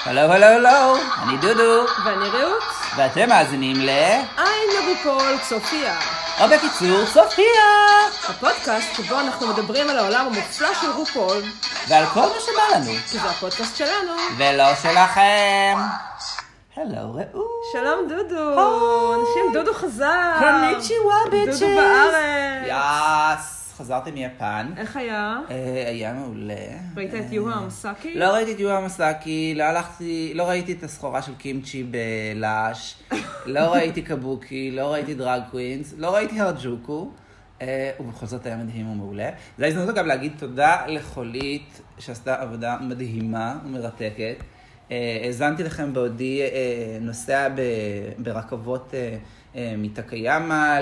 הלו, אני דודו. ואני רעות. ואתם מאזינים I'm רופול צופיה. או בקיצור, צופיה. הפודקאסט שבו אנחנו מדברים על העולם המופלא של רופול. ועל כל מה שבא לנו. כי זה הפודקאסט שלנו. ולא שלכם. הלו, רעות. שלום דודו. אנשים, דודו חזר. קוניצ'יווה ביצ'ס. דודו בארץ. יאס. חזרתי מיפן. איך היה? היה מעולה. ראית את יוהה המסאקי? לא ראיתי את יוהה המסאקי, לא ראיתי את הסחורה של קימצ'י בלאש, לא ראיתי קבוקי, לא ראיתי דרג קווינס, לא ראיתי הרג'וקו, ובכל זאת היה מדהים ומעולה. זו ההזדמנות גם להגיד תודה לחולית שעשתה עבודה מדהימה ומרתקת. האזנתי לכם בעודי נוסע ברכבות מטקיאמה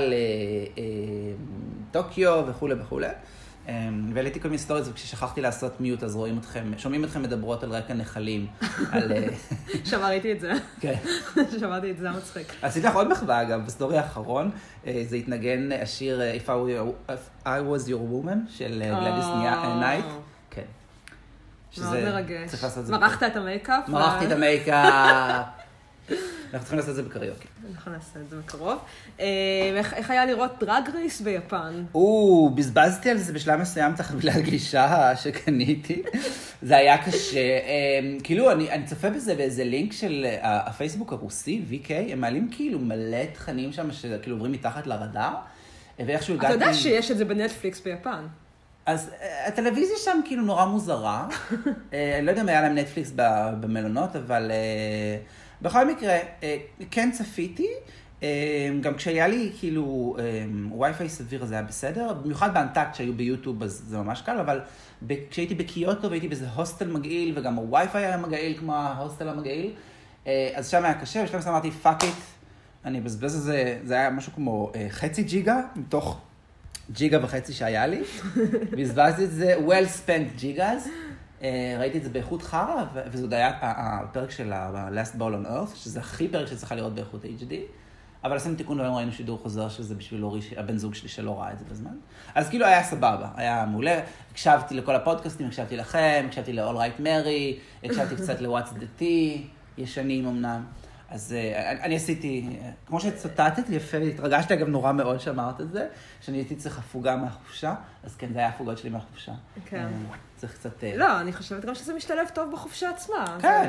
לטוקיו וכו'. והעליתי כל מיני סטוריז, וכששכחתי לעשות מיוט, אז שומעים אתכם מדברות על רקע נחלים. שמעתי את זה. כן. שמעתי את זה, מצחיק. עשיתי לך עוד מחווה, אגב, בסטורי האחרון, זה התנגן השיר If I Was Your Woman, של גלדיס נייט. כן. מאוד מרגש. צריך לעשות את זה. מרחת את המייקאפ? מרחתי את המייקאפ. אנחנו צריכים לעשות את זה בקריוקי. אנחנו נעשה את זה בקרוב. איך היה לראות דרג רייס ביפן? בזבזתי על זה בשלב מסוים את החבילה הגלישה שקניתי. זה היה קשה. כאילו, אני צופה בזה באיזה לינק של הפייסבוק הרוסי, VK, הם מעלים כאילו מלא תכנים שם שכאילו עוברים מתחת לרדאר. ואיכשהו הגעתי... אתה יודע שיש את זה בנטפליקס ביפן. אז הטלוויזיה שם כאילו נורא מוזרה. אני לא יודע אם היה להם נטפליקס במלונות, אבל... בכל מקרה, כן צפיתי, גם כשהיה לי כאילו וי-פיי סביר, זה היה בסדר, במיוחד באנטקט שהיו ביוטיוב, אז זה ממש קל, אבל כשהייתי בקיוטו והייתי באיזה הוסטל מגעיל, וגם הווי-פיי היה מגעיל כמו ההוסטל המגעיל, אז שם היה קשה, ושלם אמרתי, פאק איט, אני בזבז את זה, זה היה משהו כמו חצי ג'יגה, מתוך ג'יגה וחצי שהיה לי, בזבזתי את זה, well spent ג'יגאז, ראיתי את זה באיכות חרה, וזה עוד היה הפרק של ה-Last Ball on Earth, שזה הכי פרק שצריכה לראות באיכות HD, אבל עשינו תיקון והיום ראינו שידור חוזר, שזה בשביל אורי, הבן זוג שלי שלא ראה את זה בזמן. אז כאילו היה סבבה, היה מעולה, הקשבתי לכל הפודקאסטים, הקשבתי לכם, הקשבתי ל-All Right Mary, הקשבתי קצת ל-What's the Tea, ישנים אמנם. אז אני עשיתי, כמו שצוטטת לי יפה, התרגשתי אגב נורא מאוד שאמרת את זה, שאני הייתי צריך הפוגה מהחופשה, אז כן, זה היה הפוגות שלי מהחופשה. כן. צריך קצת... לא, אני חושבת גם שזה משתלב טוב בחופשה עצמה. כן.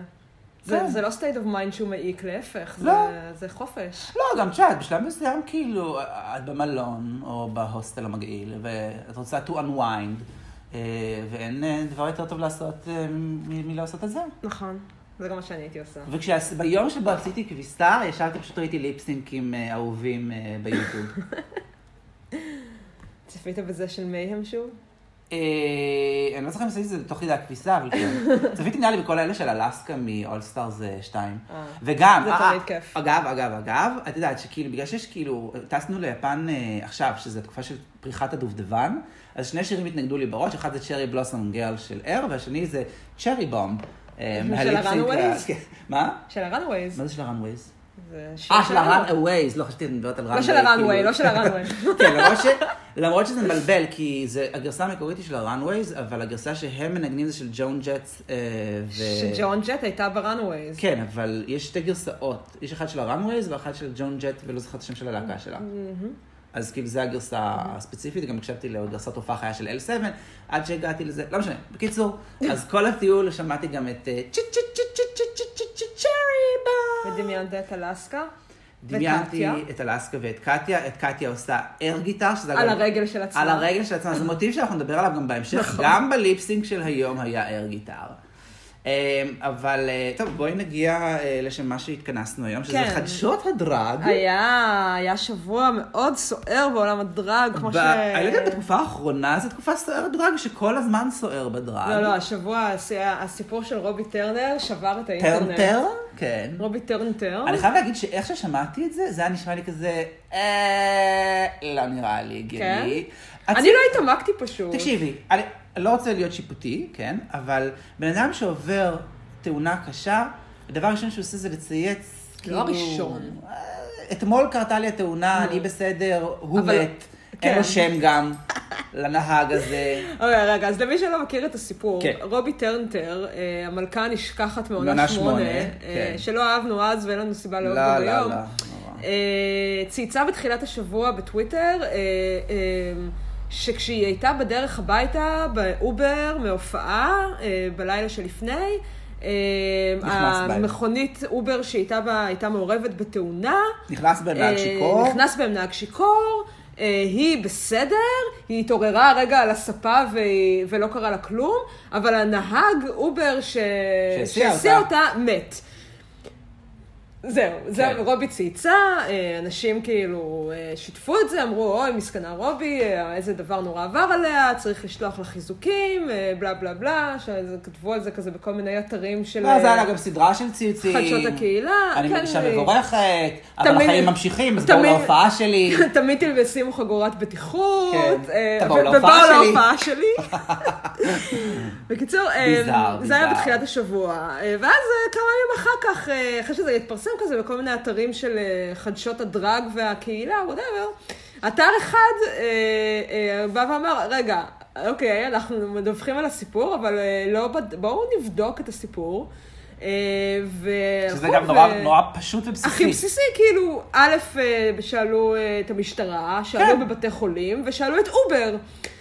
זה לא state of mind שהוא מעיק, להפך, זה חופש. לא, גם תשעת, בשלב מסוים כאילו, את במלון או בהוסטל המגעיל, ואת רוצה to unwind, ואין דבר יותר טוב לעשות מלא לעשות את זה. נכון. זה גם מה שאני הייתי עושה. וביום שבו עשיתי כביסטר, ישבתי פשוט ראיתי ליפסינקים אהובים ביוטיוב. צפית בזה של מייהם שוב? אני לא צריכה לעשות את זה תוך כדי הכביסה, אבל כן. צפיתי נראה לי בכל האלה של אלסקה מ-All Stars 2. וגם, זה תמיד כיף. אגב, את יודעת שכאילו, בגלל שיש כאילו, טסנו ליפן עכשיו, שזו תקופה של פריחת הדובדבן, אז שני שירים התנגדו לי בראש, אחד זה צ'רי בלוסום גרל של אר, והשני זה צ'רי בום. של הראנווייז? מה? של הראנווייז. מה זה של הראנווייז? של הראנווייז, לא חשבתי לדברת על ראנווייז. לא של הראנווייז, לא של הראנווייז. כן, למרות שזה מבלבל, כי הגרסה המקורית היא של הראנווייז, אבל הגרסה שהם מנגנים זה של ג'ון ג'ט שג'ון ג'ט הייתה בראנווייז. כן, אבל יש שתי גרסאות. יש אחד של הראנווייז ואחד של ג'ון ג'ט, ולא זוכרת השם של הלהקה שלה. אז כאילו זה הגרסה הספציפית, גם הקשבתי לגרסת הופעה חיה של L7, עד שהגעתי לזה, לא משנה. בקיצור, אז כל הטיול שמעתי גם את צ'רי בום. ודמיינת את אלסקה? דמיינתי את אלסקה ואת קטיה. את קטיה עושה אר גיטר, שזה על הרגל של עצמה. על הרגל של עצמה. זה מוטיב שאנחנו נדבר עליו גם בהמשך. גם בליפסינג של היום היה אר גיטר. אבל טוב, בואי נגיע לשם מה שהתכנסנו היום, שזה חדשות הדרג. היה שבוע מאוד סוער בעולם הדרג, כמו אני לא יודעת, בתקופה האחרונה זו תקופה סוערת דרג, שכל הזמן סוער בדרג. לא, השבוע, הסיפור של רובי טרנר שבר את האינטרנט. טרנטר? כן. רובי טרנטר. אני חייב להגיד שאיך ששמעתי את זה, זה היה נשמע לי כזה, לא נראה לי הגיוני. אני לא התעמקתי פשוט. תקשיבי, אני לא רוצה להיות שיפוטי, כן? אבל בן אדם שעובר תאונה קשה, הדבר הראשון שהוא עושה זה לצייץ, לא הראשון. אתמול קרתה לי התאונה, אני בסדר, הוא מת, אין לו שם גם. לנהג הזה. רגע, אז למי שלא מכיר את הסיפור, רובי טרנטר, המלכה הנשכחת מעונה 8, שלא אהבנו אז ואין לנו סיבה לאהוב גם היום, צייצה בתחילת השבוע בטוויטר, שכשהיא הייתה בדרך הביתה, באובר, מהופעה, בלילה שלפני, המכונית אובר שהייתה בה, הייתה מעורבת בתאונה. נכנס בהם נהג שיכור. היא בסדר, היא התעוררה רגע על הספה ולא קרה לה כלום, אבל הנהג אובר שהסיע אותה מת. זהו, רובי צייצה, אנשים כאילו שיתפו את זה, אמרו, אוי, מסכנה רובי, איזה דבר נורא עבר עליה, צריך לשלוח לה חיזוקים, בלה בלה בלה, שכתבו על זה כזה בכל מיני אתרים של... זה היה גם סדרה של ציוצים. חדשות הקהילה. אני מרגישה מבורכת, אבל החיים ממשיכים, אז בואו להופעה שלי. תמיד תלבשימו חגורת בטיחות, תבואו להופעה שלי. בקיצור, זה היה בתחילת השבוע, ואז כמה ימים אחר כך, אחרי שזה יתפרסם כזה בכל מיני אתרים של חדשות הדרג והקהילה, whatever, אתר אחד בא ואמר, רגע, אוקיי, אנחנו מדווחים על הסיפור, אבל בואו נבדוק את הסיפור. שזה גם נורא פשוט ובסיסי. הכי בסיסי, כאילו, א', שאלו את המשטרה, שאלו בבתי חולים, ושאלו את אובר.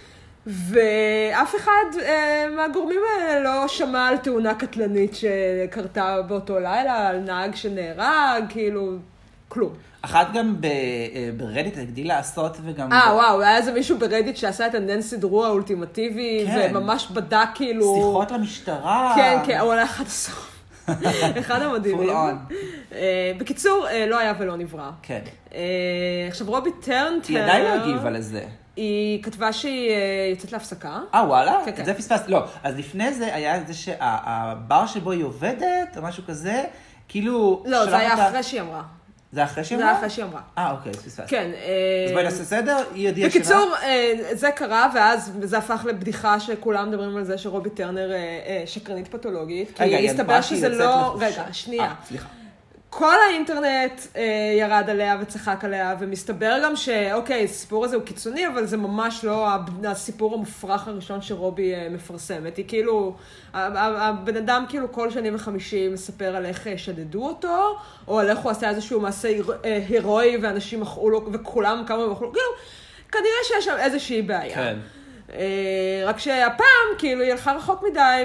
ואף אחד מהגורמים האלה לא שמע על תאונה קטלנית שקרתה באותו לילה, על נהג שנהרג, כאילו, כלום. אחת גם ברדיט הגדיל לעשות וגם... וואו, היה איזה מישהו ברדיט שעשה את הננסי דרו האולטימטיבי, וממש בדק כאילו... שיחות למשטרה. כן, הוא הולך עד הסוף. אחד המדהימים. בקיצור, לא היה ולא נברא. כן. עכשיו רובי טרנטר... היא עדיין לא הגיבה לזה. היא כתבה שהיא יוצאת להפסקה. וואלה? את זה פספסת. לא, אז לפני זה היה זה שהבר שבו היא עובדת, או משהו כזה, כאילו... לא, זה היה אחרי שהיא אמרה. זה אחרי שהיא אמרה? זה אחרי שהיא אמרה. אוקיי, פספסת. כן. אז בואי נעשה סדר, היא הודיעה שלה. בקיצור, זה קרה, ואז זה הפך לבדיחה שכולם מדברים על זה שרובי טרנר שקרנית פתולוגית. כי הסתבר שזה לא... רגע, שנייה. סליחה. כל האינטרנט ירד עליה וצחק עליה, ומסתבר גם שאוקיי, הסיפור הזה הוא קיצוני, אבל זה ממש לא הסיפור המופרך הראשון שרובי מפרסמת. היא כאילו, הבן אדם כאילו כל שני וחמישי מספר על איך שדדו אותו, או על איך הוא עשה איזשהו מעשה הירואי, ואנשים אכלו לו, וכולם כמה אכלו, כאילו, כנראה שיש שם איזושהי בעיה. כן. רק שהפעם, כאילו, היא הלכה רחוק מדי,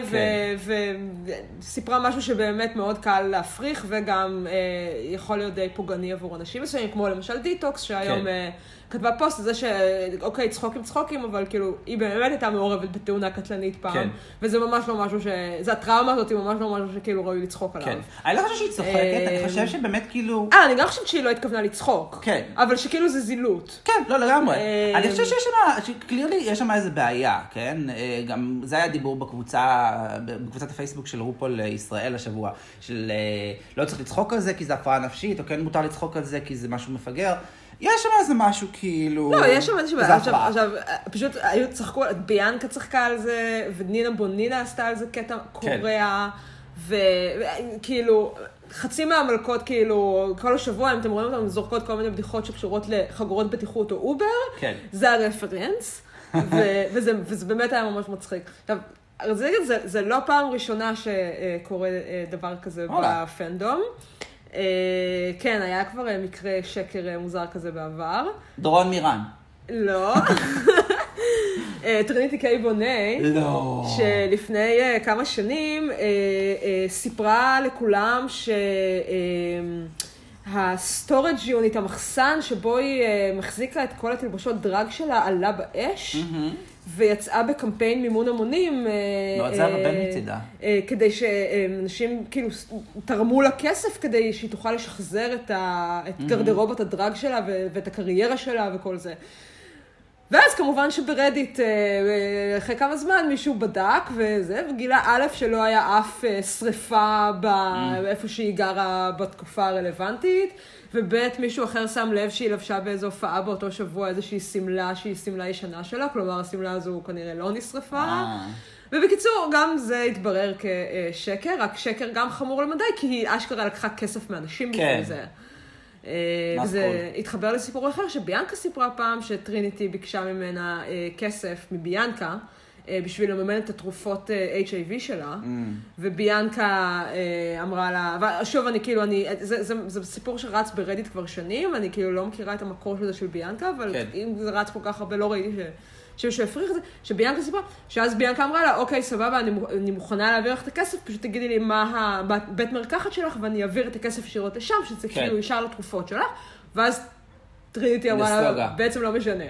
וסיפרה משהו שבאמת מאוד קל להפריך, וגם יכול להיות די פוגעני עבור אנשים מסוימים, כמו למשל דיטוקס, שהיום כתבה פוסט לזה שאוקיי, צחוקים, אבל כאילו, היא באמת הייתה מעורבת בתאונה קטלנית פעם, וזה ממש לא משהו הטראומה הזאת היא ממש לא משהו שכאילו ראוי לצחוק עליו. אני לא חושב שהיא צוחקת, אני חושב שבאמת כאילו... אני גם חושבת שהיא לא התכוונה לצחוק. כן. אבל שכאילו זה זילות. כן, לא לגמרי. אני חושב שיש שם, קלירלי, יש שם איזה בעיה, כן? גם זה היה דיבור בקבוצת הפייסבוק של רופול ישראל השבוע, של לא צריך לצחוק על זה כי זה הפרעה נפשית, או כן מותר לצחוק על זה כי זה משהו מפגר. יש שם איזה משהו כאילו... לא, יש שם איזשהו... עכשיו, פשוט היו צחקו, ביאנקה צחקה על זה, ונינה בונינה עשתה על זה קטע קורע, וכאילו, חצי מהמלכות, כאילו, כל השבוע, אם אתם רואים אותם, זורקות כל מיני בדיחות שקשורות לחגורות בטיחות או אובר, זה הרפרנס, וזה באמת היה ממש מצחיק. עכשיו, זה לא פעם ראשונה שקורה דבר כזה בפנדום. כן, היה כבר מקרה שקר מוזר כזה בעבר. דורון מירן. לא. טריניטי קיי בוני. לא. שלפני כמה שנים סיפרה לכולם שהסטורג' יוניט, המחסן שבו היא מחזיקה את כל התלבושות דרג שלה, עלה באש. ויצאה בקמפיין מימון המונים. לא, זה הרבה מצידה. כדי שאנשים כאילו תרמו לה כסף כדי שהיא תוכל לשחזר את גרדרובת הדרג שלה ואת הקריירה שלה וכל זה. ואז כמובן שברדיט, אחרי כמה זמן, מישהו בדק וזה, וגילה א' שלא היה אף שריפה באיפה שהיא גרה בתקופה הרלוונטית, וב' מישהו אחר שם לב שהיא לבשה באיזו הופעה באותו שבוע איזושהי סמלה שהיא סמלה ישנה שלה, כלומר הסמלה הזו כנראה לא נשרפה. ובקיצור, גם זה התברר כשקר, רק שקר גם חמור למדי, כי היא אשכרה לקחה כסף מאנשים בגלל זה. וזה התחבר לסיפור אחר, שביאנקה סיפרה פעם שטריניטי ביקשה ממנה כסף מביאנקה, בשביל לממן את התרופות HIV שלה, וביאנקה אמרה לה, ושוב, זה סיפור שרץ ברדיט כבר שנים, אני כאילו לא מכירה את המקור של זה של ביאנקה, אבל אם זה רץ כל כך הרבה, לא ראיתי שמישהו הפריך את זה, שביאנקה סיפרה, שאז ביאנקה אמרה לה, אוקיי, סבבה, אני מוכנה להעביר לך את הכסף, פשוט תגידי לי מה הבית מרקחת שלך, ואני אעביר את הכסף ישירות לשם, שזה כאילו ישר לתרופות שלך, ואז טריניטי אמרה לה, בעצם לא משנה.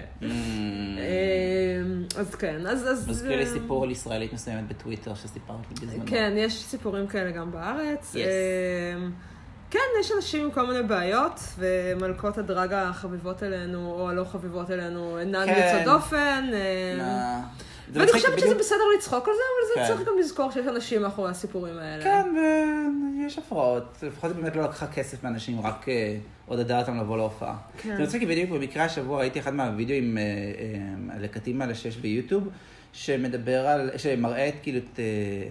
אז כן, אז... מזכיר לי סיפור על ישראלית מסוימת בטוויטר שסיפרתי בזמנו. כן, יש סיפורים כאלה גם בארץ. כן, יש אנשים עם כל מיני בעיות, ומלכות הדרג החביבות אלינו, או הלא חביבות אלינו, אינן יוצאות דופן. ואני חושבת שזה בסדר לצחוק על זה, אבל זה צריך גם לזכור שיש אנשים מאחורי הסיפורים האלה. כן, ויש הפרעות. לפחות היא באמת לא לקחה כסף מאנשים, רק עודדה אותם לבוא להופעה. אני רוצה כי בדיוק במקרה השבוע ראיתי אחד מהווידאוים הלקטים האלה שיש ביוטיוב, שמדבר על, שמראה את כאילו את...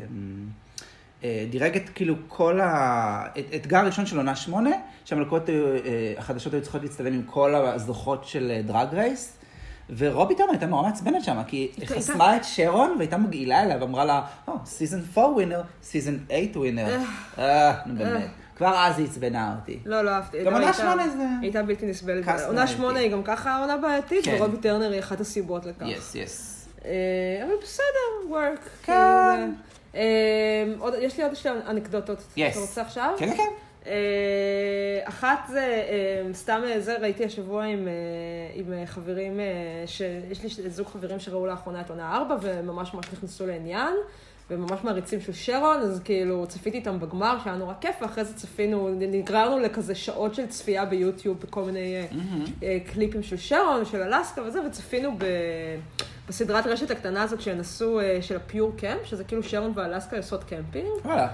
דירג את כאילו כל האתגר הראשון של עונה 8, שהמלכות החדשות היו צריכות להצטלם עם כל הזוכות של דרג רייס, ורובי טורמן הייתה נורא מעצבנת שם, כי היא חסמה את שרון והייתה מגעילה אליה ואמרה לה, סיזן 4 ווינר, סיזן 8 ווינר. נו באמת. כבר אז היא עצבנה אותי. לא אהבתי. גם עונה 8 זה... הייתה בלתי נסבלת. עונה 8 היא גם ככה עונה בעייתית, ורובי טרנר היא אחת הסיבות לכך. yes. אבל בסדר, work. כן. יש לי עוד שתי אנקדוטות. אתה רוצה עכשיו? כן. אחת זה, סתם זה, ראיתי השבוע עם חברים, יש לי זוג חברים שראו לאחרונה את עונה 4, וממש נכנסו לעניין, וממש מעריצים של שרון, אז כאילו צפיתי איתם בגמר, שהיה נורא כיף, ואחרי זה צפינו, נגררנו לכזה שעות של צפייה ביוטיוב, בכל מיני קליפים של שרון, של אלסקה וזה, וצפינו בסדרת רשת הקטנה הזאת שהם עשו, של הפיור קמפ, שזה כאילו שרון ואלסקה עושות קמפינג,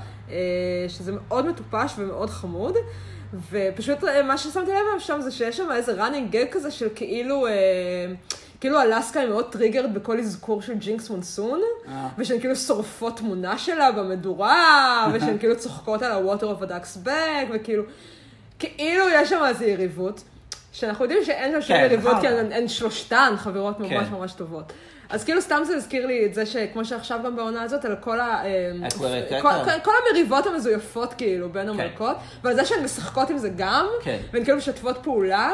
שזה מאוד מטופש ומאוד חמוד, ופשוט מה ששמתי לב שם זה שיש שם איזה running gag כזה של כאילו אלסקה היא מאוד טריגרד בכל אזכור של ג'ינקס מונסון, ושהן כאילו שורפות תמונה שלה במדורה, ושהן כאילו צוחקות על ה-water of a duck's back, וכאילו, כאילו יש שם איזו יריבות, שאנחנו יודעים שאין שם שום יריבות, כי הן שלושתן חברות ממש טובות. אז כאילו סתם זה הזכיר לי את זה שכמו שעכשיו גם בעונה הזאת, על כל המריבות המזויפות כאילו בין המלכות, ועל זה שהן משחקות עם זה גם, והן כאילו משתפות פעולה,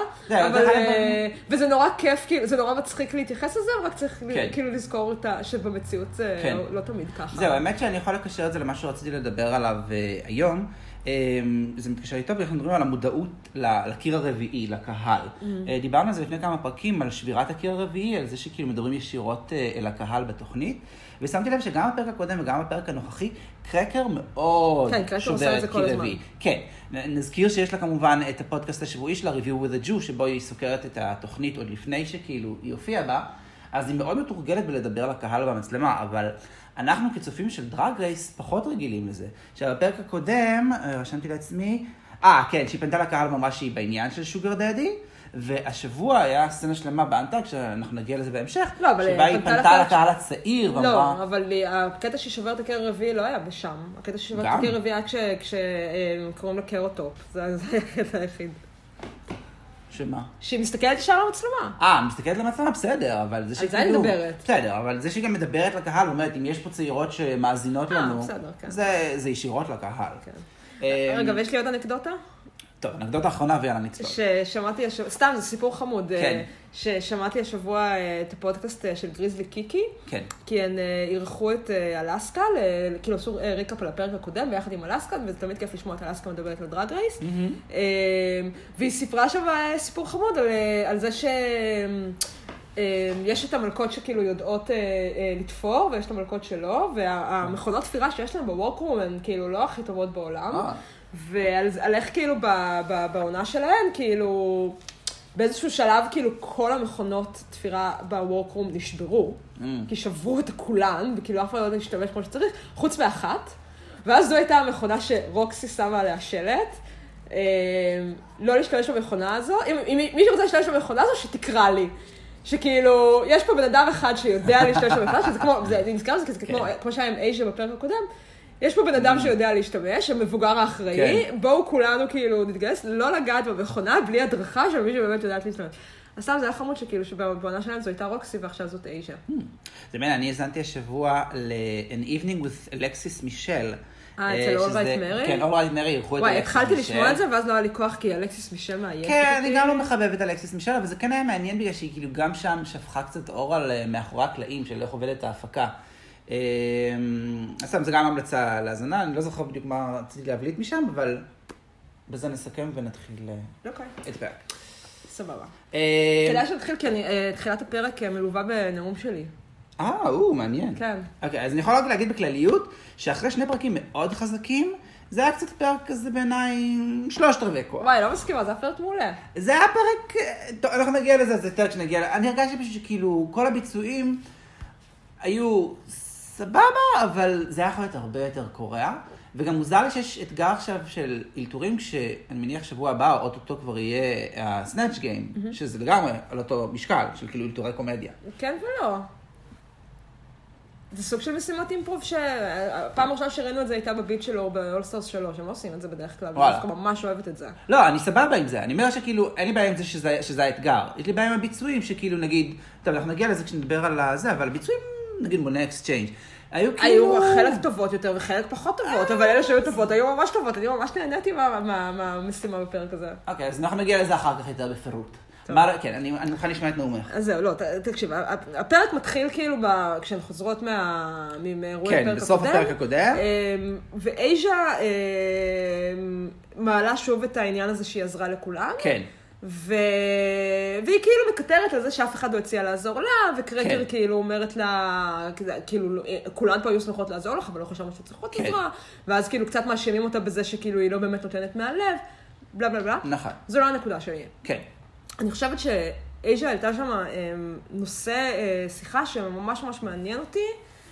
וזה נורא כיף, זה נורא מצחיק להתייחס לזה, רק צריך כאילו לזכור שבמציאות זה לא תמיד ככה. זהו, האמת שאני יכול לקשר את זה למה שרציתי לדבר עליו היום, זה מתקשר איתו, ואנחנו מדברים על המודעות לקיר הרביעי, לקהל. דיברנו על זה לפני כמה פרקים, על שבירת הקיר הרביעי, על זה שכאילו מדברים ישירות אל הקהל בתוכנית, ושמתי לב שגם הפרק הקודם וגם הפרק הנוכחי, קרקר מאוד שובר את קיר רביעי. כן, נזכיר שיש לה כמובן את הפודקאסט השבועי שלה, Review with a Jew, שבו היא סוקרת את התוכנית עוד לפני שכאילו היא הופיעה בה, אז היא מאוד מתורגלת בלדבר לקהל במצלמה, אבל אנחנו כצופים של דרג רייס פחות רגילים לזה. עכשיו, בפרק הקודם, רשמתי לעצמי, כן, שהיא פנתה לקהל ואמרה שהיא בעניין של שוגר דדי, והשבוע היה סצנה שלמה באנטק, שאנחנו נגיע לזה בהמשך, שבה היא פנתה לקהל הצעיר ואמרה... לא, אבל הקטע ששובר את הקיר הרביעי לא היה בשם. הקטע ששובר את הקיר הרביעי היה כשקוראים לה קרוטופ. זה היה הקטע היחיד. שמה? שהיא מסתכלת ישר למצלמה. מסתכלת למצלמה, בסדר, אבל זה שכאילו... על זה אני מדברת. בסדר, אבל זה שהיא גם מדברת לקהל, אומרת, אם יש פה צעירות שמאזינות לנו, בסדר, כן. זה ישירות לקהל. כן. רגע, ויש לי עוד אנקדוטה? טוב, אנקדוטה האחרונה ויאללה נצטות. ששמעתי, סתם, זה סיפור חמוד. כן. ששמעתי השבוע את הפודקאסט של גריזלי קיקי. כן. כי הן אירחו את אלסקה, כאילו עשו ריקאפ על הפרק הקודם, ביחד עם אלסקה, וזה תמיד כיף לשמוע את אלסקה מדברת על דרג רייס. והיא סיפרה שם סיפור חמוד על זה יש את המלכות שכאילו יודעות לתפור, ויש את המלכות שלא, והמכונות תפירה שיש להן בוורקרום הן כאילו לא הכי טובות בעולם. ועל איך כאילו בעונה שלהן, כאילו באיזשהו שלב כאילו כל המכונות תפירה בוורקרום נשברו, כי שברו את כולן, וכאילו אף אחד לא להשתמש כמו שצריך, חוץ מאחת, ואז זו הייתה המכונה שרוקסי שמה עליה שלט, לא להשתמש במכונה הזו, אם מי שרוצה להשתמש במכונה הזו, שתקרא לי. שכאילו, יש פה בן אדם אחד שיודע להשתמש במכונה, שזה כמו, אני נזכר בזה, כי זה כמו שהיה עם אייז'ה בפרק הקודם, יש פה בן אדם שיודע להשתמש, המבוגר האחראי, בואו כולנו כאילו נתגייס, לא לגעת במכונה בלי הדרכה של מי שבאמת יודעת להשתמש. אז סתם זה היה חמוד שכאילו שבעונה שלהם זו הייתה רוקסי ועכשיו זאת אייז'ה. זה מעניין, אני הזנתי השבוע ל-An Evening with Alexis Michelle. אצל All Right Mary? כן, All Right Mary אירחו את אלכסיס מישל. התחלתי לשמוע את זה ואז לא היה לי כוח כי אלכסיס מישל מעייפת אותי. כן, אני גם לא מחבבת אלכסיס מישל, אבל זה כן היה מעניין בגלל שהיא כאילו גם שם שפכה קצת אור על מאחורי הקלעים של איך עובדת ההפקה. אז סתם, זה גם המלצה להאזנה, אני לא זוכר בדיוק מה רציתי להבליט משם, אבל בזה נסכם ונתחיל את הפרק. סבבה. כדאי שנתחיל, כי תחילת הפרק מלווה בנאום שלי. מעניין. כן. אוקיי, אז אני יכולה רק להגיד בכלליות, שאחרי 2 פרקים מאוד חזקים, זה היה קצת פרק כזה בעיניי 3/4 כוח. וואי, לא מסכימה, זה היה פרק מעולה. זה היה פרק, טוב, אנחנו נגיע לזה, זה יותר כשנגיע לזה. אני הרגשתי פשוט שכאילו, כל הביצועים היו סבבה, אבל זה היה יכול להיות הרבה יותר קורע. וגם מוזר לי שיש אתגר עכשיו של אילתורים, כשאני מניח שבוע הבא, או אוטוטו כבר יהיה הסנאצ' גיים, שזה לגמרי על אותו משקל, של כאילו אילתורי קומדיה. כן ולא. זה סוג של משימת אימפרוב שהפעם הראשונה שראינו את זה הייתה בביט שלו ב-All-Stars 3, הם לא עושים את זה בדרך כלל, ואני דווקא ממש אוהבת את זה. לא, אני סבבה עם זה, אני אומר שכאילו, אין לי בעיה עם זה שזה האתגר, יש לי בעיה עם הביצועים שכאילו נגיד, טוב, אנחנו נגיע לזה כשנדבר על זה, אבל הביצועים, נגיד מונה אקסצ'יינג' היו חלק טובות יותר וחלק פחות טובות, אבל אלה שהיו טובות היו ממש טובות, אני ממש נהניתי מהמשימה בפרק הזה. אוקיי, אז אנחנו נגיע לזה אחר כך יותר בפירוט. כן, אני מוכן לשמוע את נאומך. אז זהו, לא, תקשיב, הפרק מתחיל כאילו כשהן חוזרות מאירועי הפרק הקודם. כן, בסוף הפרק הקודם. ואייז'ה מעלה שוב את העניין הזה שהיא עזרה לכולם. כן. והיא כאילו מקטרת על זה שאף אחד לא הציע לעזור לה, וקרקר כאילו אומרת לה, כאילו, כולן פה היו שמחות לעזור לך, אבל לא חשבנו שצריכות עזרה, ואז כאילו קצת מאשימים אותה בזה שכאילו היא לא באמת נותנת מהלב, בלה בלה בלה. נכון. זו לא הנקודה שלי. כן. אני חושבת שאייז'ה העלתה שם נושא שיחה שממש ממש מעניין אותי,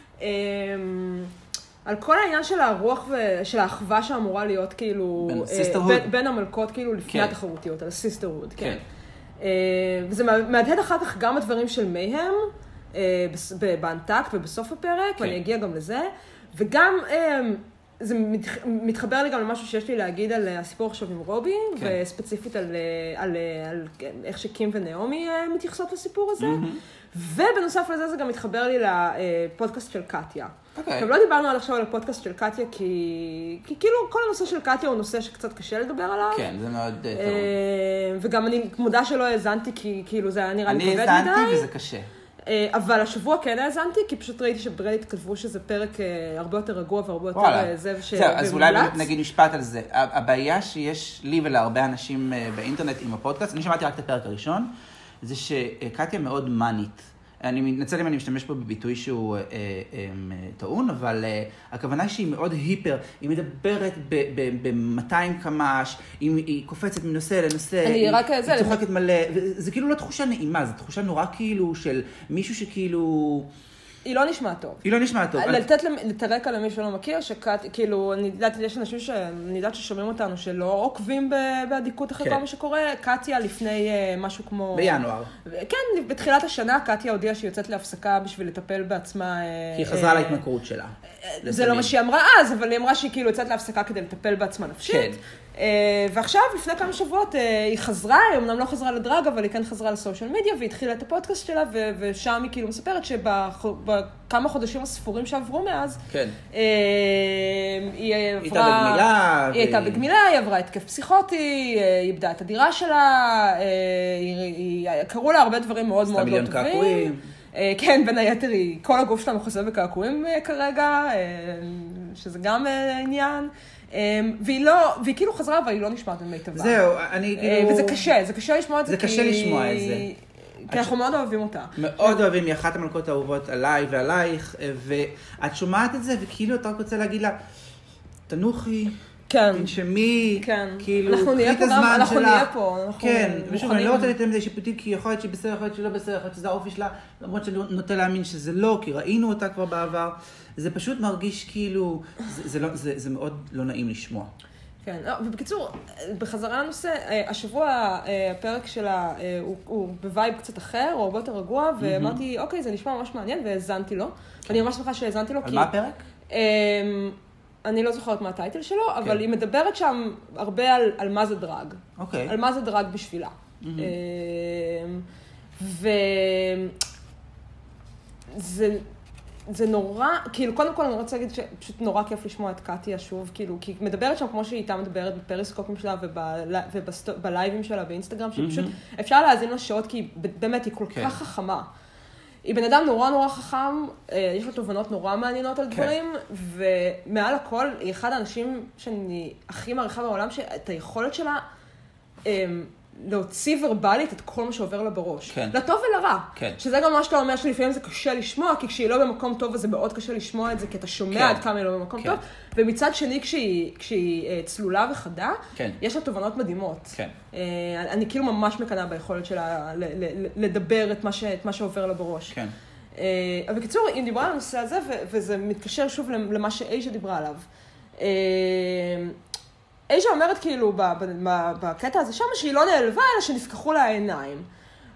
על כל העניין של הרוח ושל האחווה שאמורה להיות כאילו, בין המלכות כאילו לפני התחרותיות, על הסיסטרהוד, כן. וזה מהדהד אחר כך גם הדברים של מייהם, באנטקט ובסוף הפרק, ואני אגיע גם לזה, וגם זה מתחבר לי גם למשהו שיש לי להגיד על הסיפור עכשיו עם רובי, וספציפית על איך שקים ונעמי מתייחסות לסיפור הזה, ובנוסף לזה זה גם מתחבר לי לפודקאסט של קטיה. עכשיו לא דיברנו עד עכשיו על הפודקאסט של קטיה, כי כאילו כל הנושא של קטיה הוא נושא שקצת קשה לדבר עליו. כן, זה מאוד טוב. וגם אני מודה שלא האזנתי, כי כאילו זה היה נראה לי כבד מדי. אני האזנתי וזה קשה. אבל השבוע כן האזנתי, כי פשוט ראיתי שברדיט כתבו שזה פרק הרבה יותר רגוע והרבה יותר זו ומומלץ. אז אולי נגיד משפט על זה. הבעיה שיש לי ולהרבה אנשים באינטרנט עם הפודקאסט, אני שמעתי רק את הפרק הראשון, זה שקטיה מאוד מנית. אני מתנצל אם אני משתמש פה בביטוי שהוא טעון, אבל הכוונה היא שהיא מאוד היפר, היא מדברת ב-200 קמ"ש, היא קופצת מנושא לנושא, היא צוחקת מלא, זה כאילו לא תחושה נעימה, זו תחושה נורא כאילו של מישהו שכאילו... היא לא נשמע טוב. היא לא נשמע טוב. לתת את הרקע למי שלא מכיר, שכאילו, אני יודעת, יש אנשים שאני יודעת ששומעים אותנו, שלא עוקבים באדיקות אחרי כל מה שקורה. קטיה לפני משהו כמו... בינואר. כן, בתחילת השנה קטיה הודיעה שהיא יוצאת להפסקה בשביל לטפל בעצמה... כי היא חזרה להתמכרות שלה. זה לא מה שהיא אמרה אז, אבל היא אמרה שהיא כאילו יוצאת להפסקה כדי לטפל בעצמה נפשית. ועכשיו, לפני כמה שבועות, היא חזרה, היא אמנם לא חזרה לדרג, אבל היא כן חזרה לסושיאל מדיה, והיא התחילה את הפודקאסט שלה, ושם היא כאילו מספרת שבכמה חודשים הספורים שעברו מאז, היא הייתה בגמילה, היא עברה התקף פסיכוטי, היא איבדה את הדירה שלה, קראו לה הרבה דברים מאוד מאוד לא טובים. כן, בין היתר, כל הגוף שלה מחוסה בקעקועים כרגע, שזה גם עניין. והיא כאילו חזרה, אבל היא לא נשמעת במיטבה. זהו, אני כאילו... וזה קשה, זה קשה לשמוע את זה. זה קשה לשמוע את זה. כי אנחנו מאוד אוהבים אותה. מאוד אוהבים, היא אחת המלכות האהובות עליי ועלייך, ואת שומעת את זה, וכאילו אתה רק רוצה להגיד לה, תנוחי, תנשמי, כאילו, קחי את הזמן שלה. אנחנו נהיה פה. כן, ושוב, אני לא רוצה לתאם את זה שיפוטי, כי יכול להיות שהיא בסדר, יכול להיות שהיא לא בסדר, יכול להיות שזה האופי שלה, למרות שאני נוטה להאמין שזה לא, כי ראינו אותה כבר בעבר. זה פשוט מרגיש כאילו, זה מאוד לא נעים לשמוע. כן, ובקיצור, בחזרה לנושא, השבוע הפרק שלה הוא בווייב קצת אחר, הוא הרבה יותר רגוע, ואמרתי, אוקיי, זה נשמע ממש מעניין, והאזנתי לו. אני ממש שמחה שהאזנתי לו, על מה הפרק? אני לא זוכרת מה הטייטל שלו, אבל היא מדברת שם הרבה על מה זה דרג. אוקיי. על מה זה דרג בשבילה. זה נורא, כאילו, קודם כל אני רוצה להגיד שפשוט נורא כיף לשמוע את קטיה שוב, כאילו, כי היא מדברת שם כמו שהיא איתה מדברת בפריסקופים שלה ובלייבים שלה באינסטגרם, שפשוט אפשר להאזין לה שעות, כי באמת היא כל כך חכמה. היא בן אדם נורא נורא חכם, יש לה תובנות נורא מעניינות על דברים, ומעל הכל היא אחד האנשים שאני הכי מעריכה בעולם, שאת היכולת שלה להוציא ורבלית את כל מה שעובר לה בראש. כן. לטוב ולרע. כן. שזה גם מה שאתה אומר שלפעמים זה קשה לשמוע, כי כשהיא לא במקום טוב, אז זה מאוד קשה לשמוע את זה, כי אתה שומע עד כמה היא לא במקום טוב. ומצד שני, כשהיא צלולה וחדה, יש לה תובנות מדהימות. כן. אני כאילו ממש מקנאה ביכולת שלה לדבר את מה שעובר לה בראש. כן. אבל בקיצור, היא דיברה על הנושא הזה, וזה מתקשר שוב למה שאייז'ה דיברה עליו. אייז'ה אומרת כאילו בקטע הזה שם שהיא לא נעלבה, אלא שנפקחו לה העיניים.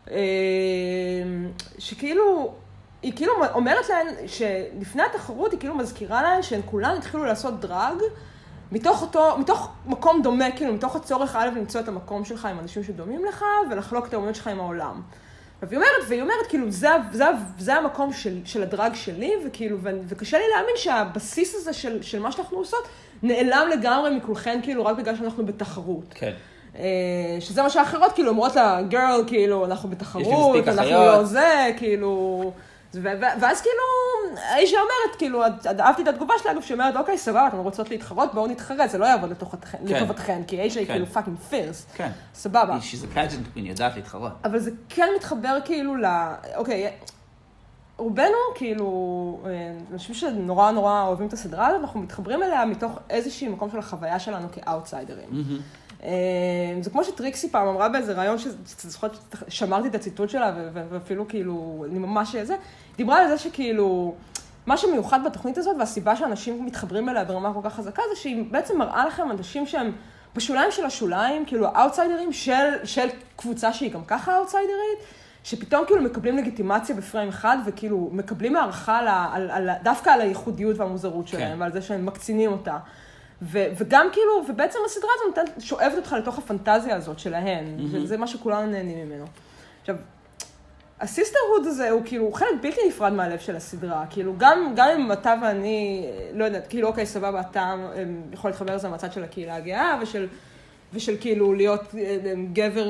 שכאילו, היא כאילו אומרת להן שלפני התחרות היא כאילו מזכירה להן שהן כולן התחילו לעשות דרג, מתוך מקום דומה, כאילו מתוך הצורך למצוא את המקום שלך עם אנשים שדומים לך, ולחלוק את האומנות שלך עם העולם. והיא אומרת, כאילו, זה המקום של הדרג שלי, וכאילו, וקשה לי להאמין שהבסיס הזה של מה שאנחנו עושות, נעלם לגמרי מכולכן, כאילו, רק בגלל שאנחנו בתחרות. כן. שזה מה שהאחרות, כאילו, אומרות לה, גרל, כאילו, אנחנו בתחרות, אנחנו לא זה, כאילו... ואז כאילו, אייז'ה אומרת, כאילו, אהבתי את התגובה שלה, אגב, שאומרת, אוקיי, סבבה, אתן רוצות להתחרות, בואו נתחרט, זה לא יעבוד לטובתכן, כי אייז'ה היא כאילו פאקינג פירס. כן. סבבה. She's a pageant queen, יודעת להתחרות. אבל זה כן מתחבר כאילו אוקיי, רובנו, כאילו, אנשים שנורא נורא אוהבים את הסדרה הזאת, אנחנו מתחברים אליה מתוך איזושהי מקום של החוויה שלנו כאוטסיידרים. זה כמו שטריקסי פעם אמרה באיזה רעיון, שמרתי את הציטוט שלה, ואפילו כאילו, אני ממש דיברה על זה שכאילו, מה שמיוחד בתוכנית הזאת, והסיבה שאנשים מתחברים אליה ברמה כל כך חזקה, זה שהיא בעצם מראה לכם אנשים שהם בשוליים של השוליים, כאילו האוטסיידרים של קבוצה שהיא גם ככה האוטסיידרית, שפתאום כאילו מקבלים לגיטימציה בפריים אחד, וכאילו מקבלים הערכה דווקא על הייחודיות והמוזרות שלהם, ועל זה שהם מקצינים אותה. וגם כאילו, ובעצם הסדרה הזאת שואבת אותך לתוך הפנטזיה הזאת שלהן, וזה מה שכולנו נהנים ממנו. עכשיו, הסיסטרהוד הזה הוא כאילו חלק בלתי נפרד מהלב של הסדרה, כאילו גם אם אתה ואני, לא יודעת, כאילו אוקיי, סבבה, אתה יכול להתחבר לזה מהצד של הקהילה הגאה, ושל כאילו להיות גבר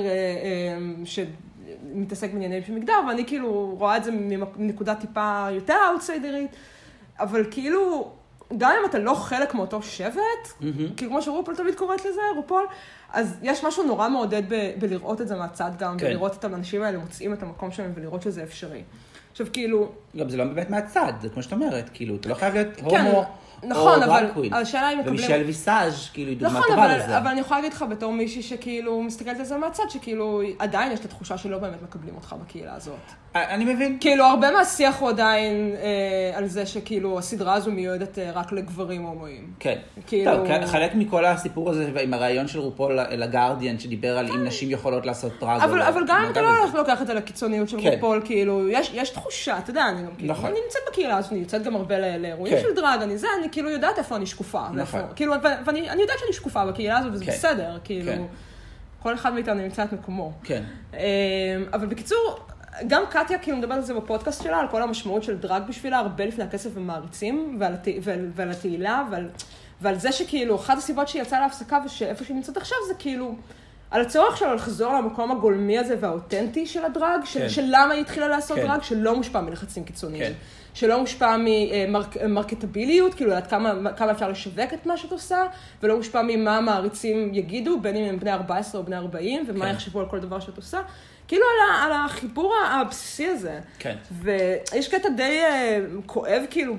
שמתעסק בעניינים של מגדר, ואני כאילו רואה את זה מנקודה טיפה יותר אאוטסיידרית, אבל כאילו, גם אם אתה לא חלק מאותו שבט, כאילו כמו שרופול תמיד קוראת לזה, רופול, אז יש משהו נורא מעודד בלראות את זה מהצד גם, ולראות את האנשים האלה מוצאים את המקום שלהם, ולראות שזה אפשרי. עכשיו כאילו... גם זה לא באמת מהצד, זה כמו שאת אומרת, כאילו, אתה לא חייב להיות הומו נכון, אבל השאלה היא מקבלים... ומישל ויסאז' כאילו, היא דוגמה טובה לזה. נכון, אבל אני יכולה להגיד לך בתור מישהי שכאילו מסתכלת על זה מהצד, שכאילו עדיין יש את התחושה שלא באמת מקבלים אותך בקהילה הזאת. אני מבין. כאילו, הרבה מהשיח הוא עדיין על זה שכאילו הסדרה הזו מיועדת רק לגברים הומואים. כן. כאילו... טוב, חלק מכל הסיפור הזה, עם הרעיון של רופול לגארדיאן, שדיבר על אם נשים יכולות לעשות דרג. אבל גם אם אתה לא לוקח את זה לקיצוניות של רופול, כאילו, יש תחושה, אתה יודע, אני נמצאת בקהילה הזאת, אני יוצאת גם הרבה לאירועים של דרג, אני כאילו יודעת איפה אני שקופה. כאילו, ואני יודעת שאני שקופה בקהילה הזאת, וזה בסדר, כאילו, כל אחד מאיתנו נמצא את מקומו. כן. אבל בקיצור, גם קטיה כאילו מדברת על זה בפודקאסט שלה, על כל המשמעות של דרג בשבילה, הרבה לפני הכסף ומעריצים, ועל התהילה, ועל זה שכאילו, אחת הסיבות שהיא יצאה להפסקה, ושאיפה שהיא נמצאת עכשיו, זה כאילו, על הצורך שלה לחזור למקום הגולמי הזה והאותנטי של הדרג, של למה היא התחילה לעשות דרג, שלא מושפע מלחצים קיצוניים. שלא מושפע ממרקטביליות, כאילו, עד כמה אפשר לשווק את מה שאת עושה, ולא מושפע ממה המעריצים יגידו, בין אם הם בני 14 או בני 40, ומה יחשבו על כל דבר שאת עושה. כאילו, על החיבור הבסיסי הזה. כן. ויש קטע די כואב, כאילו,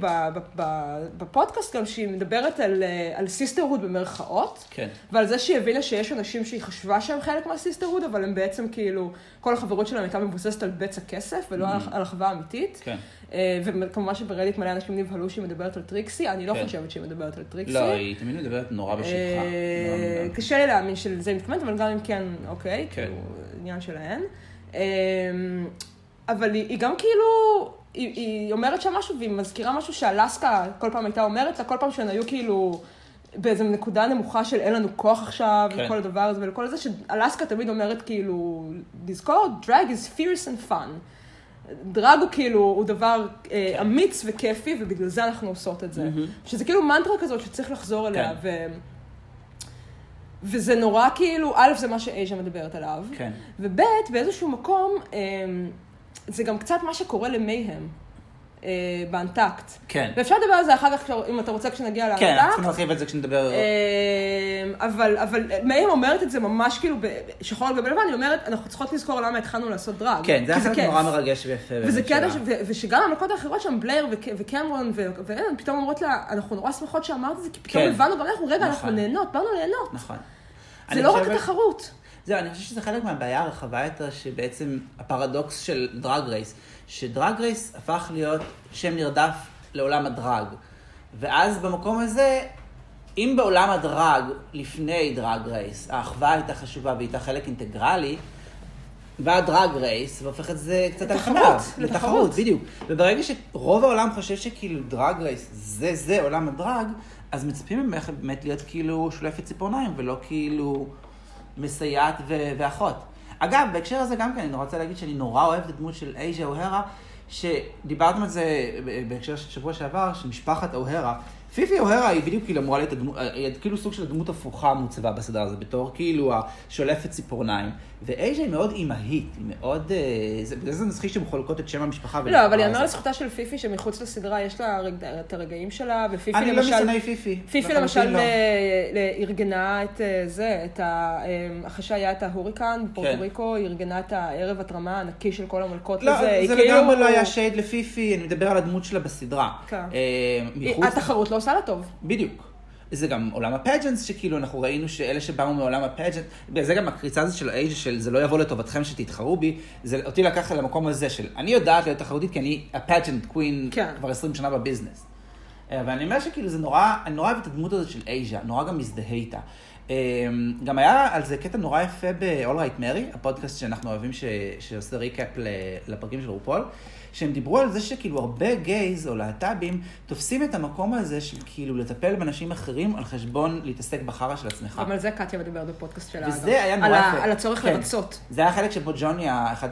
בפודקאסט גם, שהיא מדברת על סיסטרהוד במרכאות, כן. ועל זה שהיא הבינה שיש אנשים שהיא חשבה שהם חלק מהסיסטרהוד, אבל הם בעצם, כאילו, כל החברות שלהם הייתה מבוססת על בצע כסף, ולא על החווה האמיתית. כן. וכמובן שברדיט מלא אנשים נבהלו שהיא מדברת על טריקסי, אני לא חושבת שהיא מדברת על טריקסי. לא, היא תמיד מדברת נורא בשבחה. קשה לי להאמין שזה מתכוונת, אבל גם אם כן, אוקיי, כאילו, עניין שלהן. אבל היא גם כאילו, היא אומרת שם משהו, והיא מזכירה משהו שאלסקה כל פעם הייתה אומרת לה, כל פעם שהן היו כאילו באיזו נקודה נמוכה של אין לנו כוח עכשיו, וכל הדבר הזה ולכל זה, שאלסקה תמיד אומרת כאילו, לזכור, drag is fierce and fun. דרג הוא כאילו, הוא דבר אמיץ וכיפי, ובגלל זה אנחנו עושות את זה. שזה כאילו מנטרה כזאת שצריך לחזור אליה, וזה נורא כאילו, א', זה מה שאייז'ה מדברת עליו, וב', באיזשהו מקום, זה גם קצת מה שקורה למייהם, באנטקט. כן. ואפשר לדבר על זה אחר כך, אם אתה רוצה כשנגיע לאנטקט. כן, אנחנו צריכים להרחיב את זה כשנדבר. אבל מייהם אומרת את זה ממש כאילו, שחור על גבי לבן, היא אומרת, אנחנו צריכות לזכור למה התחלנו לעשות דרג. כן, זה היה נורא מרגש ויפה. וזה קטע, ושגם המלכות האחרות שם, בלייר וקמרון, ואין, פתאום אומרות לה, אנחנו נורא שמחות שאמרת את זה, כי פתאום הבנו גם אנחנו, רגע, אנחנו נהנות, באנו ליהנות. נכון. זה לא רק התחרות. זהו, אני חושב שזה חלק מהבעיה הרחבה יותר, שבעצם הפרדוקס של דרג רייס, שדרג רייס הפך להיות שם נרדף לעולם הדרג. ואז במקום הזה, אם בעולם הדרג, לפני דרג רייס, האחווה הייתה חשובה והייתה חלק אינטגרלי, בא דרג רייס והופך את זה קצת על חניו. לתחרות, בדיוק. וברגע שרוב העולם חושב שכאילו דרג רייס, זה עולם הדרג, אז מצפים ממך באמת להיות כאילו שולפת ציפורניים, ולא כאילו מסייעת ואחות. אגב, בהקשר הזה גם כן, אני רוצה להגיד שאני נורא אוהב את הדמות של אייז'ה אוהרה, שדיברתם על זה בהקשר של שבוע שעבר, של משפחת אוהרה. פיפי אוהרה היא בדיוק כאילו אמורה להיות הדמות, היא כאילו סוג של הדמות הפוכה מוצבה בסדר הזה, בתור כאילו השולפת ציפורניים. ואייז'ה היא מאוד אימהית, היא מאוד, זה נצחי שמחולקות את שם המשפחה. לא, אבל היא אמרה לזכותה של פיפי שמחוץ לסדרה יש לה את הרגעים שלה, ופיפי אני למשל... אני לא משנה פיפי. פיפי למשל ארגנה את זה, אחרי שהיה את ההוריקן בפורטו ריקו, היא ארגנה את הערב התרמה הענקי של כל המלכות לזה. לא, זה לגמרי לא היה שייד לפיפי, אני מדבר על הדמות שלה בסדרה. התחרות לא עושה לה טוב. בדיוק. זה גם עולם הפאג'נס, שכאילו אנחנו ראינו שאלה שבאו מעולם הפאג'נס, זה גם הקריצה הזאת של האייג' של זה לא יבוא לטובתכם שתתחרו בי, זה אותי לקח למקום הזה של אני יודעת להיות תחרותית כי אני הפאג'נט קווין כבר 20 שנה בביזנס. אבל אני אומר שכאילו זה נורא, אני נורא אוהב את הדמות הזאת של אייז'ה, נורא גם מזדהה איתה. גם היה על זה קטע נורא יפה ב-All Right Mary, הפודקאסט שאנחנו אוהבים שעושה ריקאפ לפרקים של רופול, שהם דיברו על זה שכאילו הרבה גייז או להט"בים תופסים את המקום הזה של כאילו לטפל באנשים אחרים על חשבון להתעסק בחרה של עצמך. גם על זה קטיה מדברת בפודקאסט שלה. וזה היה נורא יפה. על הצורך לרצות. זה היה חלק שבו ג'וני, אחד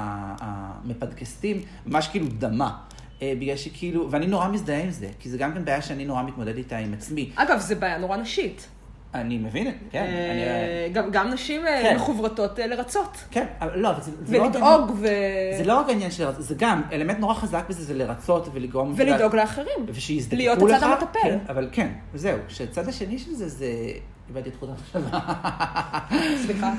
המפדקסטים, ממש כאילו דמה. בגלל שכאילו, ואני נורא מזדהה עם זה, כי זה גם כן בעיה שאני נורא מתמודד איתה עם עצמי. אגב, זה בעיה נורא נשית. אני מבין, כן. גם נשים מחוברתות לרצות. כן, לא, אבל זה לא... ולדאוג זה לא רק העניין של לרצות, זה גם, אלמנט נורא חזק בזה, זה לרצות ולגרום... ולדאוג לאחרים. להיות הצד המטפל. אבל כן, וזהו, שהצד השני של זה, הבאתי את חוט המחשבה. סליחה.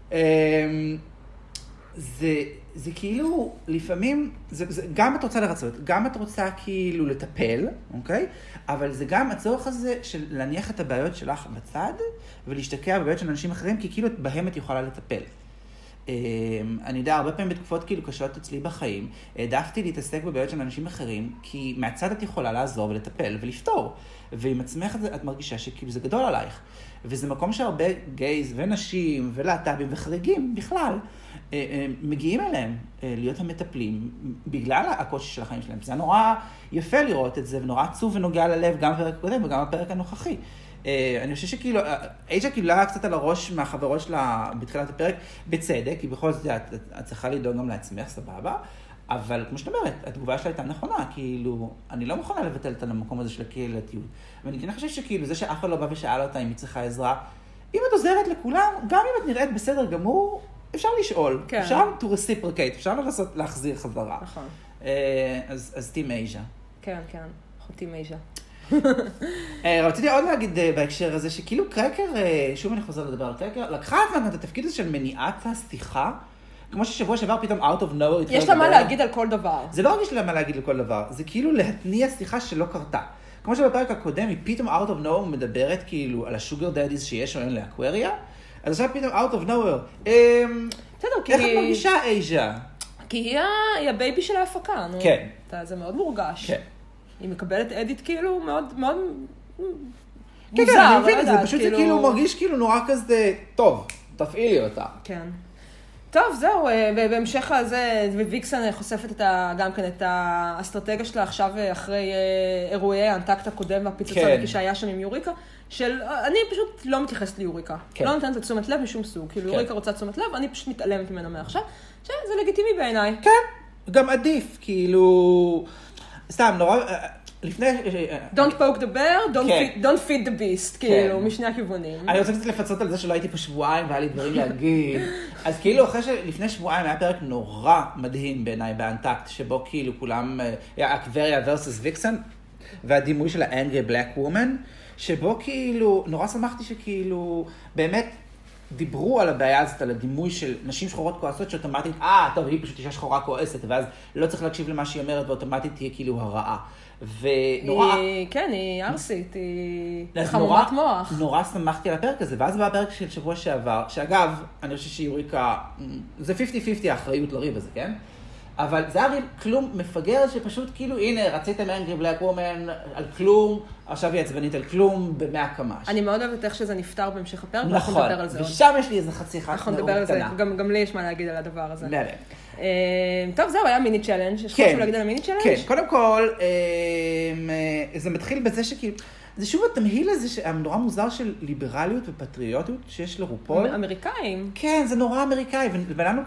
זה כאילו, לפעמים, גם את רוצה לרצות, גם את רוצה כאילו לטפל, אוקיי? אבל זה גם הצורך הזה של להניח את הבעיות שלך בצד, ולהשתקע בבעיות של אנשים אחרים, כי כאילו בהם את יכולה לטפל. אני יודע, הרבה פעמים בתקופות כאילו קשות אצלי בחיים, העדפתי להתעסק בבעיות של אנשים אחרים, כי מהצד את יכולה לעזור ולטפל ולפתור. ועם עצמך את מרגישה שכאילו זה גדול עלייך. וזה מקום שהרבה גייז ונשים ולהט"בים וחריגים בכלל, מגיעים אליהם להיות המטפלים בגלל הקושי של החיים שלהם. זה נורא יפה לראות את זה, ונורא עצוב ונוגע ללב גם בפרק הקודם וגם בפרק הנוכחי. אני חושב שכאילו, אייג'ה קיבלה קצת על הראש מהחברות שלה בתחילת הפרק, בצדק, כי בכל זאת את צריכה לדאוג גם לעצמך, סבבה, אבל כמו שאת אומרת, התגובה שלה הייתה נכונה, כאילו, אני לא מוכנה לבטל את המקום הזה של הקהילתיות. ואני כן חושב שכאילו, זה שאף אחד לא בא ושאל אותה אם היא צריכה עזרה, אם את עוזרת לכולם, גם אם את נראית בסדר גמור, אפשר לשאול, כן. אפשר to reciprocate, אפשר לנסות להחזיר חזרה. נכון. אז טים אייז'ה. כן, כן, טים אייז'ה. רציתי עוד להגיד בהקשר הזה, שכאילו קרקר, שוב אני חוזר לדבר על קרקר, לקחה את התפקיד הזה של מניעת הסתיחה, כמו ששבוע שעבר פתאום out of nowhere. יש לה מה להגיד על כל דבר. זה לא רק יש לה מה להגיד על כל דבר, זה כאילו להתניע שיחה שלא קרתה. כמו שבפרק הקודם היא פתאום out of nowhere מדברת כאילו על השוגר דאדיז שיש או אין לאקווריה, אז עכשיו פתאום out of nowhere. איך את מרגישה אייז'ה? כי היא הבייבי של ההפקה, נו. כן. זה מאוד מורגש. כן. היא מקבלת אדיט כאילו מאוד מאוד כן, כן, אני מבין את זה, פשוט זה כאילו מרגיש כאילו נורא כזה, טוב, תפעילי אותה. כן. טוב, זהו, בהמשך הזה, וויקסן חושפת גם כן את האסטרטגיה שלה עכשיו אחרי אירועי האנטקט הקודם והפיצוץ הנקי שהיה שם עם יוריקה, אני פשוט לא מתייחסת ליוריקה. לא נותנת את תשומת לב משום סוג. כאילו יוריקה רוצה תשומת לב, אני פשוט מתעלמת ממנה מעכשיו, שזה לגיטימי בעיניי. כן, גם עדיף, כאילו, סתם, נורא, לפני... Don't poke the bear, don't feed the beast, כאילו, משני הכיוונים. אני רוצה קצת לפצות על זה שלא הייתי פה שבועיים והיה לי דברים להגיד. אז כאילו, אחרי שלפני שבועיים היה פרק נורא מדהים בעיניי באנטקט, שבו כאילו כולם, אקווריה versus ויקסן, והדימוי של ה-Angry Black Woman, שבו כאילו, נורא שמחתי שכאילו, באמת, דיברו על הבעיה הזאת, על הדימוי של נשים שחורות כועסות, שאוטומטית, טוב, היא פשוט אישה שחורה כועסת, ואז לא צריך להקשיב למה שהיא אומרת, ואוטומטית תהיה כאילו הרעה. ונורא... כן, היא ארסית, היא חמומת מוח. נורא שמחתי על הפרק הזה, ואז בא הפרק של שבוע שעבר, שאגב, אני חושב שיוריקה, זה 50-50 האחריות לריב הזה, כן? אבל זה היה כלום מפגר שפשוט כאילו, הנה, רציתם Angry Black Woman על כלום, עכשיו היא עצבנית על כלום ב100 קמ"ש. אני מאוד אוהבת איך שזה נפטר בהמשך הפרק, ואנחנו נדבר על זה עוד. ושם יש לי איזה חצי חד אנחנו נדבר על זה, גם לי יש מה להגיד על הדבר הזה. מעולה. טוב, זהו, היה מיני צ'לנג'. יש משהו להגיד על המיני צ'לנג'? כן, קודם כל, זה מתחיל בזה שכאילו, זה שוב התמהיל הזה שהנורא מוזר של ליברליות ופטריוטיות שיש לרופול. אמריקאים. כן, זה נורא אמריקאי, ולנו,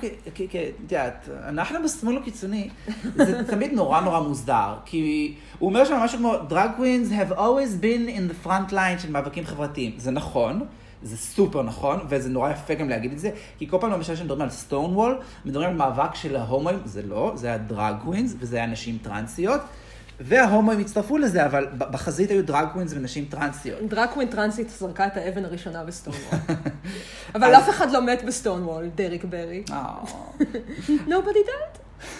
אנחנו בשמאל הקיצוני, זה תמיד נורא נורא מוזר, כי הוא אומר שם משהו כמו, drag queens have always been in the front line של מאבקים חברתיים. זה נכון, זה סופר נכון, וזה נורא יפה גם להגיד את זה, כי כל פעם למשל שמדברים על סטונוול, מדברים על מאבק של ההומואים, זה לא, זה הדרג קווינס, וזה היה נשים טרנסיות, וההומואים הצטרפו לזה, אבל בחזית היו דרג קווינס ונשים טרנסיות. דרג קווין טרנסית זרקה את האבן הראשונה בסטונוול. אבל אף אחד לא מת בסטונוול, דריק ברי. Nobody died.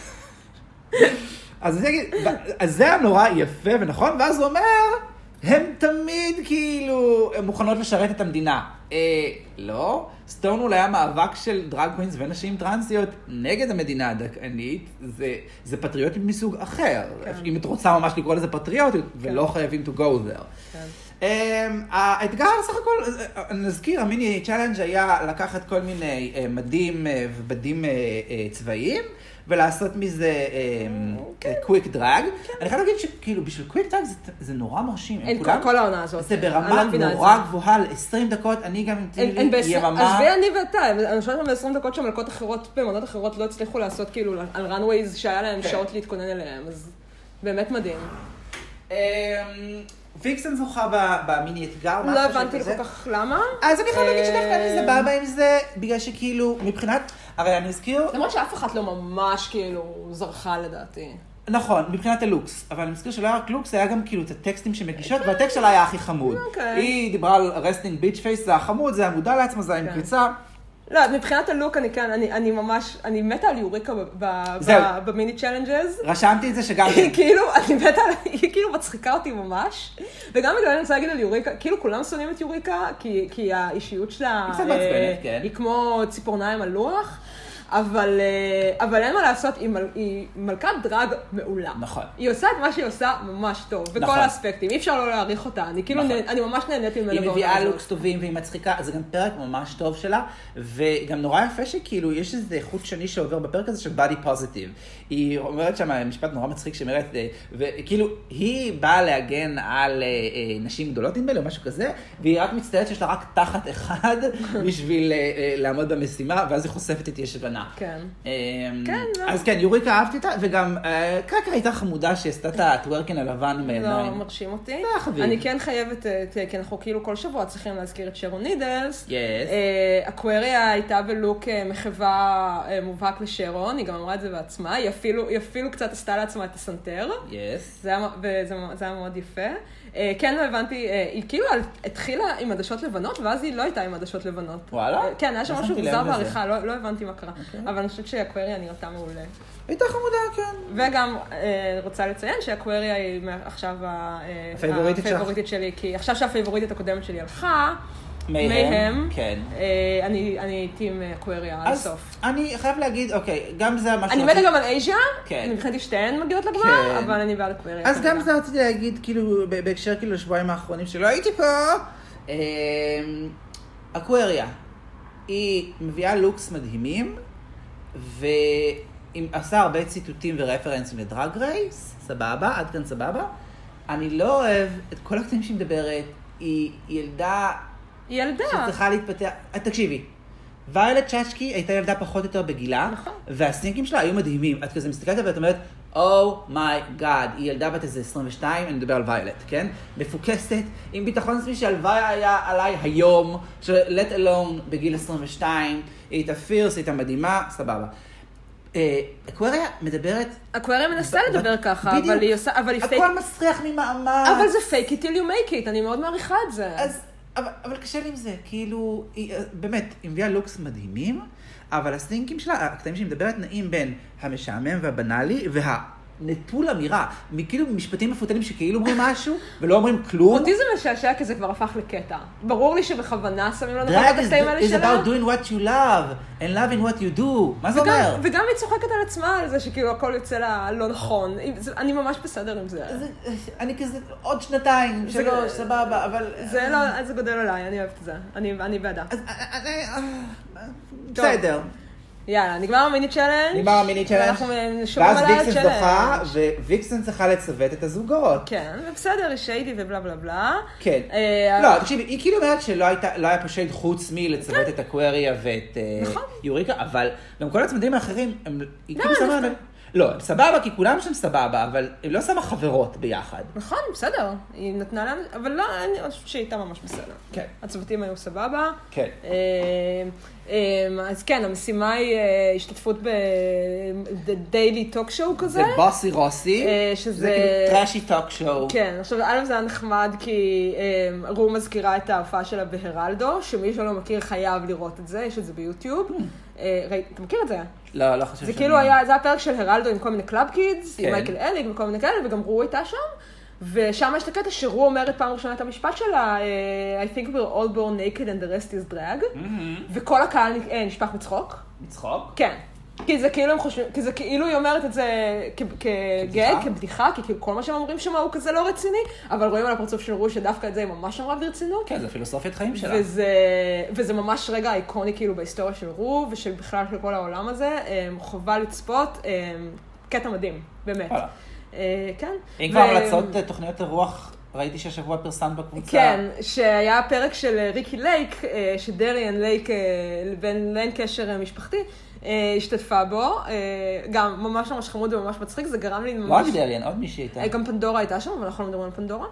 אז זה היה נורא יפה ונכון, ואז הוא אומר, הם תמיד כאילו מוכנות לשרת את המדינה. לא, סטונוול היה מאבק של דרג קווינס ונשים טרנסיות נגד המדינה הדכאנית, זה פטריוטיות מסוג אחר. אם את רוצה ממש לקרוא לזה פטריוטיות, ולא חייבים to go there. האתגר, סך הכל, נזכיר, המיני צ'אלנג' היה לקחת כל מיני מדים ובדים צבאיים, ולעשות מזה קוויק דרג. אני חייב להגיד שכאילו בשביל קוויק דרג זה נורא מרשים. כל העונה הזאת. זה ברמה נורא גבוהה, 20 דקות, אני גם יממה. אז אני ואתה, אני חושבת ב-20 דקות שמלכות אחרות, במונות אחרות לא הצליחו לעשות כאילו על runways שהיה להם שעות להתכונן אליהם, אז באמת מדהים. ויקסן זוכה במיני אתגר. לא הבנתי כל כך למה. אז אני חייב להגיד שדווקא אני זה בא עם זה, בגלל שכאילו מבחינת, הרי אני אזכיר... למרות שאף אחת לא ממש כאילו זרחה לדעתי. נכון, מבחינת הלוקס, אבל אני מזכיר שלא היה רק לוקס, היה גם כאילו את הטקסטים שמגישות, והטקסט שלה היה הכי חמוד. היא דיברה על רסטינג ביץ' פייס, זה החמוד, זה המודע לעצמה, זה עם קריצה. לא, מבחינת הלוק אני כן, אני ממש, אני מתה על יוריקה במיני צ'לנג'ז. רשמתי את זה שגם... כאילו, אני מתה על, היא כאילו מצחיקה אותי ממש. וגם בגלל אני רוצה להגיד על יוריקה, כאילו כולם שונאים את יוריקה, כי האישיות שלה היא כמו ציפורניים על לוח. אבל אין מה לעשות, היא מלכת דרג מעולה. נכון. היא עושה את מה שהיא עושה ממש טוב, בכל האספקטים. אי אפשר לא להעריך אותה. אני ממש נהנית ממנה. היא מביאה לוקס טובים והיא מצחיקה, זה גם פרק ממש טוב שלה, וגם נורא יפה שכאילו יש איזה חוט שני שעובר בפרק הזה של body positive. היא אומרת שם משפט נורא מצחיק שאומרת, וכאילו היא באה להגן על נשים גדולות נדמה לי או משהו כזה, והיא רק מצטערת שיש לה רק תחת אחד בשביל לעמוד במשימה, ואז היא חושפת את ישבנה. כן. אז כן, יוריקה אהבתי אותה, וגם קרקר הייתה חמודה שעשתה את הטוורקין הלבן עם הידיים. לא, מרשים אותי. אני כן חייבת, כי אנחנו כאילו כל שבוע צריכים להזכיר את שרון נידלס. אקווריה הייתה בלוק מחווה מובהק לשרון, היא גם אמרה את זה בעצמה, היא אפילו קצת עשתה לעצמה את הסנטר. זה היה מאוד יפה. כן, לא הבנתי, היא כאילו התחילה עם עדשות לבנות, ואז היא לא הייתה עם עדשות לבנות. וואלה? כן, היה שם משהו מוזר בעריכה, לא הבנתי מה קרה. אבל אני חושבת שאקווריה נראתה מעולה. הייתה חמודה, כן. וגם רוצה לציין שאקווריה היא עכשיו הפייבוריטית שלי, כי עכשיו שהפייבוריטית הקודמת שלי הלכה, מהם, כן. אני הייתי עם אקווריה עד הסוף. אני חייב להגיד, אוקיי, גם זה משהו... אני מתה גם על אייז'ה, אני מבחינתי שתיהן מגיעות לגמר, אבל אני בעד אקווריה. אז גם זה רציתי להגיד, כאילו, בהקשר כאילו לשבועיים האחרונים שלא הייתי פה, אקווריה, היא מביאה לוקס מדהימים, ועשה הרבה ציטוטים ורפרנסים לדרג רייס, סבבה, עד כאן סבבה. אני לא אוהב את כל הקטעים שהיא מדברת, היא ילדה... שצריכה להתפתח... תקשיבי, ויילט צ'אצ'קי הייתה ילדה פחות או יותר בגילה, והסינקים שלה היו מדהימים. את כזה מסתכלת ואת אומרת, אומייגאד, היא ילדה בת איזה 22, אני מדבר על ויילט, כן? מפוקסת, עם ביטחון עצמי שהלוואי היה עליי היום, let alone בגיל 22, היא הייתה פירס, היא הייתה מדהימה, סבבה. אקווריה מדברת... אקווריה מנסה לדבר ככה, אבל היא עושה... הכל מסריח ממעמד. אבל זה fake it till you make it, אני מאוד מעריכה את זה. אבל קשה לי עם זה, כאילו, באמת, היא מביאה לוקס מדהימים, אבל הסטינקים שלה, הקטעים שהיא מדברת נעים בין המשעמם והבנאלי, והנטול אמירה, כאילו משפטים מפותלים שכאילו אומרים משהו, ולא אומרים כלום. אותי זה משעשע כי זה כבר הפך לקטע. ברור לי שבכוונה שמים לנו את הקטעים האלה שלה. Drag is about doing what you love, and loving what you do. מה זה אומר? וגם היא צוחקת על עצמה על זה שכאילו הכל יוצא לה לא נכון. אני ממש בסדר עם זה. אני כזה עוד שנתיים, שלוש, סבבה, אבל... זה גודל עליי, אני אוהבת את זה. אני בעדה. בסדר. יאללה, נגמר המיני צ'לנג'. נגמר המיני צ'לנג'. ואנחנו שומעים עליי ואז ויקסן זוכה, וויקסן צריכה לצוות את הזוגות. כן, ובסדר, היא שיידי ובלה בלה בלה. כן. לא, תקשיבי, היא כאילו אומרת שלא היה פה שייד חוץ מלצוות את אקווריה ואת יוריקה, אבל גם כל הצמדים האחרים, היא כאילו סבבה. לא, סבבה, כי כולם שם סבבה, אבל היא לא שמה חברות ביחד. נכון, בסדר. היא נתנה להם, אבל לא, אני חושבת שהיא הייתה ממש בסדר. כן. הצוותים היו סבבה. כן. אז כן, המשימה היא השתתפות ב-Daily Talk Show כזה. זה בוסי רוסי. זה כאילו טרשי טוק שואו. כן, עכשיו, א' זה היה נחמד כי רו מזכירה את ההופעה שלה בהרלדו, שמי שלא מכיר חייב לראות את זה, יש את זה ביוטיוב. אתה מכיר את זה? לא, לא חושב זה כאילו זה הפרק של הרלדו עם כל מיני קלאב קידס, עם מייקל אליג וכל מיני כאלה, וגם רו הייתה שם. ושם יש את הקטע שרו אומרת פעם ראשונה את המשפט שלה, I think we're all born naked and the rest is drag, וכל הקהל נשפך מצחוק. מצחוק? כן. כי זה כאילו הם חושבים, כי זה כאילו היא אומרת את זה כגג, כבדיחה, כי כאילו כל מה שהם אומרים שם הוא כזה לא רציני, אבל רואים על הפרצוף של רו שדווקא את זה היא ממש אמרה ברצינות. כן, זה פילוסופיית חיים שלה. וזה ממש רגע איקוני כאילו בהיסטוריה של רו, ושבכלל של כל העולם הזה, חובה לצפות, קטע מדהים, באמת. כן. אם כבר המלצות תוכניות הרוח, ראיתי שהשבוע פרסמת בקבוצה. כן, שהיה פרק של ריקי לייק, שדריאן לייק, בין קשר משפחתי, השתתפה בו, גם ממש ממש חמוד וממש מצחיק, זה גרם לי ממש... לא רק דריאן, עוד מישהי הייתה. גם פנדורה הייתה שם, אבל אנחנו לא מדברים על פנדורה.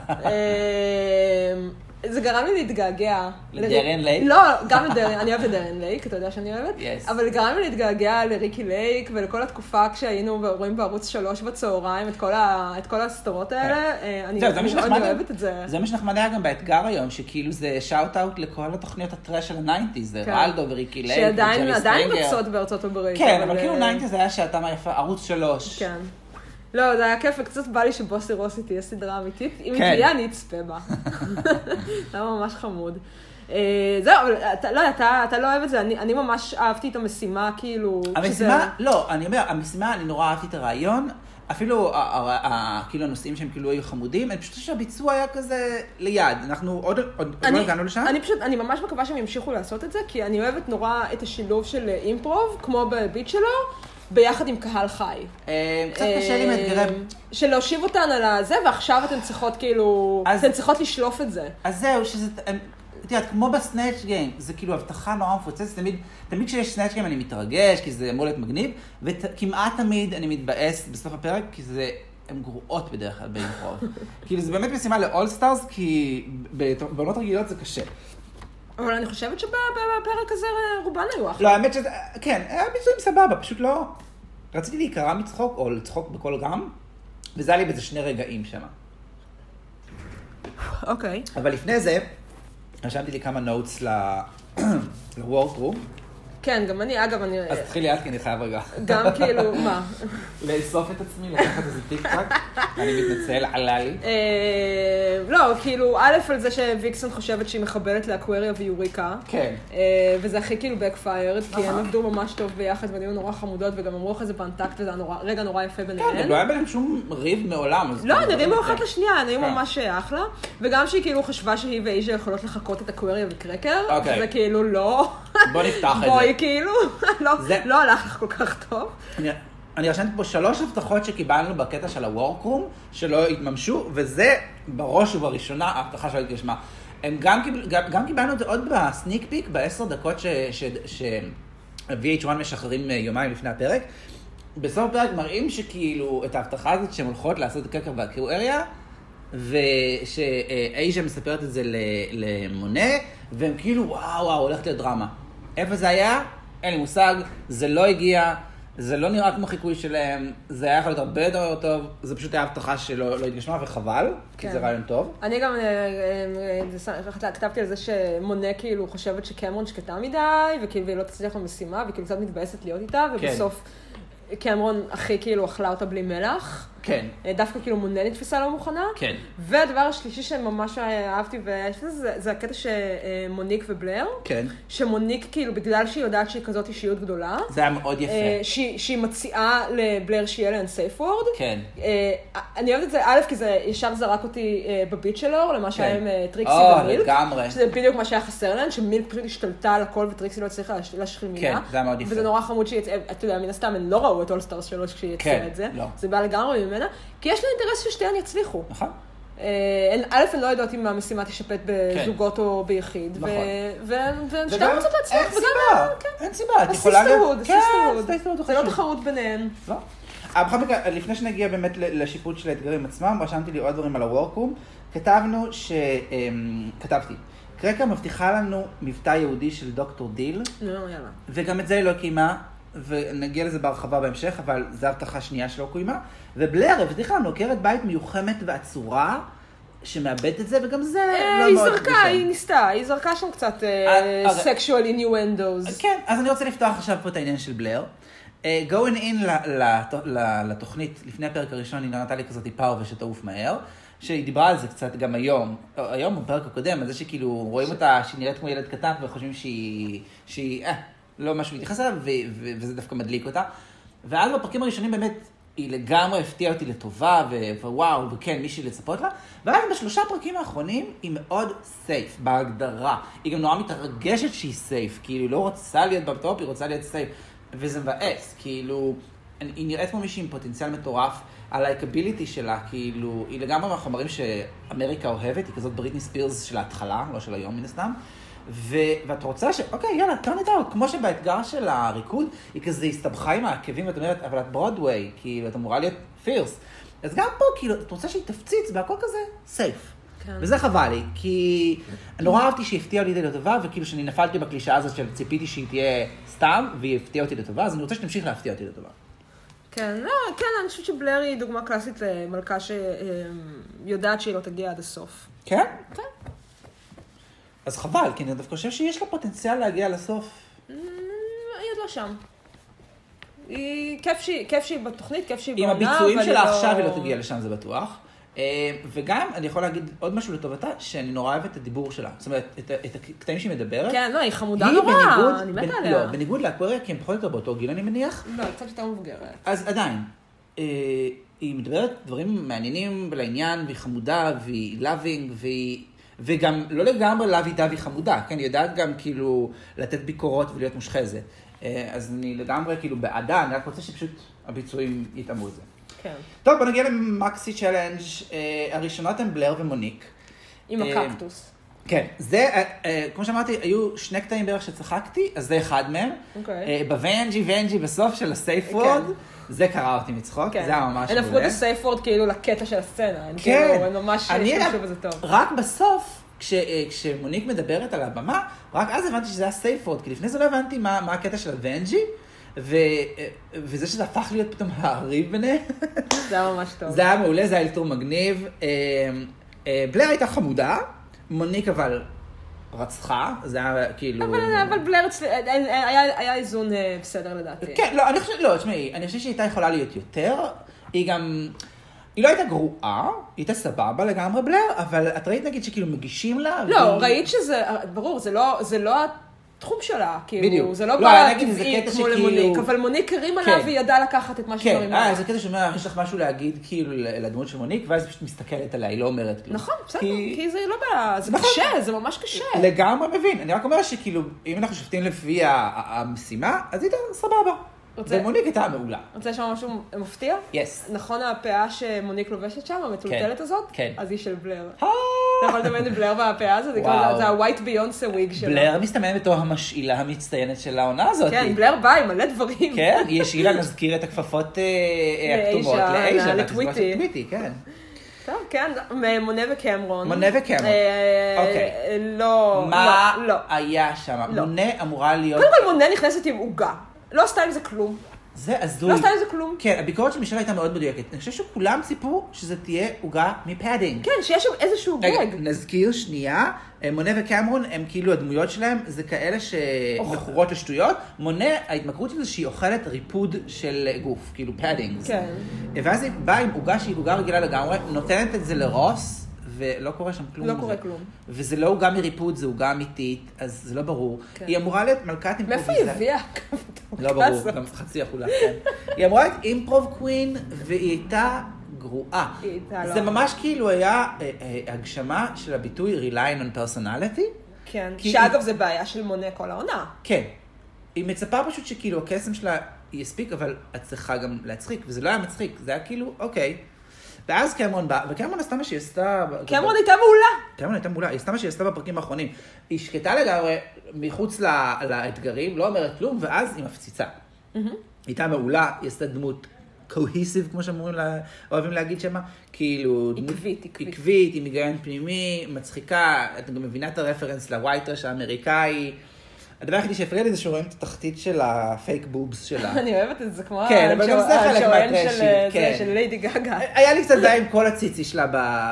זה גרם לי להתגעגע. לדריאן לייק? לא, גם לדריאן, אני אוהבת לדריאן לייק, אתה יודע שאני אוהבת. אבל זה גרם לי להתגעגע לריקי לייק ולכל התקופה כשהיינו רואים בערוץ 3 בצהריים את כל הסתורות האלה. אני מאוד אוהבת את זה. זה מה שנחמד היה גם באתגר היום, שכאילו זה שאוט-אאוט לכל התוכניות הטרש של ה-90's, זה רלדו וריקי לייק וג'רי סטרינגר. שעדיין רצות בארצות הברית. כן, אבל כאילו 90's היה שעתם היפה, ערוץ 3. כן. לא, זה היה כיף, וקצת בא לי שבוסי רוסי תהיה סדרה אמיתית. אם היא תהיה, אני אצפה בה. זה היה ממש חמוד. זהו, אבל אתה לא אוהב את זה. אני ממש אהבתי את המשימה, כאילו... המשימה, לא, אני אומר, המשימה, אני נורא אהבתי את הרעיון. אפילו, כאילו, הנושאים שהם כאילו היו חמודים, אני פשוט חושב שהביצוע היה כזה ליד. אנחנו עוד לא הגענו לשם. אני ממש מקווה שהם ימשיכו לעשות את זה, כי אני אוהבת נורא את השילוב של אימפרוב, כמו בביט שלו. ביחד עם קהל חי. קצת קשה לי מאתגרי... של להושיב אותן על הזה, ועכשיו אתן צריכות כאילו... אתן צריכות לשלוף את זה. אז זהו, שזה... תראה, כמו בסנאצ' גיים, זה כאילו הבטחה נורא מפוצצת, תמיד כשיש סנאצ' גיים אני מתרגש, כי זה אמור להיות מגניב, וכמעט תמיד אני מתבאס בסוף הפרק, כי הן גרועות בדרך כלל באימפרוב. כאילו זה באמת משימה ל-all-stars, כי בעונות רגילות זה קשה. אבל אני חושבת שבפרק הזה רובן היו אחלה. לא, האמת שזה, כן, היה ביצועים סבבה, פשוט לא... רציתי להיקרא מצחוק, או לצחוק בכל גם, וזה היה לי בזה 2 רגעים שם. אוקיי. אבל לפני זה, רשמתי לי כמה נוטס ל-workroom. כן, גם אני, אגב, אני... אז תתחיל ליד, כי אני חייב רגע. גם כאילו, מה? לאסוף את עצמי, לקחת איזה טיק-טק. אני מתנצל, עלה לי. לא, כאילו, א' על זה שוויקסון חושבת שהיא מחבלת לאקווריה ויוריקה. כן. וזה הכי כאילו backfired, כי הם עבדו ממש טוב ביחד, והם היו נורא חמודות, וגם אמרו לך איזה באנטקט, וזה רגע נורא יפה ביניהן. כן, לא היה ביניהם שום ריב מעולם. לא, נרימו אחת לשנייה, הם היו ממש אחלה. וגם שהיא כאילו חשבה שהיא ואיז'ה יכולות לחכות את אקווריה וקרקר. זה כאילו לא... בוא נפתח את זה. בואי, כאילו, לא הלך לך כל כך טוב. אני רשמתי פה 3 הבטחות שקיבלנו בקטע של הוורקרום, שלא התממשו, וזה בראש ובראשונה ההבטחה שלא התגשמה. הם גם קיבלנו את זה עוד בסניק פיק, ב10 דקות ש-VH1 משחררים יומיים לפני הפרק. בסוף הפרק מראים שכאילו את ההבטחה הזאת שהן הולכות לעשות את קקר והקרואריה, ושאייז'ה מספרת את זה למונה, והם כאילו וואו, הולכת להיות דרמה. איפה זה היה? אין לי מושג, זה לא הגיע, זה לא נראה כמו חיקוי שלהם, זה היה יכול להיות הרבה יותר טוב, זה פשוט היה הבטחה שלא התגשמה וחבל, כי זה רעיון טוב. אני גם כתבתי על זה שמונה כאילו חושבת שקמרון שקטה מדי, וכאילו היא לא תצליח במשימה, וכאילו קצת מתבאסת להיות איתה, ובסוף קמרון הכי כאילו אכלה אותה בלי מלח. כן. דווקא כאילו מונה נתפסה לא מוכנה. כן. והדבר השלישי שממש אהבתי, זה הקטע שמוניק ובלר. כן. שמוניק כאילו, בגלל שהיא יודעת שהיא כזאת אישיות גדולה. זה היה מאוד יפה. שהיא מציעה לבלר שיהיה להן סייף וורד. כן. אני אוהבת את זה, כי זה ישר זרק אותי בביצ'לור, למה שהיה עם טריקסי ומילק. לגמרי. שזה בדיוק מה שהיה חסר להן, שמילק פשוט השתלטה על הכל וטריקסי לא הצליחה להשחיל מילה. כן, זה היה מאוד יפה. וזה נורא חמוד אתה יודע, מן הסתם, הם לא ראו את אולסטארס 3 כשהיא הציעה את זה. זה בא לגמרי ממנה, כי יש לה אינטרס ששתיהן יצליחו. נכון. א', אני לא יודעת אם המשימה תשפט בזוגות או ביחיד, ושתיהן רוצות להצליח. אין סיבה. הסיסטרהוד. זה לא תחרות ביניהן. לא. בכל מקרה, לפני שנגיע באמת לשיפוט של האתגרים עצמם, רשמתי לי עוד דברים על הוורקרום. כתבתי, קרקר מבטיחה לנו מבטא יהודי של דוקטור דיל. יאללה. וגם את זה היא לא קיימה. ונגיע לזה בהרחבה בהמשך, אבל זו הבטחה שנייה שלא קוימה. ובלר הבטיחה לנו עקרת בית מיוחמת ועצורה, שמאבדת את זה, וגם זה לא מאוד קשה. היא ניסתה, היא זרקה שם קצת sexual innuendos. כן, אז אני רוצה לפתוח עכשיו פה את העניין של בלר. Going in לתוכנית, לפני הפרק הראשון, היא נתנה לי כזאת פאו ושתעוף מהר, שהיא דיברה על זה קצת גם היום בפרק הקודם, על זה שכאילו רואים אותה שהיא נראית כמו ילד קטן, וחושבים שהיא לא משהו להתייחס אליו, וזה דווקא מדליק אותה. ואז בפרקים הראשונים באמת, היא לגמרי הפתיעה אותי לטובה, ווואו, וכן, מישהי לצפות לה. ואז בשלושה פרקים האחרונים, היא מאוד סייף, בהגדרה. היא גם נורא מתרגשת שהיא סייף, כאילו, היא לא רוצה להיות בטופ, היא רוצה להיות סייף. וזה מבאס, כאילו, היא נראית כמו מישהי עם פוטנציאל מטורף, הלייקביליטי שלה, כאילו, היא לגמרי מהחומרים שאמריקה אוהבת, היא כזאת בריטני ספירס של ההתחלה, לא של היום מן הסתם. ואת רוצה אוקיי, יאללה, turn it out, כמו שבאתגר של הריקוד, היא כזה הסתבכה עם העקבים, ואת אומרת, אבל את ברודווי, כאילו, את אמורה להיות פירס. אז גם פה, כאילו, את רוצה שהיא תפציץ, והכל כזה, סייף. כן. וזה חבל לי, כי נורא אהבתי שהיא הפתיעה אותי לטובה, וכאילו שאני נפלתי בקלישה הזאת של ציפיתי שהיא תהיה סתם, והיא הפתיעה אותי לטובה, אז אני רוצה שתמשיך להפתיע אותי לטובה. כן, אני חושבת שבלר היא דוגמה קלאסית למלכה שיודעת שהיא לא תגיע עד הסוף. כן? כן. אז חבל, כי אני דווקא חושב שיש לה פוטנציאל להגיע לסוף. היא עוד לא שם. כיף שהיא בתוכנית, כיף שהיא בעונה. עם הביצועים שלה עכשיו היא לא תגיע לשם, זה בטוח. וגם אני יכול להגיד עוד משהו לטובתה, שאני נורא אוהבת את הדיבור שלה. זאת אומרת, את הקטעים שהיא מדברת. כן, לא, היא חמודה נורא, אני מתה עליה. לא, בניגוד לאקווריה, כי הם פחות יותר באותו גיל, אני מניח. לא, היא קצת יותר מבוגרת. אז עדיין, היא מדברת דברים מעניינים לעניין, והיא חמודה, והיא loving, וגם לא לגמרי לוי דווי חמודה, כן? היא יודעת גם כאילו לתת ביקורות ולהיות מושחזת. אז אני לגמרי כאילו בעדה, אני רק רוצה שפשוט הביצועים יתאמו את זה. כן. טוב, בוא נגיע למקסי צ'לנג'. הראשונות הן בלר ומוניק. עם הקקטוס. כן, זה, כמו שאמרתי, היו 2 קטעים בערך שצחקתי, אז זה אחד מהם. בוונג'י בסוף של הסייף וורד, זה קרא אותי מצחוק, זה היה ממש מעולה. הם הפכו את הסייף וורד כאילו לקטע של הסצנה. כן. הם ממש השתמשו בזה טוב. רק בסוף, כשמוניק מדברת על הבמה, רק אז הבנתי שזה היה סייף וורד, כי לפני זה לא הבנתי מה הקטע של הוונג'י, וזה שזה הפך להיות פתאום הריב ביניהם. זה היה ממש טוב. זה היה מעולה, זה היה אלתור מגניב. בלר הייתה חמודה, מוניק אבל רצחה, זה היה כאילו... אבל בלר היה איזון בסדר לדעתי. כן, לא, אני חושב שהיא הייתה יכולה להיות יותר, היא גם... היא לא הייתה גרועה, היא הייתה סבבה לגמרי בלר, אבל את ראית נגיד שכאילו מגישים לה... לא, ראית שזה, ברור, זה לא התחום שלה, בדיוק. כאילו, זה לא לא, בא נגיד, זה טבעי קטע כמו שכאילו- למוניק, אבל מוניק הרים עליו כן. והיא ידעה לקחת את מה כן, שדברים עליו. זה קטע שאומר, יש לך משהו להגיד כאילו לדמות של מוניק, ואז היא פשוט מסתכלת עליה, היא לא אומרת כלום. נכון, בסדר, כי זה לא בעיה, זה נכון. קשה, זה ממש קשה. לגמרי מבין, אני רק אומר שכאילו, אם אנחנו שופטים לפי המשימה, אז היא הייתה סבבה. רוצה- ומוניק הייתה מעולה. רוצה לשמוע משהו מפתיע? יס. נכון הפאה שמוניק לובשת שם, המטולטלת כן. הזאת? כן. אז היא של בלר. אתה יכול לדמיין את בלר והפאה הזאת? וואו. זה ה-white Beyoncé wig שלה. בלר מסתמן בתור המשאילה המצטיינת של העונה הזאת. כן, בלר בא עם מלא דברים. כן, יש אילה נזכיר את הכפפות הכתומות לאייז'ה. לטוויטי. טוויטי, כן. טוב, כן, מונה וקמרון. מונה וקמרון. אוקיי. לא, מה לא. היה שם? לא. מונה אמורה להיות... קודם כל מונה נכנסת עם עוגה. לא עשתה עם זה כלום. זה הזוי. לא עשתה עם זה כלום. כן, הביקורת של מישל הייתה מאוד מדויקת. אני חושב שכולם ציפו שזה תהיה עוגה מפאדינג. כן, שיש שם איזשהו רגע, גג. נזכיר שנייה, מונה וקמרון הם כאילו הדמויות שלהם, זה כאלה שמכורות לשטויות. מונה, ההתמכרות של זה שהיא אוכלת ריפוד של גוף, כאילו פאדינג. כן. ואז היא באה עם עוגה שהיא עוגה רגילה לגמרי, נותנת את זה לרוס, ולא קורה שם כלום. לא קורה כלום. וזה לא עוגה מריפוד, זה עוגה אמיתית, אז זה לא ברור. כן. היא אמורה להיות מלכת מאיפה אימפרוביזציה. היא הביאה? לא ברור, גם חצי החולה, כן. היא אמורה להיות אימפרוב קווין, והיא הייתה גרועה. היא הייתה לא. זה ממש כאילו היה הגשמה של הביטוי relying on personality. כן, כי- שאגב זה בעיה של מונה כל העונה. כן. היא מצפה פשוט שכאילו הקסם שלה יספיק, אבל את צריכה גם להצחיק, וזה לא היה מצחיק, זה היה כאילו, אוקיי. ואז קמרון בא, וקמרון עשתה מה שהיא עשתה... קמרון הייתה מעולה. קמרון הייתה מעולה, היא עשתה מה שהיא עשתה בפרקים האחרונים. היא שקטה לגמרי מחוץ לאתגרים, לא אומרת כלום, ואז היא מפציצה. היא הייתה מעולה, היא עשתה דמות cohesive, כמו שאוהבים להגיד שמה, כאילו... עקבית, עם היגיון פנימי, מצחיקה, את גם מבינה את הרפרנס לווייטרש האמריקאי. הדבר היחידי שהפריע לי זה שרואים את התחתית של הפייק בובס שלה. אני אוהבת את זה כמו כן, אבל גם זה חלק מהטרשים, כן. של ליידי גגה. היה לי קצת די עם כל הציצי שלה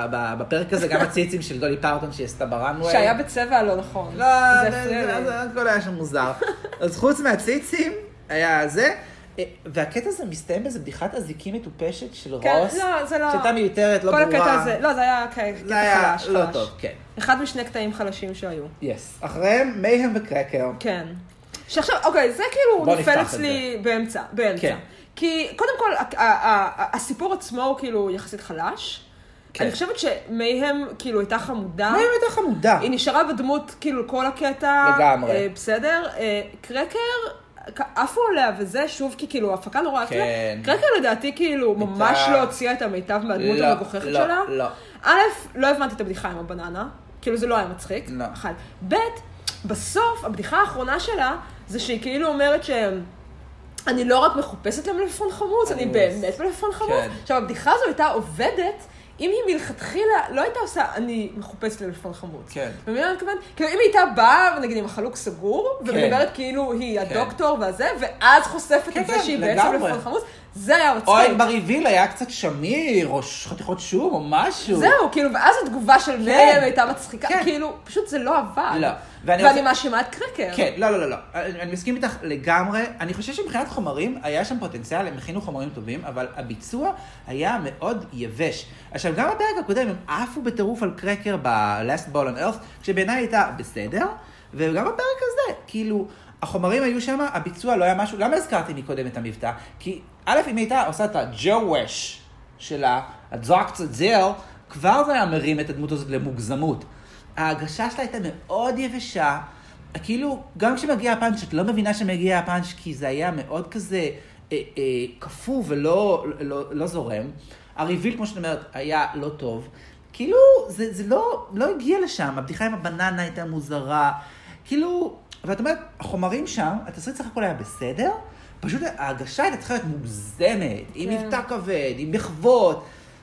בפרק הזה, גם הציצים של דולי פארטון שהיא עשתה ברנווי. שהיה בצבע לא נכון. לא, זה הכל היה שם מוזר. אז חוץ מהציצים, היה זה, והקטע הזה מסתיים באיזה בדיחת אזיקים מטופשת של רוס. כן, לא, זה לא... שהייתה מיותרת, לא כל ברורה. הקטע הזה, לא, זה היה קטע חלש. זה היה לא טוב, כן. אחד משני קטעים חלשים שהיו. יס. אחריהם, מייהם וקרקר. כן. שעכשיו, אוקיי, זה כאילו בוא נופל נפתח את אצלי באמצע. כן. כי קודם כל, הסיפור עצמו הוא כאילו יחסית חלש. כן. אני חושבת שמייהם כאילו הייתה חמודה. מייהם הייתה חמודה. היא נשארה בדמות כאילו כל הקטע. לגמרי. בסדר. קרקר, עפו עליה וזה שוב כי כאילו הפקה נורא עפלה. כן. קרקר לדעתי כאילו ממש לא הוציאה את המיטב מהדמות לא, המגוחכת לא, שלה. לא. א', לא הבנתי את הבדיחה עם הבננה. כאילו זה לא היה מצחיק. לא. אחד. ב', בסוף, הבדיחה האחרונה שלה, זה שהיא כאילו אומרת שאני לא רק מחופשת למלפפון חמוץ, אני באמת מלפפון חמוץ. כן. עכשיו, הבדיחה הזו הייתה עובדת, אם היא מלכתחילה לא הייתה עושה, אני מחופשת למלפפון חמוץ. כן. ומי אני מתכוונת? כאילו, אם היא הייתה באה, נגיד, עם החלוק סגור, ומדברת כאילו היא הדוקטור והזה, ואז חושפת את זה שהיא בעצם מלפפון חמוץ, זה היה מצחיק. או אם בריביל היה קצת שמיר, או חתיכות שום, או משהו. זהו, כאילו, ואז התגובה של מייהם הייתה מצחיקה, כאילו, פשוט זה לא עבד. לא. ואני מאשימה את קרקר. כן, לא. אני מסכים איתך לגמרי. אני חושב שמבחינת חומרים, היה שם פוטנציאל, הם הכינו חומרים טובים, אבל הביצוע היה מאוד יבש. עכשיו, גם בפרק הקודם, הם עפו בטירוף על קרקר ב-Last Ball on Earth, שבעיניי הייתה בסדר, וגם בפרק הזה, כאילו, החומרים היו שם, הביצוע לא היה משהו. למה הזכרתי מקודם את המבטא? כי א', אם הייתה עושה את הג'ו-וש שלה, הדוקטור זיל, כבר זה היה מרים את הדמות הזאת למוגזמות. ההגשה שלה הייתה מאוד יבשה, כאילו, גם כשמגיע הפאנץ' את לא מבינה שמגיע הפאנץ' כי זה היה מאוד כזה קפוא ולא זורם. הריביל, כמו שאת אומרת, היה לא טוב. כאילו, זה לא הגיע לשם, הבדיחה עם הבננה הייתה מוזרה. כאילו, ואת אומרת, החומרים שם, התסריט סך הכל היה בסדר, פשוט ההגשה הייתה צריכה להיות מוגזמת, עם מבטא כבד, עם מחוות,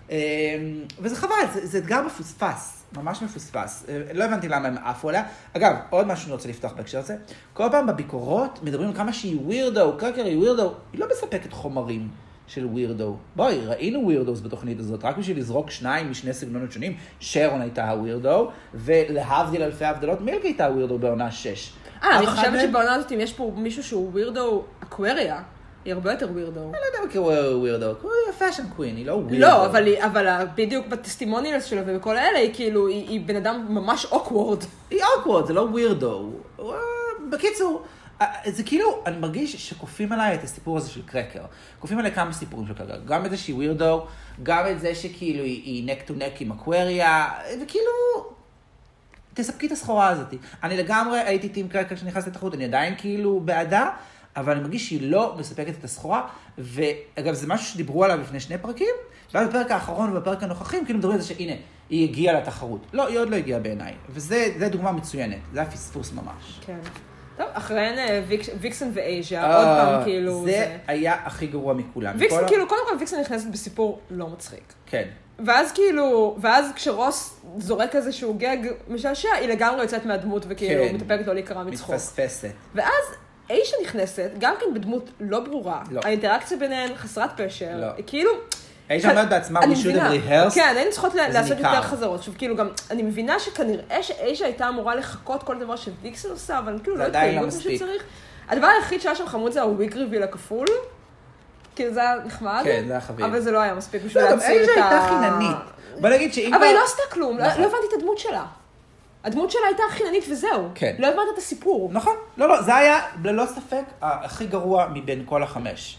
וזה חבל, זה אתגר מפוספס. ממש מפוספס. לא הבנתי למה הם עפו עליה. אגב, עוד משהו שאני רוצה לפתוח בהקשר הזה. כל פעם בביקורות מדברים על כמה שהיא ווירדו, קרקר היא ווירדו. היא לא מספקת חומרים של ווירדו. בואי, ראינו ווירדוס בתוכנית הזאת, רק בשביל לזרוק שניים משני סגנונות שונים. שרון הייתה הווירדו, ולהבדיל אלפי הבדלות, מילק הייתה הווירדו בעונה 6. אני חושבת שבעונה הזאת, אם יש פה מישהו שהוא ווירדו אקווריה, היא הרבה יותר ווירדו. אני לא יודע מה קורה ווירדו, היא פאשן קווין, היא לא ווירדו. לא, אבל בדיוק בטסטימוניאלס שלו ובכל האלה, היא כאילו, היא בן אדם ממש אוקוורד. היא אוקוורד, זה לא ווירדו. בקיצור, זה כאילו, אני מרגיש שכופים עליי את הסיפור הזה של קרקר. כופים עליי כמה סיפורים של קרקר. גם את זה שהיא ווירדו, גם את זה שכאילו היא נק טו נק עם אקווריה, וכאילו, תספקי את הסחורה הזאת. אני לגמרי הייתי טים קרקר כשנכנס לתחרות, אני עדיין כאילו בעדה, אבל אני מרגיש שהיא לא מספקת את הסחורה, ואגב, זה משהו שדיברו עליו לפני 2 פרקים, ואז בפרק האחרון ובפרק הנוכחים, כאילו מדברים על זה שהנה, היא הגיעה לתחרות. לא, היא עוד לא הגיעה בעיניי, וזה דוגמה מצוינת, זה היה פספוס ממש. כן. טוב, אחריהן ויקסן ואייז'ה, עוד פעם כאילו... זה היה הכי גרוע מכולם. ויקסן, כאילו, קודם כל ויקסן נכנסת בסיפור לא מצחיק. כן. ואז כאילו, ואז כשרוס זורק איזשהו גג משעשע, היא לגמרי יוצאת מהדמות וכאילו מתאפקת לא להיקרא מצחוק. מתפספסת. ואז אייז'ה נכנסת, גם כן בדמות לא ברורה. לא. האינטראקציה ביניהן חסרת פשר. לא. כאילו... אייז'ה אומרת בעצמה, we should have rehearsed. כן, היינו צריכות לעשות יותר חזרות. עכשיו, כאילו גם, אני מבינה שכנראה שאייז'ה הייתה אמורה לחכות כל דבר שוויקסן עושה, אבל כאילו לא התקיימו כמו שצריך. הדבר היחיד שהיה שם חמוד זה הוויק ריביל הכפול. כאילו זה היה נחמד. כן, זה היה חביב. אבל זה לא היה מספיק בשביל להציל את ה... אייז'ה הייתה חיננית. בוא נגיד שאם... אבל היא לא עשתה כלום, לא הבנתי את הדמות שלה. הדמות שלה הייתה חיננית וזהו. כן. לא הבנת את הסיפור. נכון. לא, זה היה ללא ספק הכי גרוע מבין כל 5.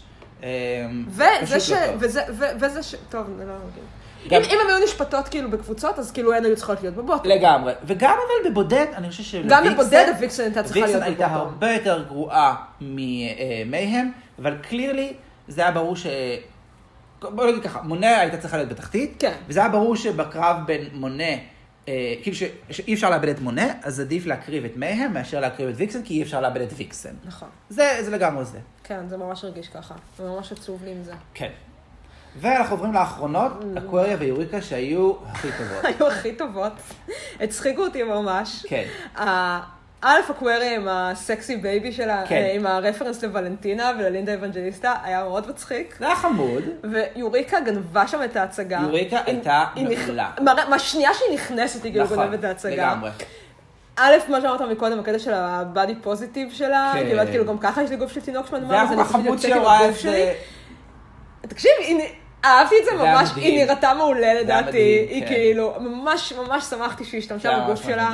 וזה ש... טוב, אני לא מבין. אם הם היו נשפטות כאילו בקבוצות, אז כאילו הן היו צריכות להיות בבוטום. לגמרי. וגם אבל בבודד, אני חושב שלוויקסן... גם בבודד הוויקסן הייתה צריכה להיות בבוטום. ויקסן הייתה הרבה יותר גרועה ממייהם, אבל קלירלי זה היה ברור ש... בוא נגיד ככה, מונה הייתה צריכה להיות בתחתית, כן. וזה היה ברור שבקרב בין מונה, כאילו שאי אפשר לאבד את מונה, אז עדיף להקריב את מייהם מאשר להקריב את ויקסן, כי אי אפשר לאבד את ויקסן. נכון. זה לגמרי זה. כן, זה ממש רגיש ככה. זה ממש עצוב לי עם זה. כן. ואנחנו עוברים לאחרונות, אקווריה ויוריקה שהיו הכי טובות. היו הכי טובות. הצחיקו אותי ממש. כן. א' אקווריה עם הסקסי בייבי שלה, עם הרפרנס לוולנטינה וללינדה אבנג'ליסטה, היה מאוד מצחיק. זה היה חמוד. ויוריקה גנבה שם את ההצגה. יוריקה הייתה מעולה. מהשנייה שהיא נכנסת היא גנבת את ההצגה. לגמרי. א', מה שאמרת מקודם, הקטע של הבאדי פוזיטיב שלה, כאילו גם ככה יש לי גוף של תינוק שמנמר, זה היה חמוד שהראה את זה. תקשיב, אהבתי את זה ממש, היא נראתה מעולה לדעתי, היא כאילו, ממש שמחתי שהיא השתמשה בגוף שלה.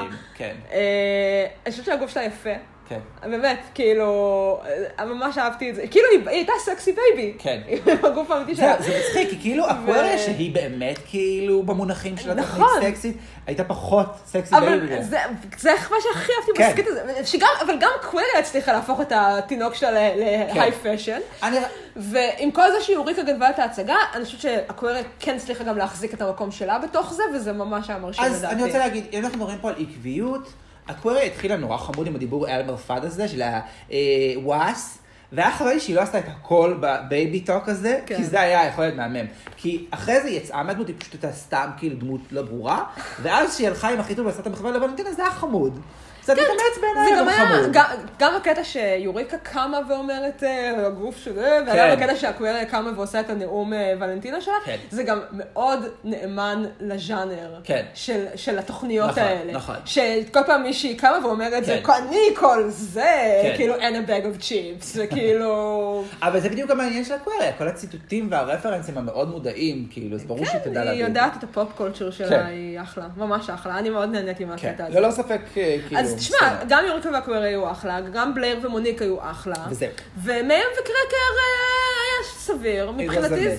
אני חושבת שהגוף שלה יפה. כן. באמת, כאילו, ממש אהבתי את זה. כאילו, היא הייתה סקסי בייבי. כן. בגוף האמיתי שלה. זה מצחיק, כי כאילו, אקווריה שהיא באמת, כאילו, במונחים של התוכנית סקסית, הייתה פחות סקסי בייבי. אבל זה מה שהכי אהבתי בסקית הזה. אבל גם אקווריה הצליחה להפוך את התינוק שלה להיי פשן. ועם כל זה שיוריקה גנבה את ההצגה, אני חושבת שאקווריה כן הצליחה גם להחזיק את המקום שלה בתוך זה, וזה ממש היה מרשים לדעתי. אז אני רוצה להגיד, אם אנחנו מדברים פה על עקביות, אקווריה התחילה נורא חמוד עם הדיבור אלמר פאד הזה, של הוואס, והיה חבל שהיא לא עשתה את הכל בבייבי טוק הזה, כי זה היה יכול להיות מהמם. כי אחרי זה יצאה מהדמות, היא פשוט הייתה סתם כאילו דמות לא ברורה, ואז שהיא הלכה עם החיתול ועשתה את המחווה לוולנטינה, זה היה חמוד. זה מתאמץ בעיניי, אבל חמוד. גם הקטע שיוריקה קמה ואומרת, הגוף שלה, וגם הקטע שאקווריה קמה ועושה את הנאום ולנטינה שלה, זה גם מאוד נאמן לז'אנר של התוכניות האלה. שכל פעם מישהי קמה ואומרת, אני כל זה, כאילו, אין a bag of chips, זה כאילו... אבל זה בדיוק גם העניין של אקווריה, כל הציטוטים והרפרנסים המאוד מודעים, כאילו, זה ברור שהיא תדע להבין. היא יודעת את הפופ קולצ'ר שלה, היא אחלה, ממש אחלה, אני מאוד נהניתי מהקטע הזה. ללא ספק, כאילו... תשמע, גם יוריקה ואקווריה היו אחלה, גם בלייר ומוניק היו אחלה. וזה. ומהם וקרקר היה סביר. מבחינתי זה...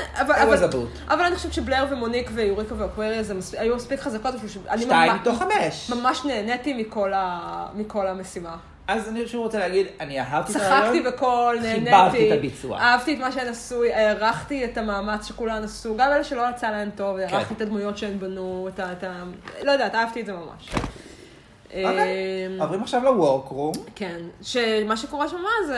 אבל אני חושבת שבלייר ומוניק ויוריקה ואקווריה היו מספיק חזקות. 2/5. ממש נהניתי מכל המשימה. אז אני שוב רוצה להגיד, אני אהבתי את הרעיון. צחקתי בכל, נהניתי. חיברתי את הביצוע. אהבתי את מה שהן עשו, הערכתי את המאמץ שכולן עשו, גם אלה שלא יצא להן טוב, הערכתי את הדמויות שהן בנו, לא יודעת, אהבתי את זה ממש. עוברים עכשיו לוורקרום. כן, שמה שקורה שם זה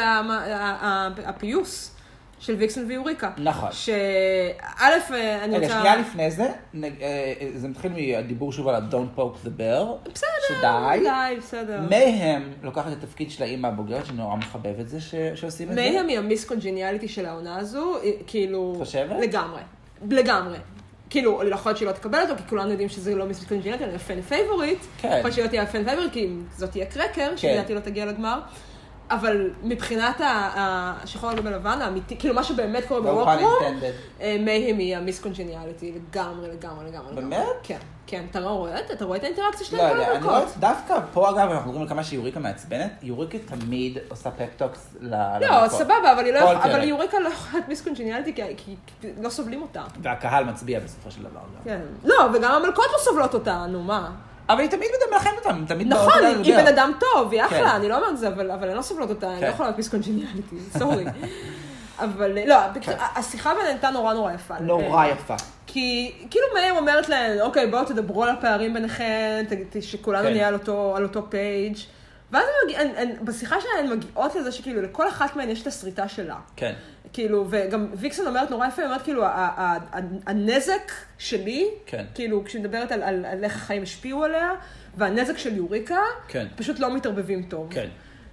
הפיוס של ויקסן ויוריקה. נכון. שא' אני רוצה... שנייה לפני זה, זה מתחיל מהדיבור שוב על ה-Don't poke the bear. בסדר, שדי. די, בסדר. מייהם לוקחת את התפקיד של האמא הבוגרת, שאני נורא מחבב את זה שעושים את זה. מייהם היא המיס-קונג'יניאליטי של העונה הזו, כאילו... חושבת? לגמרי. כאילו, יכול להיות שהיא לא תקבל אותו, כי כולנו יודעים שזה לא מיס-קונג'יניאליטי, אני הפן פייבוריט. יכול להיות שהיא תהיה הפן פייבוריט, כי זאת תהיה קרקר, שלדעתי לא תגיע לגמר. אבל מבחינת השחור על גבי לבן, האמיתי, כאילו מה שבאמת קורה ברוקרו, מייהם היא המיסקונג'ניאליטי לגמרי. באמת? כן, כן, אתה רואה את האינטראקציה שלהם? לא יודע, אני רואה דווקא פה אגב, אנחנו מדברים על כמה שיוריקה מעצבנת, יוריקה תמיד עושה פפטוקס ללקות. לא, סבבה, אבל יוריקה לא יכולה להיות מיסקונג'ניאליטי, כי לא סובלים אותה. והקהל מצביע בסופו של דבר. כן, לא, וגם המלכות לא סובלות אותה, נו מה? אבל היא תמיד מלחמת אותם, תמיד... נכון, היא בן אדם טוב, היא אחלה, אני לא אומרת את זה, אבל אני לא סובלות אותה, אני לא יכולה להיות מיסקונג'ניאליטי, סורי. אבל לא, השיחה ביניהן הייתה נורא יפה. נורא יפה. כי כאילו מהם אומרת להן, אוקיי, בואו תדברו על הפערים ביניכן, שכולנו נהיה על אותו פייג'. ואז בשיחה שלהן מגיעות לזה שכאילו לכל אחת מהן יש את הסריטה שלה. כן. כאילו, וגם ויקסון אומרת נורא יפה, היא אומרת כאילו, הנזק שלי, כאילו, כשהיא מדברת על איך החיים השפיעו עליה, והנזק של יוריקה, פשוט לא מתערבבים טוב. כן.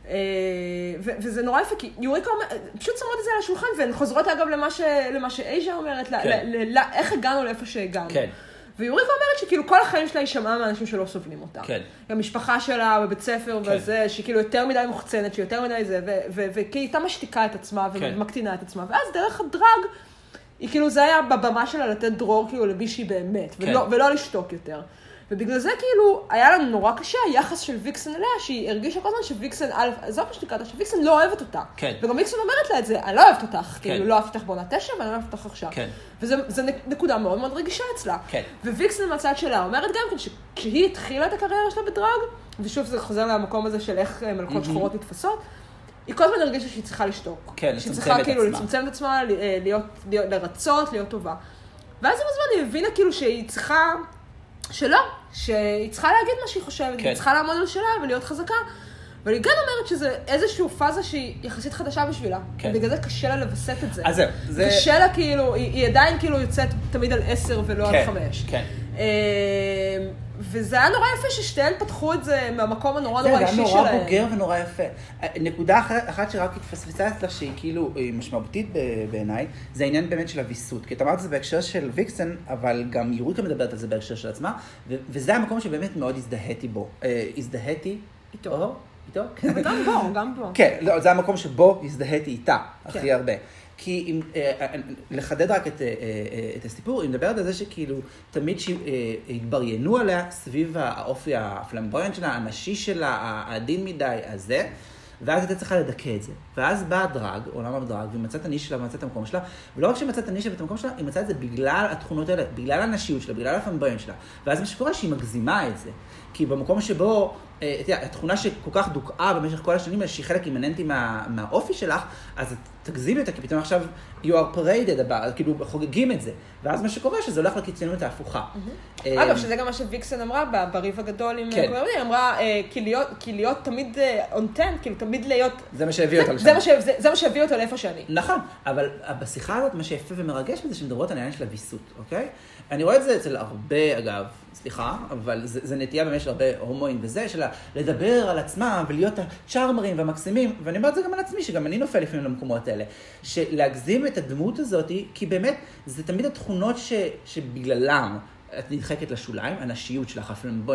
וזה נורא יפה, כי יוריקה פשוט שמות את זה על השולחן, והן חוזרות אגב למה שאייז'ה אומרת, איך הגענו לאיפה שהגענו. כן. ויוריקה אומרת שכאילו כל החיים שלה היא שמעה מאנשים שלא סובלים אותה. כן. המשפחה שלה בבית ספר וזה, שהיא כאילו יותר מדי מוחצנת, שהיא יותר מדי זה, וכי היא הייתה משתיקה את עצמה ומקטינה את עצמה. ואז דרך הדרג, היא כאילו זה היה בבמה שלה לתת דרור כאילו למישהי באמת, ולא לשתוק יותר. ובגלל זה כאילו היה לנו נורא קשה היחס של ויקסן אליה, שהיא הרגישה כל הזמן שוויקסן, זאת משתיקתה, שוויקסן לא אוהבת אותה. כן. וגם ויקסן אומרת לה את זה, אני לא אוהבת אותך, כאילו לא אוהבת אותך בעונה 9, ואני לא אוהבת אותך עכשיו. כן. וזה נקודה מאוד מאוד רגישה אצלה. כן. וויקסן מהצד שלה אומרת גם כן, שכשהיא התחילה את הקריירה שלה בדרג, ושוב זה חוזר למקום הזה של איך מלכות שחורות מתפסות, היא כל הזמן הרגישה שהיא צריכה לשתוק. כן, שהיא צריכה כאילו לצמצם את עצמה, לרצות, להיות טובה. ואז עם הזמן היא הבינה כאילו שהיא צריכה שלא, שהיא צריכה להגיד מה שהיא חושבת, היא צריכה לעמוד על שלה ולהיות חזקה, אבל היא גם אומרת שזה איזושהי פאזה שהיא יחסית חדשה בשבילה, ובגלל זה קשה לה לבסט את זה. אז זה... קשה לה כאילו, היא עדיין כאילו יוצאת תמיד על 10 ולא על 5. כן. וזה היה נורא יפה ששתיהן פתחו את זה מהמקום הנורא נורא אישי שלהם. זה היה נורא בוגר ונורא יפה. נקודה אחת שרק התפספסה אצלך שהיא כאילו משמעותית בעיניי, זה העניין באמת של הוויסות. כי אתה אמרת את זה בהקשר של ויקסן, אבל גם יוריקה מדברת על זה בהקשר של עצמה, וזה המקום שבאמת מאוד הזדהיתי בו. הזדהיתי איתו? גם בו. כן, זה המקום שבו הזדהיתי איתה הכי הרבה. כי אם לחדד רק את הסיפור, היא מדברת על זה שכאילו תמיד שהתבריינו עליה סביב האופי הפלמבויינט שלה, הנשי שלה, העדין מדי הזה, ואז הייתה צריכה לדכא את זה. ואז בא הדרג, עולם הדרג, והיא מצאת הניש שלה ומצאת את המקום שלה, ולא רק שהיא מצאת הניש ואת המקום שלה, היא מצאת את זה בגלל התכונות האלה, בגלל הנשיות שלה, בגלל הפלמבויינט שלה. ואז מה שקורה שהיא מגזימה את זה. כי במקום שבו, התכונה שכל כך דוקעה במשך כל השנים, שהיא חלק אימננטי מהאופי שלך, אז תגזימי אותה, כי פתאום עכשיו you are paraded about, כאילו חוגגים את זה. ואז מה שקורה שזה הולך לקיצוניות ההפוכה. אגב, שזה גם מה שוויקסן אמרה בריב הגדול עם קוראים, היא אמרה, כי להיות תמיד on 10, כאילו תמיד להיות... זה מה שהביא אותה לשם. זה מה שהביא אותה לאיפה שאני. נכון, אבל בשיחה הזאת, מה שיפה ומרגש בזה, שמדברות על העניין של הוויסות, אוקיי? אני רואה את זה אצל הרבה, אגב, סליחה, אבל זה נטייה באמת של הרבה הומואים וזה, של לדבר על עצמם ולהיות הצ'ארמרים והמקסימים, ואני אומר את זה גם על עצמי, שגם אני נופל לפעמים למקומות האלה, שלהגזים את הדמות הזאת, כי באמת, זה תמיד התכונות שבגללם את נדחקת לשוליים, הנשיות שלך,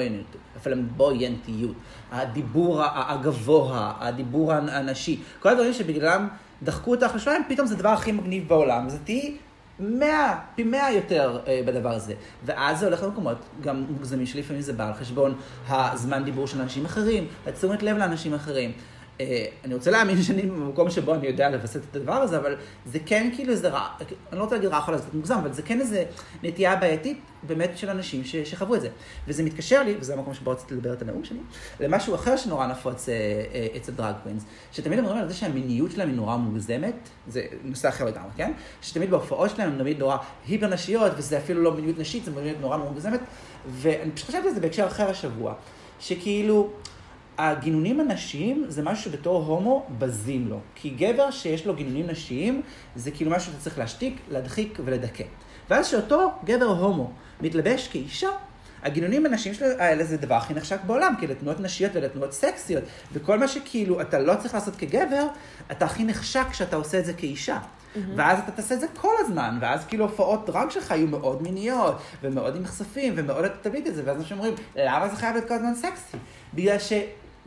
הפלמבויינטיות, הדיבור הגבוה, הדיבור הנשי, כל הדברים שבגללם דחקו אותך לשוליים, פתאום זה הדבר הכי מגניב בעולם, זה תהי פי 100 יותר בדבר הזה. ואז זה הולך למקומות, גם מוגזמים שלפעמים זה בא על חשבון הזמן דיבור של אנשים אחרים, התשומת לב לאנשים אחרים. אני רוצה להאמין שאני במקום שבו אני יודע לבסט את הדבר הזה, אבל זה כן כאילו איזה רע, אני לא רוצה להגיד רע חולה, זה מוגזם, אבל זה כן איזה נטייה בעייתית באמת של אנשים שחוו את זה. וזה מתקשר לי, וזה המקום שבו רציתי לדבר את הנאום שלי, למשהו אחר שנורא נפוץ אצל דרג קווינס, שתמיד אומרים על זה שהמיניות שלהם היא נורא מוגזמת, זה נושא אחר לגמרי, כן? שתמיד בהופעות שלהם הם תמיד נורא היפר נשיות, וזה אפילו לא מיניות נשית, זה מיניות נורא מוגזמת, ואני פשוט חושבת על זה בהקשר אחר השבוע, שכאילו הגינונים הנשיים זה משהו שבתור הומו בזים לו. כי גבר שיש לו גינונים נשיים זה כאילו משהו שאתה צריך להשתיק, להדחיק ולדכא. ואז שאותו גבר הומו מתלבש כאישה, הגינונים הנשיים האלה זה דבר הכי נחשק בעולם, כי לתנועות נשיות ולתנועות סקסיות, וכל מה שכאילו אתה לא צריך לעשות כגבר, אתה הכי נחשק כשאתה עושה את זה כאישה. ואז אתה תעשה את זה כל הזמן, ואז כאילו הופעות דרג שלך יהיו מאוד מיניות, ומאוד עם חשפים, ומאוד אתה תביא את זה, ואז אנשים אומרים, למה זה חייב להיות כל הזמן סקסי? בגלל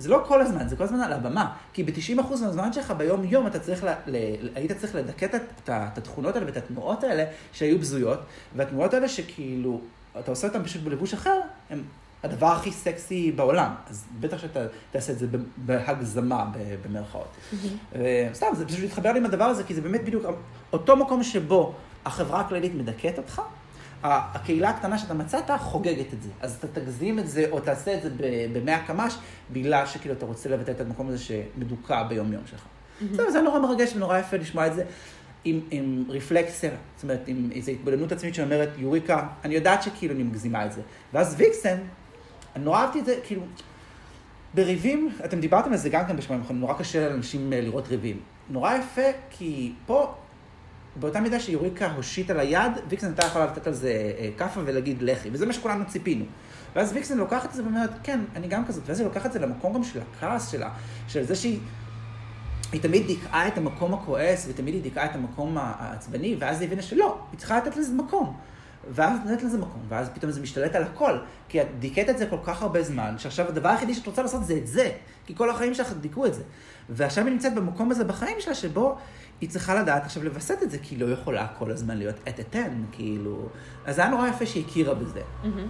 זה לא כל הזמן, זה כל הזמן על הבמה. כי ב-90% מהזמן שלך ביום יום היית צריך לדכא את התכונות האלה ואת התנועות האלה שהיו בזויות, והתנועות האלה שכאילו, אתה עושה אותן פשוט בלבוש אחר, הם הדבר הכי סקסי בעולם. אז בטח שאתה תעשה את זה בהגזמה, במרכאות. סתם, זה פשוט להתחבר לי עם הדבר הזה, כי זה באמת בדיוק אותו מקום שבו החברה הכללית מדכאת אותך, הקהילה הקטנה שאתה מצאת חוגגת את זה. אז אתה תגזים את זה, או תעשה את זה ב100 קמ"ש, בגלל שכאילו אתה רוצה לבטא את המקום הזה שמדוכא ביום יום שלך. זה נורא מרגש ונורא יפה לשמוע את זה עם רפלקסיה, זאת אומרת, עם איזו התבוננות עצמית שאומרת, יוריקה, אני יודעת שכאילו אני מגזימה את זה. ואז ויקסן, אני נורא אהבתי את זה, כאילו, בריבים, אתם דיברתם על זה גם כאן בשמיים, נורא קשה לאנשים לראות ריבים. נורא יפה, כי פה, באותה מידה שיוריקה הושיט על היד, ויקסן הייתה יכולה לתת על זה כפה ולהגיד לכי, וזה מה שכולנו ציפינו. ואז ויקסן לוקחת את זה ואומרת, כן, אני גם כזאת, ואז היא לוקחת את זה למקום גם של הכעס שלה, של זה שהיא תמיד דיכאה את המקום הכועס, ותמיד היא דיכאה את המקום העצבני, ואז היא הבינה שלא, היא צריכה לתת לזה מקום. ואז נתת לזה מקום, ואז פתאום זה משתלט על הכל, כי את דיכאת את זה כל כך הרבה זמן, שעכשיו הדבר היחידי שאת רוצה לעשות זה את זה, כי כל החיים שלך דיכאו את זה. ועכשיו היא נמצאת במקום הזה בחיים שלה, שבו היא צריכה לדעת עכשיו לבסט את זה, כי היא לא יכולה כל הזמן להיות את התן, כאילו. אז זה היה נורא יפה שהיא הכירה בזה.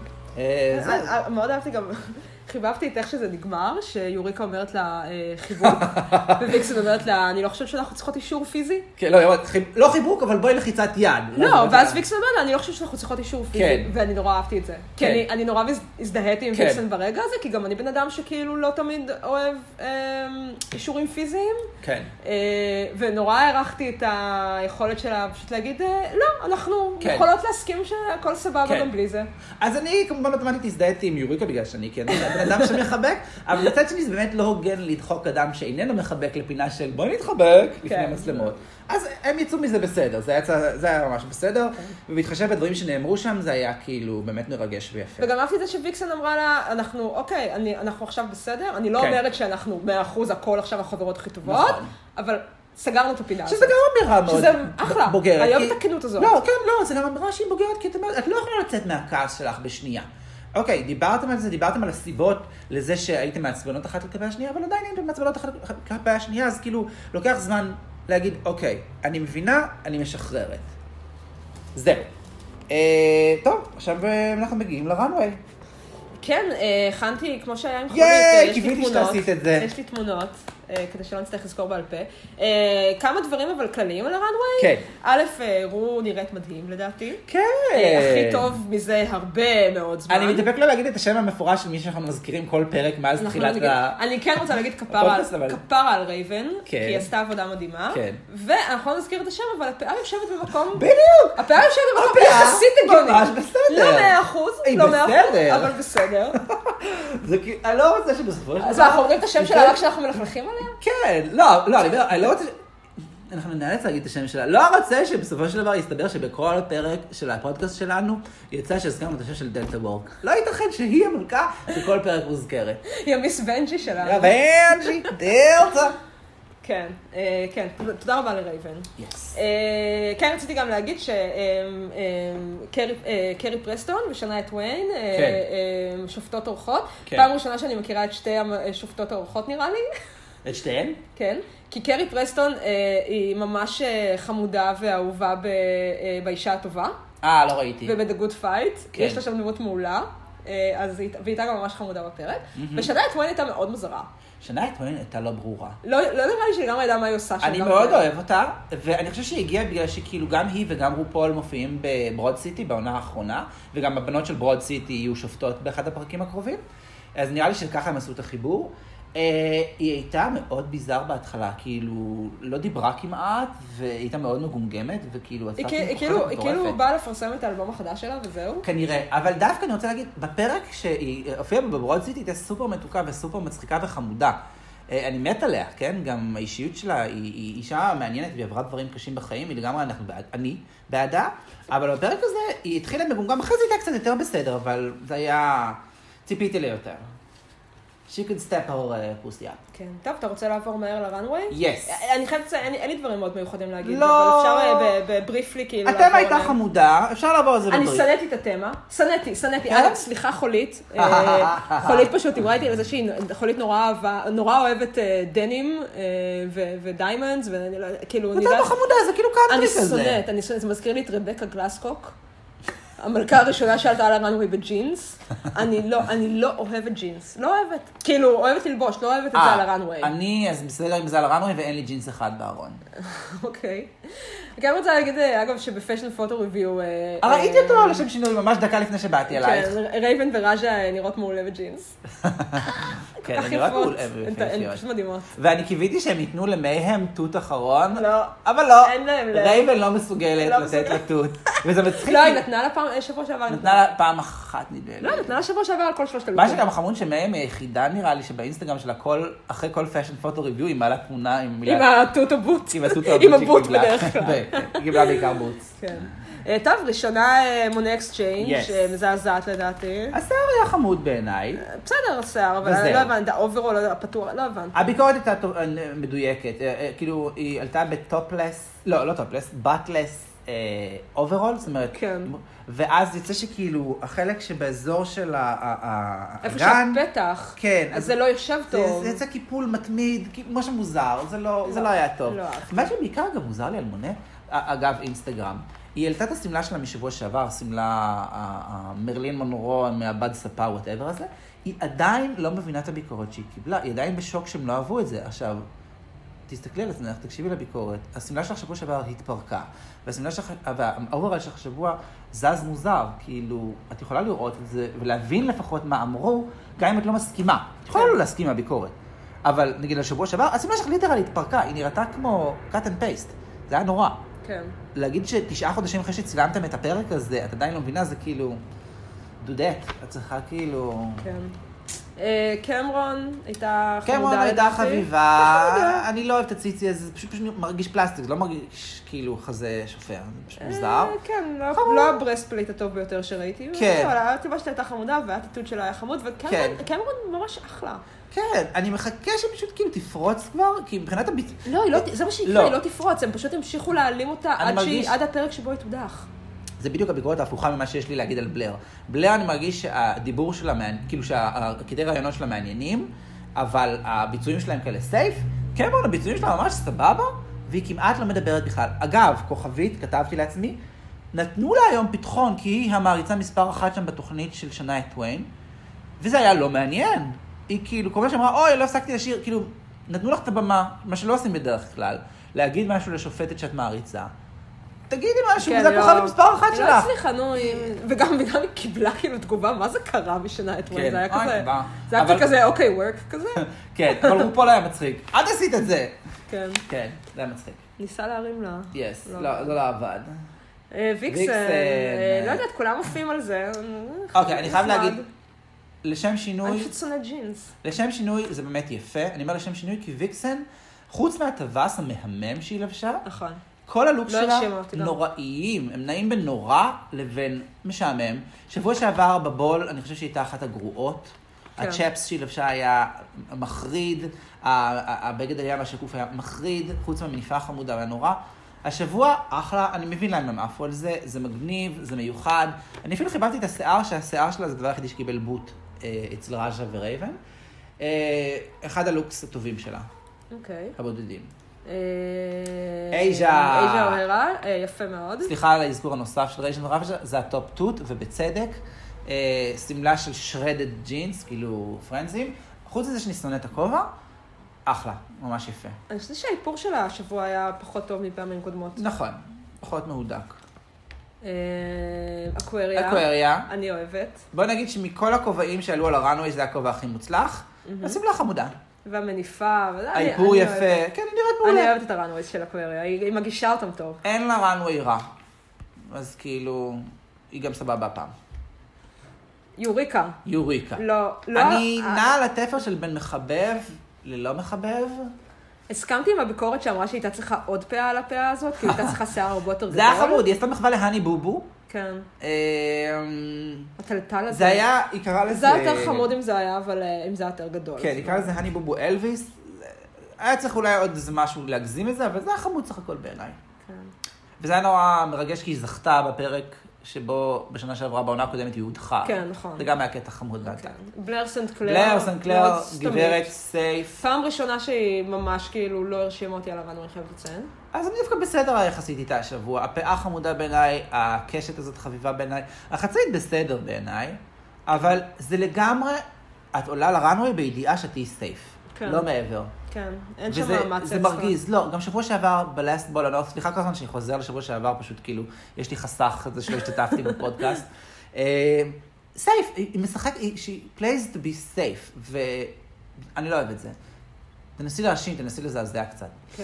מאוד אהבתי גם, חיבבתי את איך שזה נגמר, שיוריקה אומרת לה חיבוק, וויקסן אומרת לה, אני לא חושבת שאנחנו צריכות אישור פיזי. כן, לא חיבוק, אבל בואי לחיצת יד. לא, ואז ויקסן אומרת לה, אני לא חושבת שאנחנו צריכות אישור פיזי, ואני נורא אהבתי את זה. כי אני נורא הזדהיתי עם ויקסן ברגע הזה, כי גם אני בן אדם שכאילו לא תמיד אוהב אישורים פיזיים. כן. ונורא הערכתי את היכולת שלה פשוט להגיד, לא, אנחנו יכולות להסכים שהכל סבבה גם בלי זה. אז אני כמובן אוטומטית הזדהיתי עם יוריקה בגלל שאני כן בן אדם שמחבק, אבל לצד שני זה באמת לא הוגן לדחוק אדם שאיננו מחבק לפינה של בואי נתחבק לפני המצלמות. אז הם יצאו מזה בסדר, זה היה ממש בסדר, ובהתחשב בדברים שנאמרו שם זה היה כאילו באמת מרגש ויפה. וגם אהבתי את זה שוויקסן אמרה לה, אנחנו עכשיו בסדר, אני לא אומרת שאנחנו 100% הכל עכשיו החברות הכי טובות, אבל סגרנו את הפינה הזאת. שזה גם אמירה מאוד שזה אחלה, בוגרת. היום את הכנות הזאת. לא, כן, לא, זה גם אמירה שהיא בוגרת, כי את לא יכולה לצאת מהכעס שלך בשנייה. אוקיי, דיברתם על זה, דיברתם על הסיבות לזה שהייתם מעצבנות אחת כלפי השנייה, אבל עדיין הייתם מעצבנות אחת כלפי השנייה, אז כאילו לוקח זמן להגיד, אוקיי, אני מבינה, אני משחררת. זהו. טוב, עכשיו אנחנו מגיעים לרנווי. כן, הכנתי, כמו שהיה עם חולית, קיוויתי שתעשית את זה. יש לי תמונות, כדי שלא נצטרך לזכור בעל פה. כמה דברים אבל כלליים על הרנווי. כן. א', רו נראית מדהים לדעתי. כן. הכי טוב מזה הרבה מאוד זמן. אני מתאפק לא להגיד את השם המפורש של מי שאנחנו מזכירים כל פרק מאז תחילת אני כן רוצה להגיד כפרה על רייבן, כי היא עשתה עבודה מדהימה. כן. ואנחנו לא נזכיר את השם, אבל הפאה יושבת במקום... בדיוק. הפאה יושבת במקום יחסית הגיוני. ממש בסדר. לא 100%, אבל בסדר. זה כי, אני לא רוצה שבסופו של דבר... אז אנחנו אומרים את השם שלה רק כשאנחנו מלכלכים עליה? כן, אני לא רוצה... אנחנו נאלץ להגיד את השם שלה. לא רוצה שבסופו של דבר יסתבר שבכל פרק של הפודקאסט שלנו יצא שהזכרנו את השם של דלטה וורק. לא ייתכן שהיא המלכה שכל פרק מוזכרת. היא המיס ונג'י שלנו. ונג'י, דלטה. כן, כן, תודה רבה לרייבן. כן, רציתי גם להגיד שקרי פרסטון ושניה טוויין שופטות אורחות. פעם ראשונה שאני מכירה את שתי השופטות האורחות נראה לי. את שתיהן? כן, כי קרי פרסטון היא ממש חמודה ואהובה באישה הטובה. לא ראיתי. וב-The Good Fight, יש לה שם דמות מעולה, והיא הייתה גם ממש חמודה בפרק. ושניה טוויין הייתה מאוד מוזרה. שניה טוויין הייתה לא ברורה. לא נראה לי שהיא גם ידעה מה היא עושה. אני מאוד אוהב אותה, ואני חושב שהיא הגיעה בגלל שכאילו גם היא וגם רופול מופיעים בברוד סיטי בעונה האחרונה, וגם הבנות של ברוד סיטי יהיו שופטות באחד הפרקים הקרובים. אז נראה לי שככה הם עשו את החיבור. היא הייתה מאוד ביזר בהתחלה, כאילו לא דיברה כמעט, והיא הייתה מאוד מגומגמת, וכאילו היא כאילו באה לפרסם את האלבום החדש שלה וזהו? כנראה, אבל דווקא אני רוצה להגיד, בפרק שהיא הופיעה בברוד סיטי, הייתה סופר מתוקה וסופר מצחיקה וחמודה. אני מת עליה, כן? גם האישיות שלה היא אישה מעניינת, והיא עברה דברים קשים בחיים, היא לגמרי אני בעדה, אבל בפרק הזה היא התחילה מגומגם, אחרי זה הייתה קצת יותר בסדר, אבל זה היה, ציפיתי ליותר. she could step her pussy up. כן. טוב, אתה רוצה לעבור מהר לרנווי? Yes. אני חייבת לציין, אין לי דברים מאוד מיוחדים להגיד, לא. אבל אפשר בבריפלי כאילו לעבור אתם הייתה חמודה, אפשר לעבור על זה אני בבריף. שנאתי את התמה, שנאתי, אגב, סליחה חולית, חולית פשוט דיברה איתי על זה שהיא חולית נורא אוהבת דנים ודיימנדס, וכאילו... אתה לא חמודה, זה כאילו קאנטרי כזה. אני שונאת, זה מזכיר לי את רבקה גלסקוק, המלכה הראשונה שעלתה על הרנווי בג'ינס. אני לא אוהבת ג'ינס, לא אוהבת. כאילו, אוהבת ללבוש, לא אוהבת את זה על הרנווי. אז בסדר עם זה על הרנווי ואין לי ג'ינס אחד בארון. אוקיי. גם רוצה להגיד, אגב, שבפשן פוטו ריוויו... ראיתי אותו לשם שינוי ממש דקה לפני שבאתי אלייך. כן, רייבן וראז'ה נראות מעולה בג'ינס. כן, אני נראות מעולה ויפהפיות. הן פשוט מדהימות. ואני קיוויתי שהם ייתנו למהם תות אחרון. לא. אבל לא. אין להם. רייבן לא מסוגלת לתת לה תות. וזה מצחיק. לא, היא נתנה לה שבוע שעבר. נתנה לה פעם אחת נדמה לי. לא, נתנה לה שבוע שעבר על כל 3 מה שגם חמוד שמהם היא היחידה נראה לי שבאינסטגרם שלה אחרי כל פשן פוטו ריוויו היא מעלה תמונה עם הטות הבוט. עם הבוט בדרך כלל. היא קיבלה בעיקר בוטס. כן. טוב, ראשונה מונה אקסצ'יינג' מזעזעת לדעתי. השיער היה חמוד בעיניי. בסדר השיער, אבל אני לא הבנתי, האוברול הפתוח, לא הבנתי. הביקורת הייתה מדויקת, כאילו היא עלתה בטופלס, לא טופלס, בטלס אוברול, זאת אומרת, ואז יצא שכאילו החלק שבאזור של הגן, איפה שהפתח, אז זה לא יושב טוב. זה יצא קיפול מתמיד, משהו מוזר, זה לא היה טוב. מה שבעיקר גם מוזר לי על מונה, אגב אינסטגרם, היא העלתה את הסמלה שלה משבוע שעבר, סמלה מרלין מונרו מהבד ספה, whatever הזה, היא עדיין לא מבינה את הביקורת שהיא קיבלה, היא עדיין בשוק שהם לא אהבו את זה. עכשיו, תסתכלי על עצמך, תקשיבי לביקורת, הסמלה שלך שבוע שעבר התפרקה, והאוברל שלך שבוע זז מוזר, כאילו, את יכולה לראות את זה ולהבין לפחות מה אמרו, גם אם את לא מסכימה. את יכולה לא להסכים מהביקורת, אבל נגיד לשבוע שעבר, הסמלה שלך ליטרלי התפרקה, היא נראתה כמו cut and paste, זה היה נורא. כן. להגיד ש9 חודשים אחרי שצילמתם את הפרק הזה, את עדיין לא מבינה, זה כאילו, דודק, את צריכה כאילו... כן. קמרון הייתה חמודה. קמרון הייתה חביבה, אני לא אוהב את הציצי הזה, זה פשוט מרגיש פלסטיק, זה לא מרגיש כאילו חזה שופר, זה פשוט מוזר. כן, לא הברסט פלייט הטוב ביותר שראיתי. כן. אבל התיבה שלה הייתה חמודה, והאטיטוד שלה היה חמוד, וקמרון ממש אחלה. כן, אני מחכה שפשוט כאילו תפרוץ כבר, כי מבחינת לא, זה מה שיקרה, היא לא תפרוץ, הם פשוט המשיכו להעלים אותה עד הפרק שבו היא תודח. זה בדיוק הביקורת ההפוכה ממה שיש לי להגיד על בלר. בלר אני מרגיש שהדיבור שלה, כאילו שהקטעי רעיונות שלה מעניינים, אבל הביצועים שלהם כאלה סייף, קמרון הביצועים שלה ממש סבבה, והיא כמעט לא מדברת בכלל. אגב, כוכבית, כתבתי לעצמי, נתנו לה היום פתחון, כי היא המעריצה מספר 1 שם בתוכנית של שניה טוויין, וזה היה לא מעניין. היא כאילו, כל מה שאמרה, אוי, לא הפסקתי לשיר, כאילו, נתנו לך את הבמה, מה שלא עושים בדרך כלל, להגיד משהו לשופטת שאת מעריצה. תגידי משהו, וזה הכוכב מספר 1 שלך. היא לא הצליחה, נו, וגם היא קיבלה כאילו תגובה, מה זה קרה בשנה אתמול? זה היה כזה, זה היה כזה, אוקיי, וורק כזה. כן, אבל רופול היה מצחיק. את עשית את זה. כן. כן, זה היה מצחיק. ניסה להרים לה. יס, זה לא עבד. ויקסן, לא יודעת, כולם מופיעים על זה. אוקיי, אני חייב להגיד, לשם שינוי... אני פשוט שונאת ג'ינס. לשם שינוי זה באמת יפה. אני אומר לשם שינוי כי ויקסן, חוץ מהטווס המהמם שהיא לבשה, נכון. כל הלוק שלה נוראיים, הם נעים בין נורא לבין משעמם. שבוע שעבר בבול, אני חושב שהיא הייתה אחת הגרועות. הצ'פס שהיא לבשה היה מחריד, הבגד הים והשקוף היה מחריד, חוץ מהמניפה החמודה היה נורא. השבוע, אחלה, אני מבין להם הם עפו על זה, זה מגניב, זה מיוחד. אני אפילו חיברתי את השיער, שהשיער שלה זה הדבר היחידי שקיבל בוט אצל ראז'ה ורייבן. אחד הלוקס הטובים שלה. אוקיי. הבודדים. אייז'ה אוהרה, יפה מאוד. סליחה על האזכור הנוסף של רייז'ן וראז'ה, זה הטופ טוט, ובצדק. סמלה של שרדד ג'ינס, כאילו פרנזים. חוץ מזה שאני שונא את הכובע, אחלה, ממש יפה. אני חושבת שהאיפור של השבוע היה פחות טוב מפעמים קודמות. נכון, פחות מהודק. אקווריה. אני אוהבת. בוא נגיד שמכל הכובעים שעלו על הרנווי, זה הכובע הכי מוצלח. הסמלה חמודה. והמניפה, האיפור יפה. כן, היא נראית מעולה. אני אוהבת את הרנווי של אקווריה, היא מגישה אותם טוב. אין לה רנווי רע. אז כאילו, היא גם סבבה פעם. יוריקה. לא. אני נעה על התפר של בין מחבב ללא מחבב. הסכמתי עם הביקורת שאמרה שהיא הייתה צריכה עוד פאה על הפאה הזאת, כי היא הייתה צריכה שיער הרבה יותר גדול. זה היה חמוד, היא עשתה מחווה להני בובו, כן. הטלטל הזה. זה היה, היא קראה לזה... זה יותר חמוד אם זה היה, אבל אם זה יותר גדול. כן, היא קראה לזה הני בובו אלוויס. היה צריך אולי עוד איזה משהו להגזים את זה, אבל זה היה חמוד סך הכל בעיניי. כן. וזה היה נורא מרגש, כי היא זכתה בפרק שבו בשנה שעברה בעונה הקודמת היא הודחה. כן, נכון. זה גם היה קטע חמוד בעתה. בלר סנט בלר סנט קלר, גברת סייף. פעם ראשונה שהיא ממש כאילו לא הרשימה אותי על הרעיון, אני חייבת לציין. אז אני דווקא בסדר היחסית איתה השבוע. הפאה חמודה בעיניי, הקשת הזאת חביבה בעיניי, החצאית בסדר בעיניי, אבל זה לגמרי, את עולה לרנווי בידיעה שתהי סייף. כן. לא מעבר. כן, אין שם מאמץ. וזה מרגיז, לא, גם שבוע שעבר בלאסט בול, אני סליחה כל הזמן שאני חוזר לשבוע שעבר, פשוט כאילו, יש לי חסך את זה שלא השתתפתי בפודקאסט. סייף, היא משחקת, she plays to be safe, ואני לא אוהב את זה. תנסי להאשים, תנסי לזעזע קצת. כן.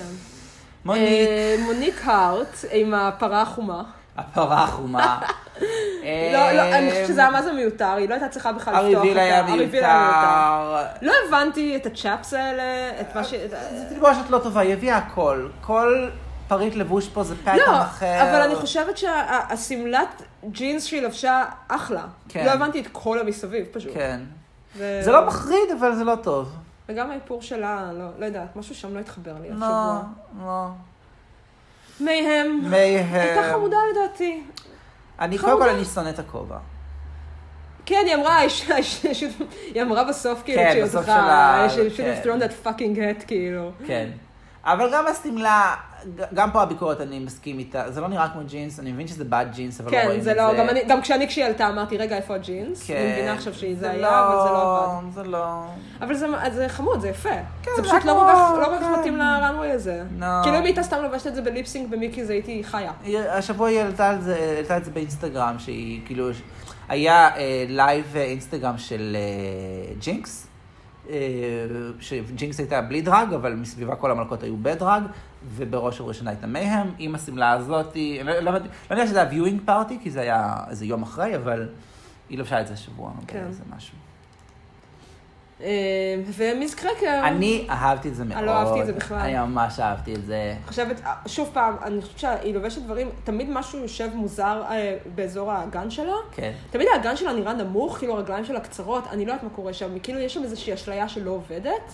מוניק הארט עם הפרה החומה. הפרה החומה. לא, אני חושבת שזה היה מה זה מיותר, היא לא הייתה צריכה בכלל לפתוח אותה. הריביל היה מיותר. לא הבנתי את הצ'אפס האלה, את מה ש... זה תלבושת לא טובה, היא הביאה הכל. כל פריט לבוש פה זה פאטרן אחר. לא, אבל אני חושבת שהסמלת ג'ינס שהיא לבשה אחלה. לא הבנתי את כל המסביב, פשוט. כן. זה לא מחריד, אבל זה לא טוב. וגם האיפור שלה, לא יודעת, משהו שם לא התחבר לי השבוע. לא, לא. מייהם. הייתה חמודה לדעתי. קודם כל אני שונא את הכובע. כן, היא אמרה בסוף, כאילו, כן, בסוף שלה. should have thrown that fucking hat, כאילו. כן. אבל גם הסמלה, גם פה הביקורת אני מסכים איתה, זה לא נראה כמו ג'ינס, אני מבין שזה בד ג'ינס, אבל לא רואים את זה. כן, זה לא, גם כשהיא עלתה אמרתי, רגע, איפה הג'ינס? אני מבינה עכשיו שזה היה, אבל זה לא עבד. זה לא... אבל זה חמוד, זה יפה. זה פשוט לא כל כך מתאים לרנווי הזה. כאילו אם הייתה סתם לבשת את זה בליפסינג במיקי, זה הייתי חיה. השבוע היא העלתה את זה באינסטגרם, שהיא כאילו, היה לייב אינסטגרם של ג'ינקס, שג'ינקס הייתה בלי דרג, אבל מסביבה כל המלכות היו בדרג, ובראש ובראשונה הייתה מייהם, עם הסמלה הזאת, לא יודע שזה היה viewing party, כי זה היה איזה יום אחרי, אבל היא לבשה את זה השבוע, זה משהו. ומיס קרקר... אני אהבתי את זה מאוד. אני לא אהבתי את זה בכלל. אני ממש אהבתי את זה. חושבת, שוב פעם, אני חושבת שהיא לובשת דברים, תמיד משהו יושב מוזר באזור האגן שלה. כן. תמיד האגן שלה נראה נמוך, כאילו הרגליים שלה קצרות, אני לא יודעת מה קורה שם, כאילו יש שם איזושהי אשליה שלא עובדת.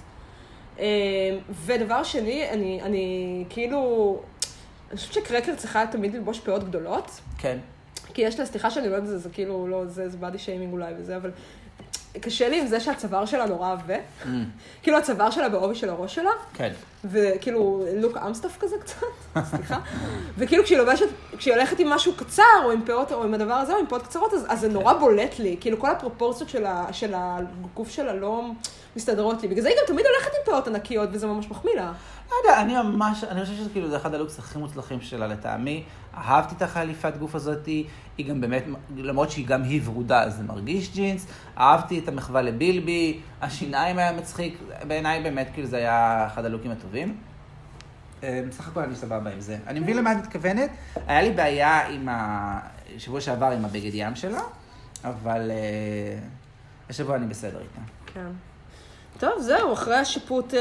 ודבר שני, אני כאילו... אני חושבת שקרקר צריכה תמיד ללבוש פאות גדולות. כן. כי יש לה, סליחה שאני לא יודעת, זה כאילו לא, זה body shaming אולי וזה, אבל... קשה לי עם זה שהצוואר שלה נורא עבה. כאילו הצוואר שלה בעובי של הראש שלה. כן. וכאילו לוק אמסטף כזה קצת, סליחה. וכאילו כשהיא הולכת עם משהו קצר, או עם פאות, או עם הדבר הזה, או עם פאות קצרות, אז זה נורא בולט לי. כאילו כל הפרופורציות של הגוף שלה לא מסתדרות לי. בגלל זה היא גם תמיד הולכת עם פאות ענקיות, וזה ממש מחמיא לה. לא יודע, אני חושב שזה כאילו, זה אחד הלוקס הכי מוצלחים שלה לטעמי. אהבתי את החליפת גוף הזאת, היא גם באמת, למרות שהיא גם היא ורודה, אז זה מרגיש ג'ינס. אהבתי את המחווה לבילבי, השיניים היה מצחיק, בעיניי באמת כאילו זה היה אחד הלוקים הטובים. בסך הכל אני סבבה עם זה. אני מבין למה את מתכוונת, היה לי בעיה עם השבוע שעבר עם הבגד ים שלה, אבל השבוע אני בסדר איתה. כן. טוב, זהו, אחרי השיפוט,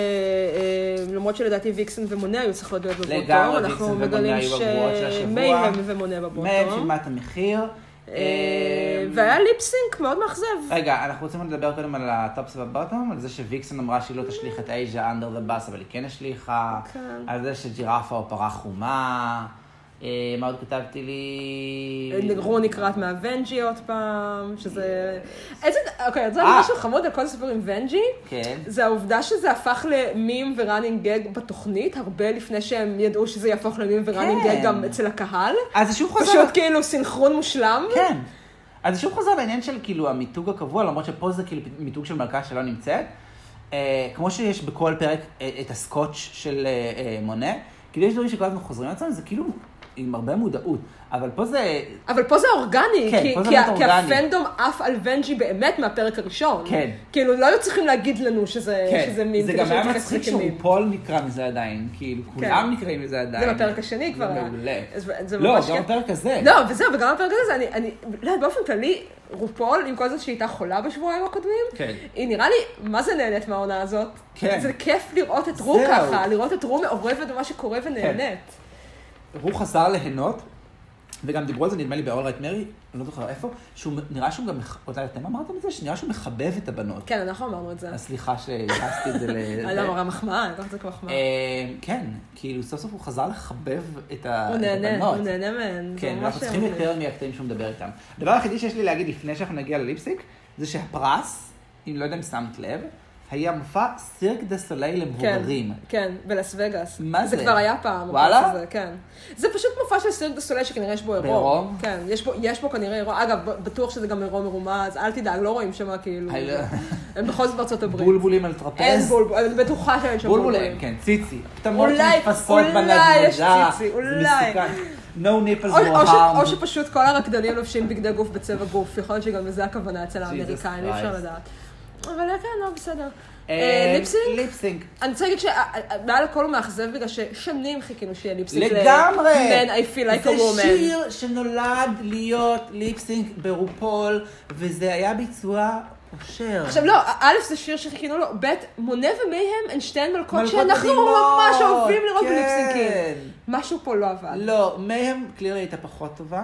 למרות שלדעתי ויקסן ומונה היו צריכות להיות בבוטום. לגמרי, ויקסן ומונה היו בבועות של השבוע. מייהם ומונה בבוטום. מייהם שילמה את המחיר. והיה ליפסינק מאוד מאכזב. רגע, אנחנו רוצים לדבר קודם על הטופס והבוטום, על זה שוויקסן אמרה שהיא לא תשליך את אייז'ה אנדר דה בס, אבל היא כן השליחה. על זה שג'ירפה או פרה חומה. מה עוד כתבתי לי? רו נקראת מהוונג'י עוד פעם, שזה... אוקיי, אז זה משהו חמוד על כל הסיפור עם ונג'י. כן. זה העובדה שזה הפך למים וראנינג גג בתוכנית, הרבה לפני שהם ידעו שזה יהפוך למים וראנינג גג גם אצל הקהל. אז זה שוב חוזר... פשוט כאילו סינכרון מושלם. כן. אז זה שוב חוזר לעניין של כאילו המיתוג הקבוע, למרות שפה זה כאילו מיתוג של מלכה שלא נמצאת. כמו שיש בכל פרק את הסקוץ' של מונה, כאילו יש דברים שכל הזמן חוזרים לעצמם, זה כאילו... עם הרבה מודעות, אבל פה זה... אבל פה זה אורגני, כן, פה זה באמת כי הפנדום עף על ונג'י באמת מהפרק הראשון. כן. כאילו, לא היו צריכים להגיד לנו שזה מין... זה גם היה מצחיק שרופול נקרא מזה עדיין, כאילו, כולם נקראים מזה עדיין. זה בפרק השני כבר היה. מעולה. לא, גם בפרק הזה. לא, וזהו, וגם בפרק הזה, אני... לא, באופן כללי, רופול, עם כל זאת שהייתה חולה בשבועיים הקודמים, היא נראה לי, מה זה נהנית מהעונה הזאת? זה כיף לראות את רו ככה, לראות את רו מעורבת במה שקורה ונהנית. הוא חזר ליהנות, וגם דיברו על זה, נדמה לי, ב-All Right Mary, אני לא זוכר איפה, נראה שהוא גם, אתם אמרתם את זה? שנראה שהוא מחבב את הבנות. כן, אנחנו אמרנו את זה. אז סליחה שהגעסתי את זה לא, אמרה מחמאה, אני לקחת את זה כמחמאה. כן, כאילו סוף סוף הוא חזר לחבב את הוא הבנות. הוא נהנה מהן. כן, ואנחנו צריכים יותר מהקטעים שהוא מדבר איתם. הדבר היחידי שיש לי להגיד לפני שאנחנו נגיע לליפסיק, זה שהפרס, אם לא יודע אם שמת לב, היה מופע סירק דה סוליי למבוגרים. כן, בלס וגאס. מה זה? זה כבר היה פעם. וואלה? כן. זה פשוט מופע של סירק דה סוליי שכנראה יש בו עירום. בעירום? כן, יש בו כנראה עירום. אגב, בטוח שזה גם עירום מרומז, אל תדאג, לא רואים שמה כאילו. הם בכל זאת בארצות הברית. בולבולים על טרפז. אין בולבול, אני בטוחה שאין שם בולבולים. בולבולים, כן, ציצי. תמות שנתפסות בנדנדה. אולי יש ציצי, אולי. No nipples no harm. או שפשוט כל הרקדנים לובשים בגדי גוף בצבע גוף, יכול להיות שגם לזה הכוונה אצל האמריקאים, אי אפשר לדעת. אבל כן, לא, בסדר. ליפסינק? ליפסינק. אני רוצה להגיד שמעל הכל הוא מאכזב בגלל ששנים חיכינו שיהיה ליפסינק. לגמרי. Man, I feel like a woman. זה שיר שנולד להיות ליפסינק ברופול, וזה היה ביצוע אושר. עכשיו לא, א' זה שיר שחיכינו לו, ב' מונה ומהם הן שתיהן מלכות שאנחנו ממש אוהבים לראות בליפסינקים. משהו פה לא עבד. לא, מהם קלירה הייתה פחות טובה.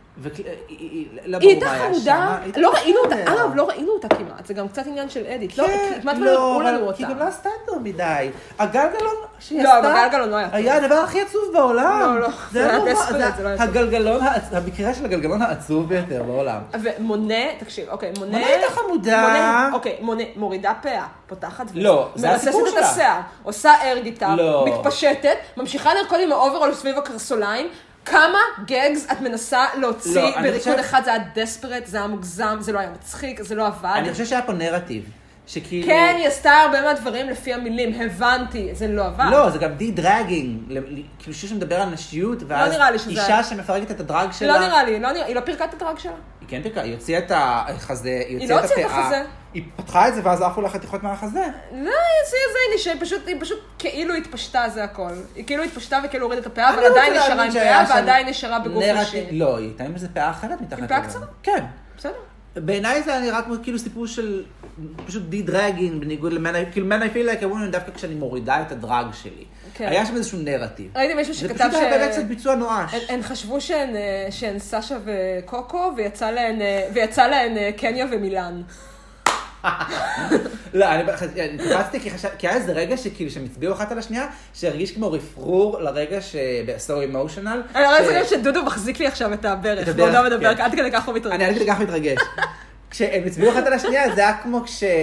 היא הייתה חמודה, לא ראינו אותה, לא ראינו אותה כמעט, זה גם קצת עניין של אדיט, כמעט לא הראו לנו אותה. כי גם לא עשתה יותר מדי. הגלגלון שהיא עשתה, לא, הגלגלון לא היה. היה הדבר הכי עצוב בעולם. לא, זה היה דספרט, זה לא היה הגלגלון, המקרה של הגלגלון העצוב ביותר בעולם. ומונה, תקשיב, אוקיי, מונה הייתה חמודה. אוקיי, מונה, מורידה פאה, פותחת לא, זה הסיפור מרססת את שלה. השיער, עושה אר גיטר, לא. מתפשטת, ממשיכה לרקוד עם האוברול סביב הקרסוליים, כמה גגס את מנסה להוציא בריקוד אחד, זה היה דספרט, זה היה מוגזם, זה לא היה מצחיק, זה לא עבד. אני חושב שהיה פה נרטיב. שכאילו... כן, היא עשתה הרבה מהדברים לפי המילים, הבנתי, זה לא עבד. לא, זה גם די-דרגינג, כאילו שיר שמדבר על נשיות, ואז אישה שמפרקת את הדרג שלה. לא נראה לי, היא לא פירקה את הדרג שלה. היא כן פירקה, היא הוציאה את החזה, היא לא הוציאה את החזה. היא פתחה את זה ואז עפו לה חתיכות מהחזה. לא, היא הוציאה את זה, היא פשוט כאילו התפשטה, זה הכל. היא כאילו התפשטה וכאילו הורידה את הפאה, אבל עדיין נשארה עם פאה, ועדיין נשארה בגוף נשי. לא, היא הייתה עם איזה פאה אחרת מתחת. עם פאה קצרה? כן. בסדר. בעיניי זה נראה כמו כאילו סיפור של פשוט די-דרגינג, בניגוד כאילו Man I feel like a woman דווקא כשאני מורידה את הדרג שלי. היה שם איזשהו נרטיב. ראיתי מישהו שכתב זה פשוט היה באמת קצת ביצוע נואש. הן חשבו שהן סשה וקוקו, ויצא להן קניה ומילאן. לא, אני קפצתי כי היה איזה רגע שכאילו שהם הצביעו אחת על השנייה, שהרגיש כמו רפרור לרגע So Emotional. אני רואה את זה שדודו מחזיק לי עכשיו את הברך, בעודה מדבר, עד כדי כך הוא מתרגש. אני עד כדי כך מתרגש. כשהם הצביעו אחת על השנייה, זה היה כמו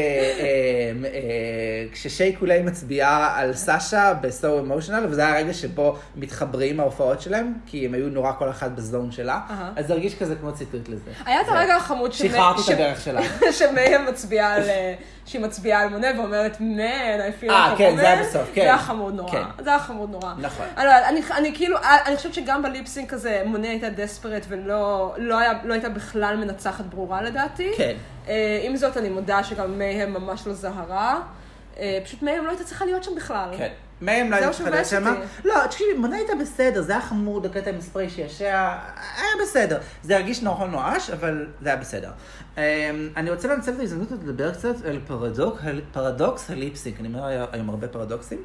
כששיי קולי מצביעה על סשה ב-So Emotional, וזה היה הרגע שבו מתחברים ההופעות שלהם, כי הם היו נורא כל אחד בזון שלה, אז זה הרגיש כזה כמו ציטוט לזה. היה את הרגע החמוד שחררתי את הדרך שלה. שמהם מצביעה על... שהיא מצביעה על מונה ואומרת, Man, I feel like a woman. כן, זה היה בסוף, כן. זה היה חמוד נורא. זה היה חמוד נורא. נכון. אני כאילו, אני חושבת שגם בליפסינק הזה, מונה הייתה דספרט ולא הייתה בכלל מנצחת ברורה לדעתי. כן. עם זאת, אני מודה שגם מהם ממש לא זהרה. פשוט מהם לא הייתה צריכה להיות שם בכלל. כן. מהם לא הייתה צריכה להיות שם. לא, תקשיבי, מונה הייתה בסדר, זה היה חמוד, הקטע עם ספרי שישע, היה בסדר. זה הרגיש נורא נואש, אבל זה היה בסדר. אני רוצה לנצל את ההזדמנות לדבר קצת על פרדוקס הליפסינק. אני אומר היום הרבה פרדוקסים.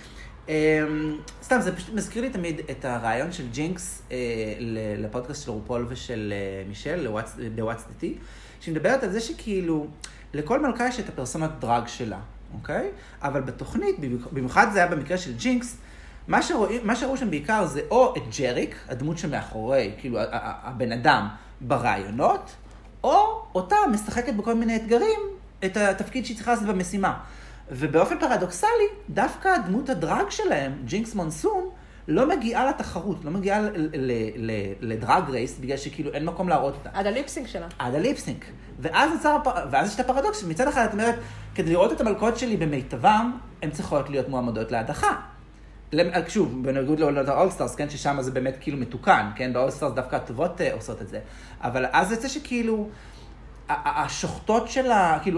סתם, זה פשוט מזכיר לי תמיד את הרעיון של ג'ינקס לפודקאסט של רופול ושל מישל, ב-What's the Tea, שמדברת על זה שכאילו, לכל מלכה יש את הפרסונת דרג שלה, אוקיי? אבל בתוכנית, במיוחד זה היה במקרה של ג'ינקס, מה שראו שם בעיקר זה או את ג'ריק, הדמות שמאחורי, כאילו הבן אדם ברעיונות, או אותה משחקת בכל מיני אתגרים, את התפקיד שהיא צריכה לעשות במשימה. ובאופן פרדוקסלי, דווקא דמות הדרג שלהם, ג'ינקס מונסון, לא מגיעה לתחרות, לא מגיעה לדרג רייס, בגלל שכאילו אין מקום להראות אותה. עד הליפסינק שלה. עד הליפסינק. ואז יש את הפרדוקס, מצד אחד את אומרת, כדי לראות את המלכות שלי במיטבם, הן צריכות להיות מועמדות להדחה. שוב, בניגוד לעונות האולסטארס, כן, ששם זה באמת כאילו מתוקן, כן, באולסטארס דווקא הטובות עושות את זה. אבל אז זה שכאילו, השוחטות של כאילו,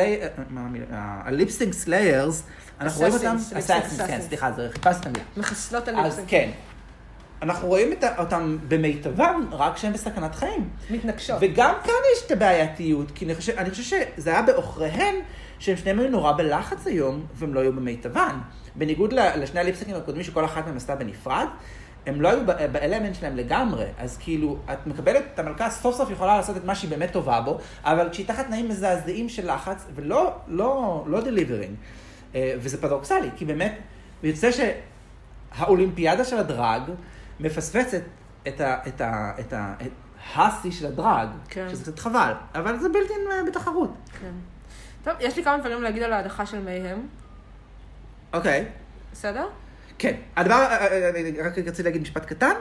הליפסינק סליירס, אנחנו רואים אותם, סליחה, זה חיפשת המילה. מחסלות הליפסינק. אז כן, אנחנו רואים אותם במיטבם, רק שהם בסכנת חיים. מתנגשות. וגם כאן יש את הבעייתיות, כי אני חושב שזה היה באוכריהן, שהם שניהם היו נורא בלחץ היום, והם לא היו במיטבן. בניגוד לשני הליפסינקים הקודמים, שכל אחת מהם עשתה בנפרד, הם לא היו באלמנט שלהם לגמרי, אז כאילו, את מקבלת את המלכה, סוף סוף יכולה לעשות את מה שהיא באמת טובה בו, אבל כשהיא תחת תנאים מזעזעים של לחץ, ולא דליברינג. וזה פרדוקסלי, כי באמת, יוצא שהאולימפיאדה של הדרג מפספסת את השיא של הדרג, כן. שזה קצת חבל, אבל זה בלתי בתחרות. כן. טוב, יש לי כמה דברים להגיד על ההדחה של מייהם. אוקיי. בסדר? כן. הדבר, רק רציתי להגיד משפט קטן.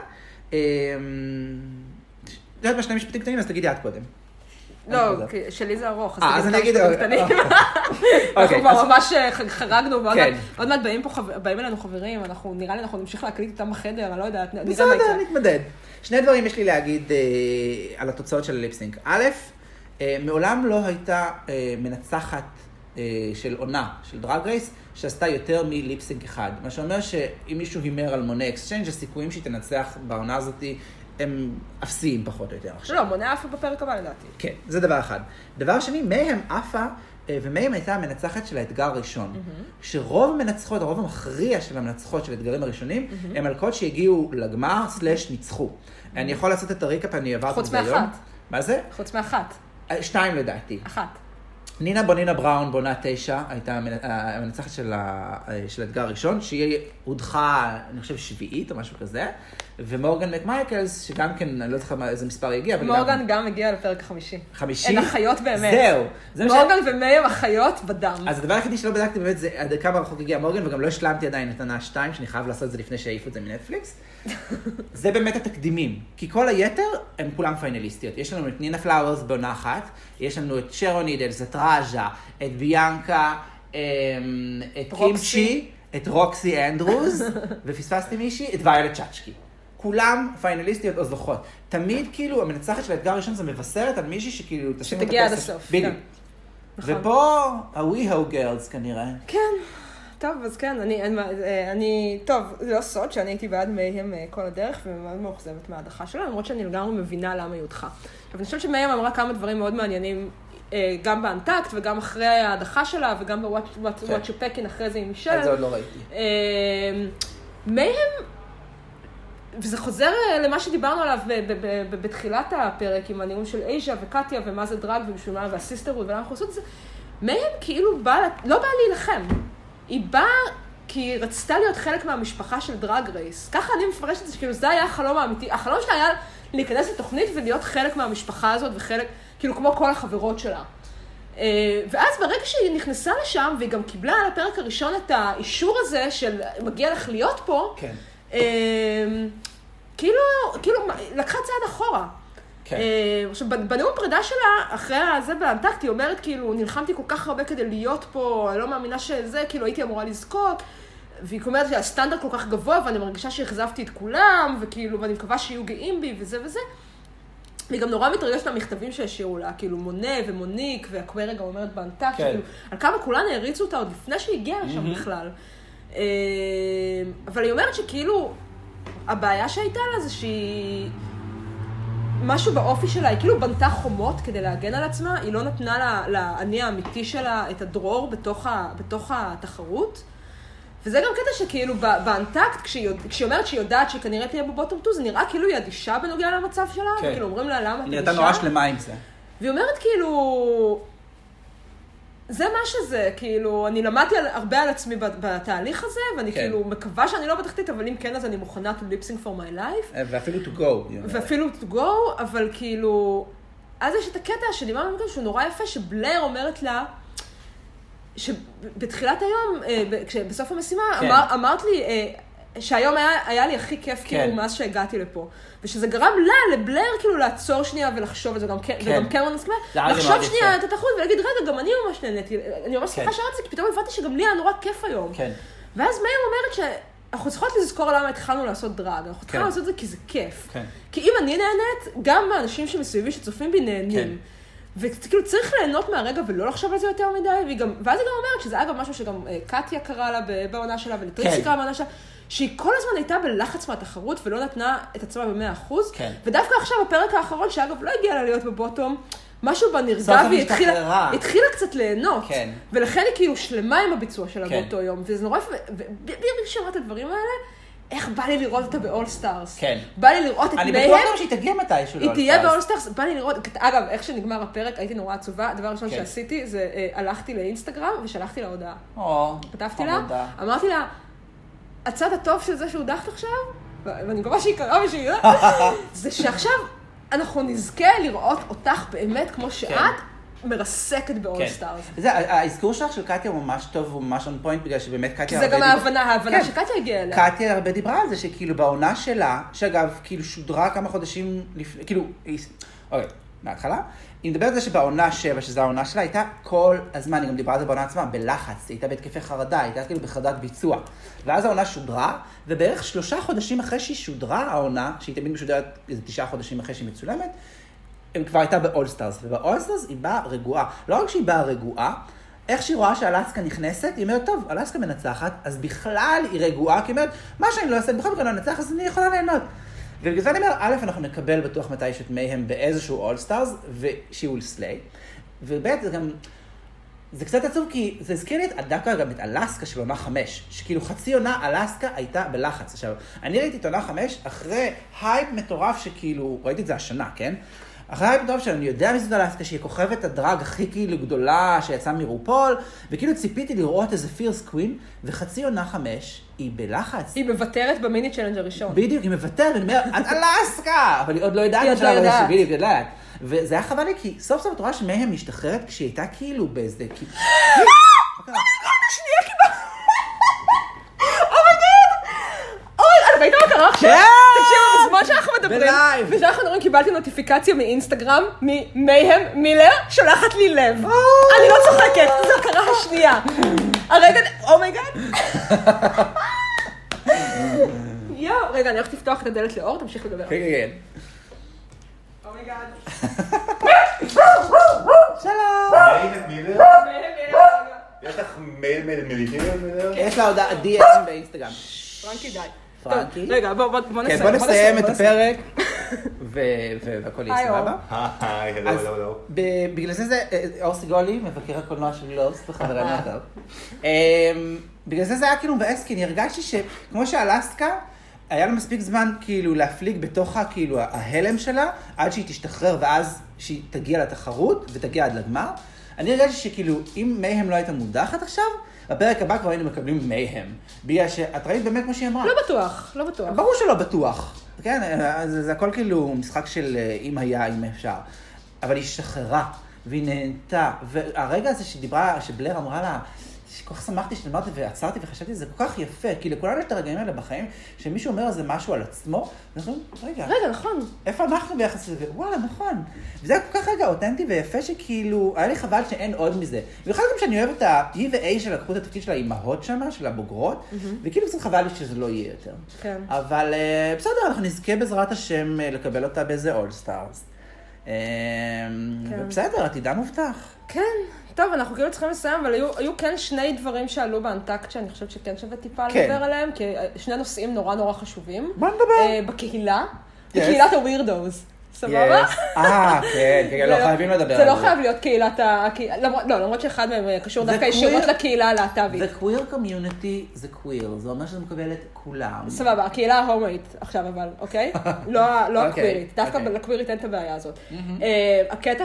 יודעת מה, שני משפטים קטנים, אז תגידי את קודם. לא, שלי זה ארוך, אז אני אגיד... אנחנו כבר ממש חרגנו, ועוד מעט באים אלינו חברים, נראה לי אנחנו נמשיך להקליט איתם בחדר, אני לא יודעת, נראה מה יקרה. בסדר, נתמדד. שני דברים יש לי להגיד על התוצאות של הליפסינק. א', מעולם לא הייתה מנצחת של עונה, של דרג רייס, שעשתה יותר מליפסינק אחד. מה שאומר שאם מישהו הימר על מונה אקסצ'יינג', הסיכויים שהיא תנצח בעונה הזאת הם אפסיים פחות או יותר עכשיו. לא, מונה אפה בפרק הבא לדעתי. כן, זה דבר אחד. דבר שני, מייהם אפה, ומייהם הייתה המנצחת של האתגר הראשון. שרוב המנצחות, הרוב המכריע של המנצחות של האתגרים הראשונים, הם מלכות שהגיעו לגמר / ניצחו. אני יכול לעשות את הריקאפ, אני עברתי את זה היום. חוץ מאחת. מה זה? חוץ מאחת. 2 לדעתי. אחת. נינה בראון בונה 9, הייתה המנצחת של האתגר הראשון, שהיא הודחה, אני חושב, 7th או משהו כזה, ומורגן מקמייקלס, שגם כן, אני לא זוכר איזה מספר יגיע, אבל מורגן גם הגיע לפרק 5. 5? הן אחיות באמת. זהו. מורגן ומי הם אחיות בדם. אז הדבר היחידי שלא בדקתי באמת זה עד כמה רחוק הגיע מורגן, וגם לא השלמתי עדיין את עונה 2, שאני חייב לעשות את זה לפני שהעיפו את זה מנטפליקס. זה באמת התקדימים, כי כל היתר הם כולם פיינליסטיות. יש לנו את נינה פלאוורס בעונה 1, יש לנו את שרון נידלס, את ראז'ה, את ביאנקה, את קימצ'י, את רוקסי אנדרוז, ופספסתי מישהי, את ויולט צ'אצ'קי. כולם פיינליסטיות או זוכות. תמיד כאילו המנצחת של האתגר הראשון זה מבשרת על מישהי שכאילו שתגיע עד הסוף. בדיוק. ופה ה-WeHo Girls כנראה. כן. טוב, אז כן, טוב, זה לא סוד שאני הייתי בעד מייהם כל הדרך, ומאוד מאוכזבת מההדחה שלה, למרות שאני לגמרי מבינה למה היא הודחה. אבל אני חושבת שמייהם אמרה כמה דברים מאוד מעניינים, גם באנטקט וגם אחרי ההדחה שלה, וגם ב-What You Packin' אחרי זה עם מישל. את זה עוד לא ראיתי. מייהם, וזה חוזר למה שדיברנו עליו בתחילת הפרק, עם הנאום של אייז'ה וקטיה, ומה זה דרג ובשביל מה, והסיסטרוד, ולמה אנחנו עושות את זה. מייהם כאילו לא באה להילחם. היא באה כי היא רצתה להיות חלק מהמשפחה של דרג רייס. ככה אני מפרשת את זה, כאילו זה היה החלום האמיתי. החלום שלה היה להיכנס לתוכנית ולהיות חלק מהמשפחה הזאת, וחלק, כאילו כמו כל החברות שלה. ואז ברגע שהיא נכנסה לשם, והיא גם קיבלה על הפרק הראשון את האישור הזה של מגיע לך להיות פה, כן. כאילו לקחה צעד אחורה. כן. עכשיו, בנאום פרידה שלה, אחרי זה באנטקט, היא אומרת, כאילו, נלחמתי כל כך הרבה כדי להיות פה, אני לא מאמינה שזה, כאילו, הייתי אמורה לזכות, והיא אומרת שהסטנדרט כל כך גבוה, ואני מרגישה שהחזבתי את כולם, וכאילו, ואני מקווה שיהיו גאים בי, וזה וזה. והיא גם נורא מתרגשת מהמכתבים שהשאירו לה, כאילו, מונה ומוניק, והקווירה גם אומרת באנטקט, כאילו, על כמה כולן העריצו אותה עוד לפני שהיא הגיעה לשם בכלל. אבל היא אומרת שכאילו, הבעיה שהייתה לה זה שהיא... משהו באופי שלה, היא כאילו בנתה חומות כדי להגן על עצמה, היא לא נתנה לעני האמיתי שלה את הדרור בתוך התחרות. וזה גם קטע שכאילו באנטקט, כשהיא אומרת שהיא יודעת שהיא כנראה תהיה בבוטום 2, זה נראה כאילו היא אדישה בנוגע למצב שלה, כן. וכאילו אומרים לה למה את אדישה. נראתה נורא שלמה עם זה. והיא אומרת כאילו, זה מה שזה, כאילו, אני למדתי הרבה על עצמי בתהליך הזה, ואני כאילו מקווה שאני לא בתחתית, אבל אם כן, אז אני מוכנה to lip sync for my life. ואפילו to go. ואפילו to go, אבל כאילו, אז יש את הקטע שדיברנו מכאן, שהוא נורא יפה, שבלר אומרת לה, שבתחילת היום, בסוף המשימה, אמרת לי, שהיום היה לי הכי כיף כאילו מאז שהגעתי לפה. ושזה גרם לה, לבלר, כאילו לעצור שנייה ולחשוב את זה, וגם קרמן מסכימה, לחשוב שנייה את התחרות ולהגיד, רגע, גם אני ממש נהניתי. אני ממש סליחה שאלת זה, כי פתאום הבנתי שגם לי היה נורא כיף היום. ואז מאיר אומרת שאנחנו צריכות לזכור למה התחלנו לעשות דרג. אנחנו צריכים לעשות את זה כי זה כיף. כי אם אני נהנית, גם האנשים שמסביבי שצופים בי נהנים. וכאילו צריך ליהנות מהרגע ולא לחשוב על זה יותר מדי, ואז היא גם אומרת שזה אגב משהו שגם קטיה קרא לה בעונה שלה, ולטריסי קרא בעונה שלה, שהיא כל הזמן הייתה בלחץ מהתחרות ולא נתנה את עצמה ב100%, ודווקא עכשיו בפרק האחרון, שאגב לא הגיע לה להיות בבוטום, משהו בה נרגע והיא התחילה קצת ליהנות, ולכן היא כאילו שלמה עם הביצוע שלה באותו יום, וזה נורא, ובלי שאמרת את הדברים האלה, איך בא לי לראות אותה באול סטארס. כן. בא לי לראות את מהם. אני בטוח גם שהיא תגיע מתישהו היא תהיה באול סטארס, בא לי לראות, אגב, איך שנגמר הפרק, הייתי נורא עצובה, הדבר הראשון שעשיתי זה, הלכתי לאינסטגרם ושלחתי לה הודעה. כתבתי לה, אמרתי לה, הצד הטוב של זה שהודחת עכשיו, ואני מקווה שהיא קרה ושהיא... זה שעכשיו אנחנו נזכה לראות אותך באמת כמו שאת מרסקת באול סטארס. האזכור שלך של קטיה הוא ממש טוב, הוא ממש on point, בגלל שבאמת קטיה... זה גם ההבנה שקטיה הגיעה אליה. קטיה הרבה דיברה על זה, שכאילו בעונה שלה, שאגב, כאילו שודרה כמה חודשים לפני, כאילו, אוקיי, מההתחלה, היא מדברת על זה שבעונה 7, שזו העונה שלה, הייתה כל הזמן, היא גם דיברה על זה בעונה עצמה, בלחץ, היא הייתה בהתקפי חרדה, היא הייתה כאילו בחרדת ביצוע. ואז העונה שודרה, ובערך 3 חודשים אחרי שהיא שודרה העונה, שהיא תמיד משודרת איזה 9 חודשים אחרי שהיא מצולמת, היא כבר הייתה באולסטארס, ובאולסטארס היא באה רגועה. לא רק שהיא באה רגועה, איך שהיא רואה שאלסקה נכנסת, היא אומרת, טוב, אלסקה מנצחת, אז בכלל היא רגועה, כי היא אומרת, מה שאני לא אעשה, בכל מקרה לא נצח, אז אני יכולה ליהנות. ובגלל זה אני אומר, א', אנחנו נקבל בטוח מתי שאת מהם באיזשהו אולסטארס, ושהיא will slay. וב' זה גם, זה קצת עצוב, כי זה הזכיר לי דווקא גם את אלסקה של עונה 5, שכאילו חצי עונה אלסקה הייתה בלחץ. עכשיו, אני ראיתי את עונה 5 אחרי הייפ מטורף שכאילו, ראיתי את זה השנה, כן? אחרי הייפ מטורף שאני יודע מזאת אלסקה שהיא כוכבת הדרג הכי כאילו גדולה שיצאה מרופול, וכאילו ציפיתי לראות איזה פירס קווין, וחצי עונה 5 היא בלחץ. היא מוותרת במיני צ'לנג' הראשון. בדיוק, היא מוותרת, ואני אומר, את אלסקה! אבל היא עוד לא יודעת בשלב הזה שבדיוק יודעת. וזה היה חבל לי, כי סוף סוף את רואה שמהם משתחררת כשהיא הייתה כאילו באיזה... שנייה קיבלתי. ראית מה קרה עכשיו? תקשיבו, בזמן שאנחנו מדברים, ושאנחנו מדברים, קיבלתי נוטיפיקציה מאינסטגרם, ממהם מילר, שולחת לי לב. אני לא צוחקת, זו קרה השנייה. הרגע, אומייגאד. יואו, רגע, אני הולכת לפתוח את הדלת לאור, תמשיך לדבר. כן, כן. אומייגאד. שלום. מייל מילר? יש לך מייל מיליטרי מילר? יש לה הודעה DM באינסטגרם. פרנקי די. פרנקי. רגע, בוא נסיים. כן, בוא נסיים את הפרק, והכל יהיה סבבה. היי, הלו. בגלל זה אור סיגולי, מבקר הקולנוע של לוסט, וחברנו הטוב. בגלל זה היה כאילו מבאס, כי אני הרגשתי שכמו שאלסקה, היה לה מספיק זמן כאילו להפליג בתוך כאילו ההלם שלה, עד שהיא תשתחרר ואז שהיא תגיע לתחרות ותגיע עד לגמר. אני הרגשתי שכאילו, אם מייהם לא הייתה מודחת עכשיו, בפרק הבא כבר היינו מקבלים מייהם. בגלל שאת ראית באמת כמו שהיא אמרה. לא בטוח. ברור שלא בטוח. כן, זה הכל כאילו משחק של אם היה, אם אפשר. אבל היא שחררה, והיא נהנתה. והרגע הזה שדיברה, שבלר אמרה לה, שכל כך שמחתי שאמרתי ועצרתי וחשבתי, זה כל כך יפה. כי לכולנו יש את הרגעים האלה בחיים, שמישהו אומר איזה משהו על עצמו, ואנחנו אומרים, רגע, נכון. איפה אנחנו ביחס לזה? וואלה, נכון. וזה היה כל כך רגע אותנטי ויפה שכאילו, היה לי חבל שאין עוד מזה. ובכלל גם שאני אוהבת היא ו-A שלקחו את התפקיד של האימהות שמה, של הבוגרות, וכאילו קצת חבל לי שזה לא יהיה יותר. כן. אבל בסדר, אנחנו נזכה בעזרת השם לקבל אותה באיזה אולסטארס. ובסדר, עתידה מובטח. כן. טוב, אנחנו כאילו צריכים לסיים, אבל היו כן 2 דברים שעלו באנטקט, שאני חושבת שכן שווה טיפה לדבר עליהם, כי 2 נושאים נורא נורא חשובים. בוא נדבר. בקהילה, בקהילת הווירדוז. סבבה? כן, לא חייבים לדבר על זה. זה לא חייב להיות קהילת למרות שאחד מהם קשור דווקא ישירות לקהילה הלהט"בית. The queer community זה queer, זה אומר שזה מקבל את כולם. סבבה, הקהילה ההומואית עכשיו אבל, אוקיי? לא הקווירית, דווקא לקווירית אין את הבעיה הזאת. הקטע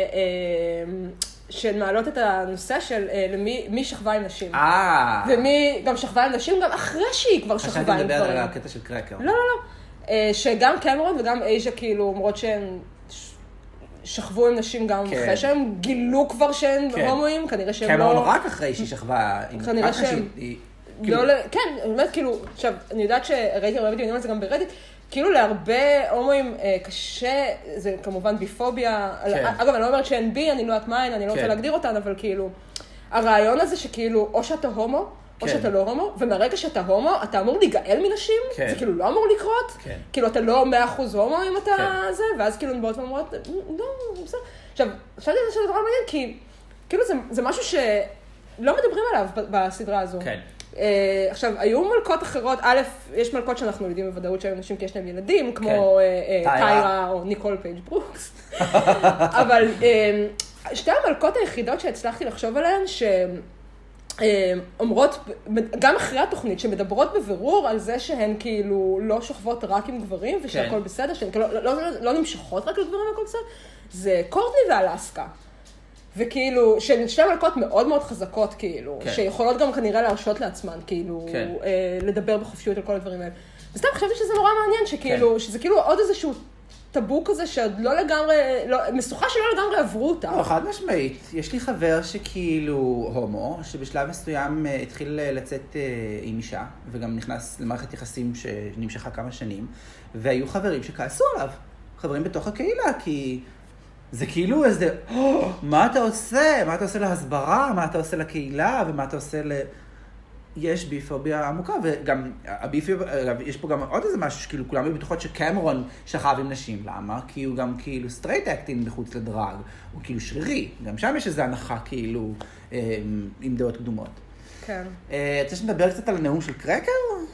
שמעלות את הנושא של מי שכבה עם נשים. ומי גם שכבה עם נשים, גם אחרי שהיא כבר שכבה עם גברים. חשבתי לדבר על הקטע של קרקר. לא. שגם קמרון וגם אייז'ה כאילו אומרות שהן שכבו עם נשים גם אחרי שהם גילו כבר שהן הומואים, כנראה שהם לא... קמרון רק אחרי שהיא שכבה עם... כנראה שהם... כן, באמת כאילו, עכשיו, אני יודעת שראיתי הרבה דיונים על זה גם ברדיט, כאילו להרבה הומואים קשה, זה כמובן ביפוביה, אגב, אני לא אומרת שהן בי, אני לא יודעת מה הן, אני לא רוצה להגדיר אותן, אבל כאילו, הרעיון הזה שכאילו, או שאתה הומו, או שאתה לא הומו, ומהרגע שאתה הומו, אתה אמור להיגאל מנשים, זה כאילו לא אמור לקרות, כאילו אתה לא 100% הומו אם אתה זה, ואז כאילו נבואות ואומרות, לא, בסדר. עכשיו, חשבתי על זה שזה דבר מעניין, כי כאילו זה משהו שלא מדברים עליו בסדרה הזו. כן. עכשיו, היו מלכות אחרות, א', יש מלכות שאנחנו יודעים בוודאות שהיו נשים כי יש להם ילדים, כמו טיירה או ניקול פייג' ברוקס, אבל 2 המלכות היחידות שהצלחתי לחשוב עליהן, אומרות, גם אחרי התוכנית, שמדברות בבירור על זה שהן כאילו לא שוכבות רק עם גברים, ושהכל בסדר, שהן לא נמשכות רק לגברים והכל בסדר, זה קורטני ואלסקה. וכאילו, שהן שתי מלכות מאוד מאוד חזקות, כאילו, שיכולות גם כנראה להרשות לעצמן, כאילו, לדבר בחופשיות על כל הדברים האלה. וסתם חשבתי שזה נורא מעניין, שכאילו, שזה כאילו עוד איזשהו טאבו כזה שעוד לא לגמרי, משוכה שלא לגמרי עברו אותה. לא, חד משמעית. יש לי חבר שכאילו הומו, שבשלב מסוים התחיל לצאת עם אישה, וגם נכנס למערכת יחסים שנמשכה כמה שנים, והיו חברים שכעסו עליו. חברים בתוך הקהילה, כי זה כאילו איזה, מה אתה עושה? מה אתה עושה להסברה? מה אתה עושה לקהילה? ומה אתה עושה יש ביפוביה עמוקה, וגם יש פה גם עוד איזה משהו שכאילו כולם היו בטוחות שקמרון שכב עם נשים. למה? כי הוא גם כאילו סטרייט אקטינג מחוץ לדרג. הוא כאילו שרירי. גם שם יש איזו הנחה כאילו עם דעות קדומות. כן. רוצה שנדבר קצת על הנאום של קרקר?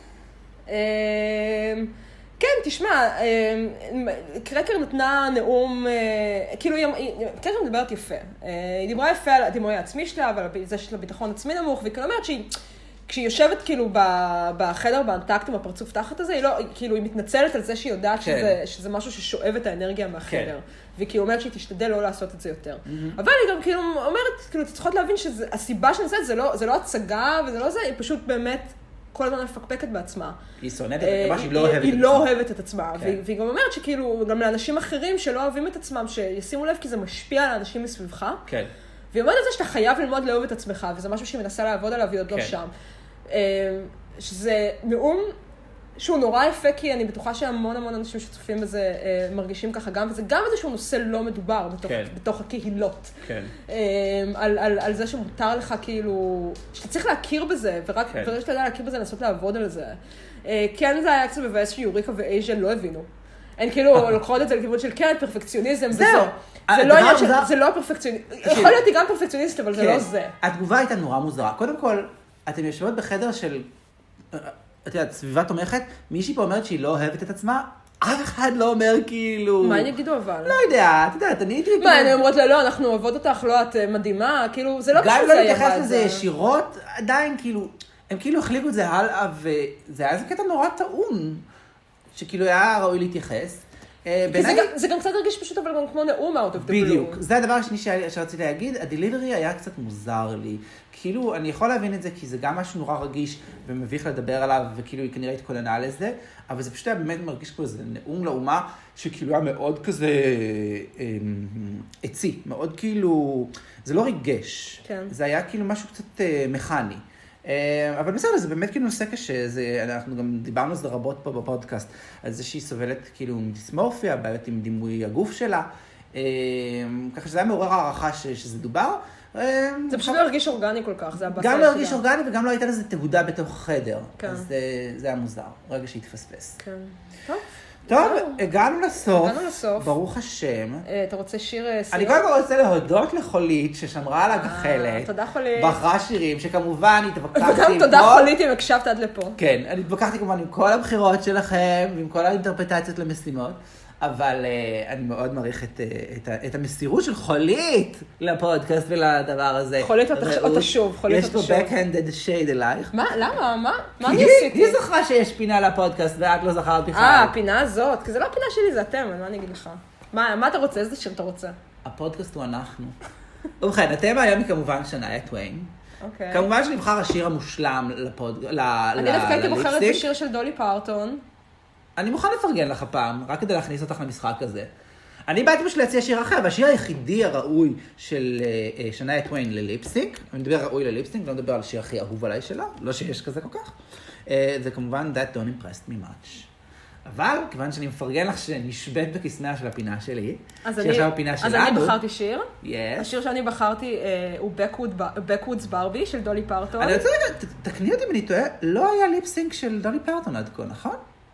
כן, תשמע, קרקר נתנה נאום, כאילו, קרקר מדברת יפה. היא דיברה יפה על הדימוי העצמי שלה, אבל זה של הביטחון עצמי נמוך, והיא אומרת כשהיא יושבת כאילו בחדר באנטקט עם הפרצוף תחת הזה, היא מתנצלת על זה שהיא יודעת שזה משהו ששואב את האנרגיה מהחדר. והיא כאילו אומרת שהיא תשתדל לא לעשות את זה יותר. אבל היא גם כאילו אומרת, כאילו, צריכות להבין שהסיבה שאני עושה את זה לא הצגה וזה לא זה, היא פשוט באמת כל הזמן מפקפקת בעצמה. היא שונאת את עצמה, שהיא לא אוהבת את עצמה. היא לא אוהבת את עצמה. והיא גם אומרת שכאילו, גם לאנשים אחרים שלא אוהבים את עצמם, שישימו לב כי זה משפיע על האנשים מסביבך. כן. והיא אומרת את זה שאתה חייב ללמוד לאהוב את עצמך, וזה משהו שהיא מנסה לעבוד עליו, והיא עוד לא שם. שזה נאום שהוא נורא יפה, כי אני בטוחה שהמון המון אנשים שצופים בזה מרגישים ככה גם, וזה גם איזשהו נושא לא מדובר בתוך הקהילות. כן. על זה שמותר לך כאילו, שאתה צריך להכיר בזה, ורק ברגע שאתה יודע להכיר בזה, לנסות לעבוד על זה. כן, זה היה קצת מבאס שיוריקה ואייז'ה לא הבינו. הן כאילו לוקחות את זה לכיוון של כן, פרפקציוניזם וזה. זה לא פרפקציוניזם. יכול להיות היא גם פרפקציוניסט, אבל זה לא זה. התגובה הייתה נורא מוזרה. קודם כל, אתם יושבות בחדר של, את יודעת, סביבה תומכת, מישהי פה אומרת שהיא לא אוהבת את עצמה, אף אחד לא אומר כאילו... מה אני אגידו אבל? לא יודע, את יודעת, אני הייתי... מה, אני אומרת לה, לא, אנחנו אוהבות אותך, לא, את מדהימה, כאילו, זה לא פשוט זה היה. גם לא להתייחס לזה ישירות, עדיין כאילו, הם כאילו החליגו את זה הלאה, וזה היה איזה קטע נורא טעון, שכאילו היה ראוי להתייחס. זה גם קצת הרגיש פשוט, אבל גם כמו נאום out of the blue. בדיוק. זה הדבר השני שרציתי להגיד. הדליברי היה קצת מוזר לי. כאילו, אני יכול להבין את זה, כי זה גם משהו נורא רגיש ומביך לדבר עליו, וכאילו היא כנראה התכוננה לזה, אבל זה פשוט היה באמת מרגיש כמו איזה נאום לאומה, שכאילו היה מאוד כזה עצי, מאוד כאילו, זה לא ריגש. כן. זה היה כאילו משהו קצת מכני. אבל בסדר, זה באמת כאילו נושא קשה, אנחנו גם דיברנו על זה רבות פה בפודקאסט, על זה שהיא סובלת כאילו דיסמורפיה, בעיות עם דימוי הגוף שלה, ככה שזה היה מעורר הערכה שזה דובר. זה פשוט לא הרגיש אורגני כל כך, זה הבאסה. גם לא הרגיש אורגני וגם לא הייתה לזה תהודה בתוך החדר, אז זה היה מוזר, רגע שהתפספס. כן, טוב. טוב, הגענו לסוף, ברוך השם. אתה רוצה שיר סיום? אני קודם כל רוצה להודות לחולית ששמרה על הגחלת. תודה חולית. בחרה שירים שכמובן התווכחתי. וגם תודה חולית אם הקשבת עד לפה. כן, אני התווכחתי כמובן עם כל הבחירות שלכם, ועם כל האינטרפטציות למשימות, אבל אני מאוד מעריך את המסירות של חולית לפודקאסט ולדבר הזה. חולית אותה שוב, חולית אותה שוב. יש פה backhanded shade אלייך. מה? למה? מה אני עשיתי? היא זכרה שיש פינה לפודקאסט ואת לא זכרת בכלל. הפינה הזאת, כי זה לא הפינה שלי, זה אתם, מה אני אגיד לך? מה אתה רוצה? איזה שיר אתה רוצה? הפודקאסט הוא אנחנו. ובכן, התמה היום היא כמובן שניה טוויין. כמובן שנבחר השיר המושלם לליפסטיק. אני דווקא הייתי בוחרת בשיר של דולי פרטון. אני מוכן לפרגן לך פעם, רק כדי להכניס אותך למשחק הזה. אני באתי בשביל להציע שיר אחר, והשיר היחידי הראוי של שניה טוויין לליפסינק, אני מדבר ראוי לליפסינק, לא מדבר על השיר הכי אהוב עליי שלה, לא שיש כזה כל כך, זה כמובן That Don't Impress Me Much. אבל, כיוון שאני מפרגן לך שנשבט בכסניה של הפינה שלי, שעכשיו הפינה שלנו. אז אני בחרתי שיר. Yes. השיר שאני בחרתי הוא Backwoods Barbie של דולי פרטון. אני רוצה רגע, תקני אותי אם אני טועה, לא היה ליפסינק של דולי פרטון עד כה, נכון?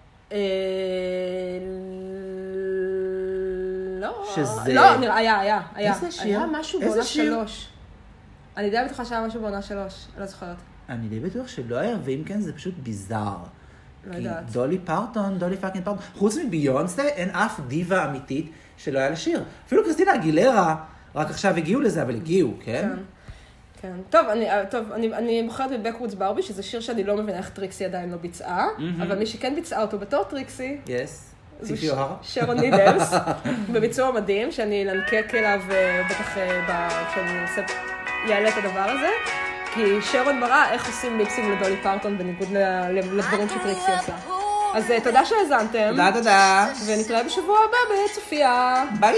לא, נראה, היה. איזה שיר? היה משהו בעונה 3. אני די בטוחה שהיה משהו בעונה 3, לא זוכרת. אני די בטוח שלא היה, ואם כן זה פשוט ביזר. לא יודעת. דולי פאקינג פרטון. חוץ מביונסטה, אין אף דיבה אמיתית שלא היה לשיר. אפילו קריסטינה אגילרה, רק עכשיו הגיעו לזה, אבל הגיעו, כן? כן. טוב, אני בוחרת בבקוורדס ברבי, שזה שיר שאני לא מבינה איך טריקסי עדיין לא ביצעה, אבל מי שכן ביצעה אותו בתור טריקסי, ציפי אוהרה. שרון נידלס, בביצוע מדהים, שאני לנקק אליו בטח כשאני יעלה את הדבר הזה, כי שרון מראה איך עושים ליפסינג לדולי פרטון בניגוד לדברים שטריקסי עושה. אז תודה שהאזנתם. תודה. ונתראה בשבוע הבא בצופיה. ביי.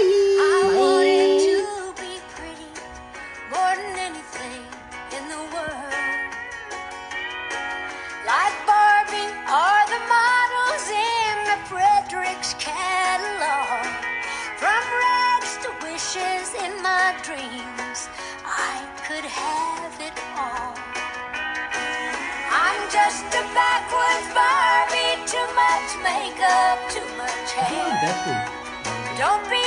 Like Barbie or the models in the Fredericks catalog. From rags to wishes in my dreams, I could have it all. I'm just a backwards Barbie, too much makeup, too much hair. Don't be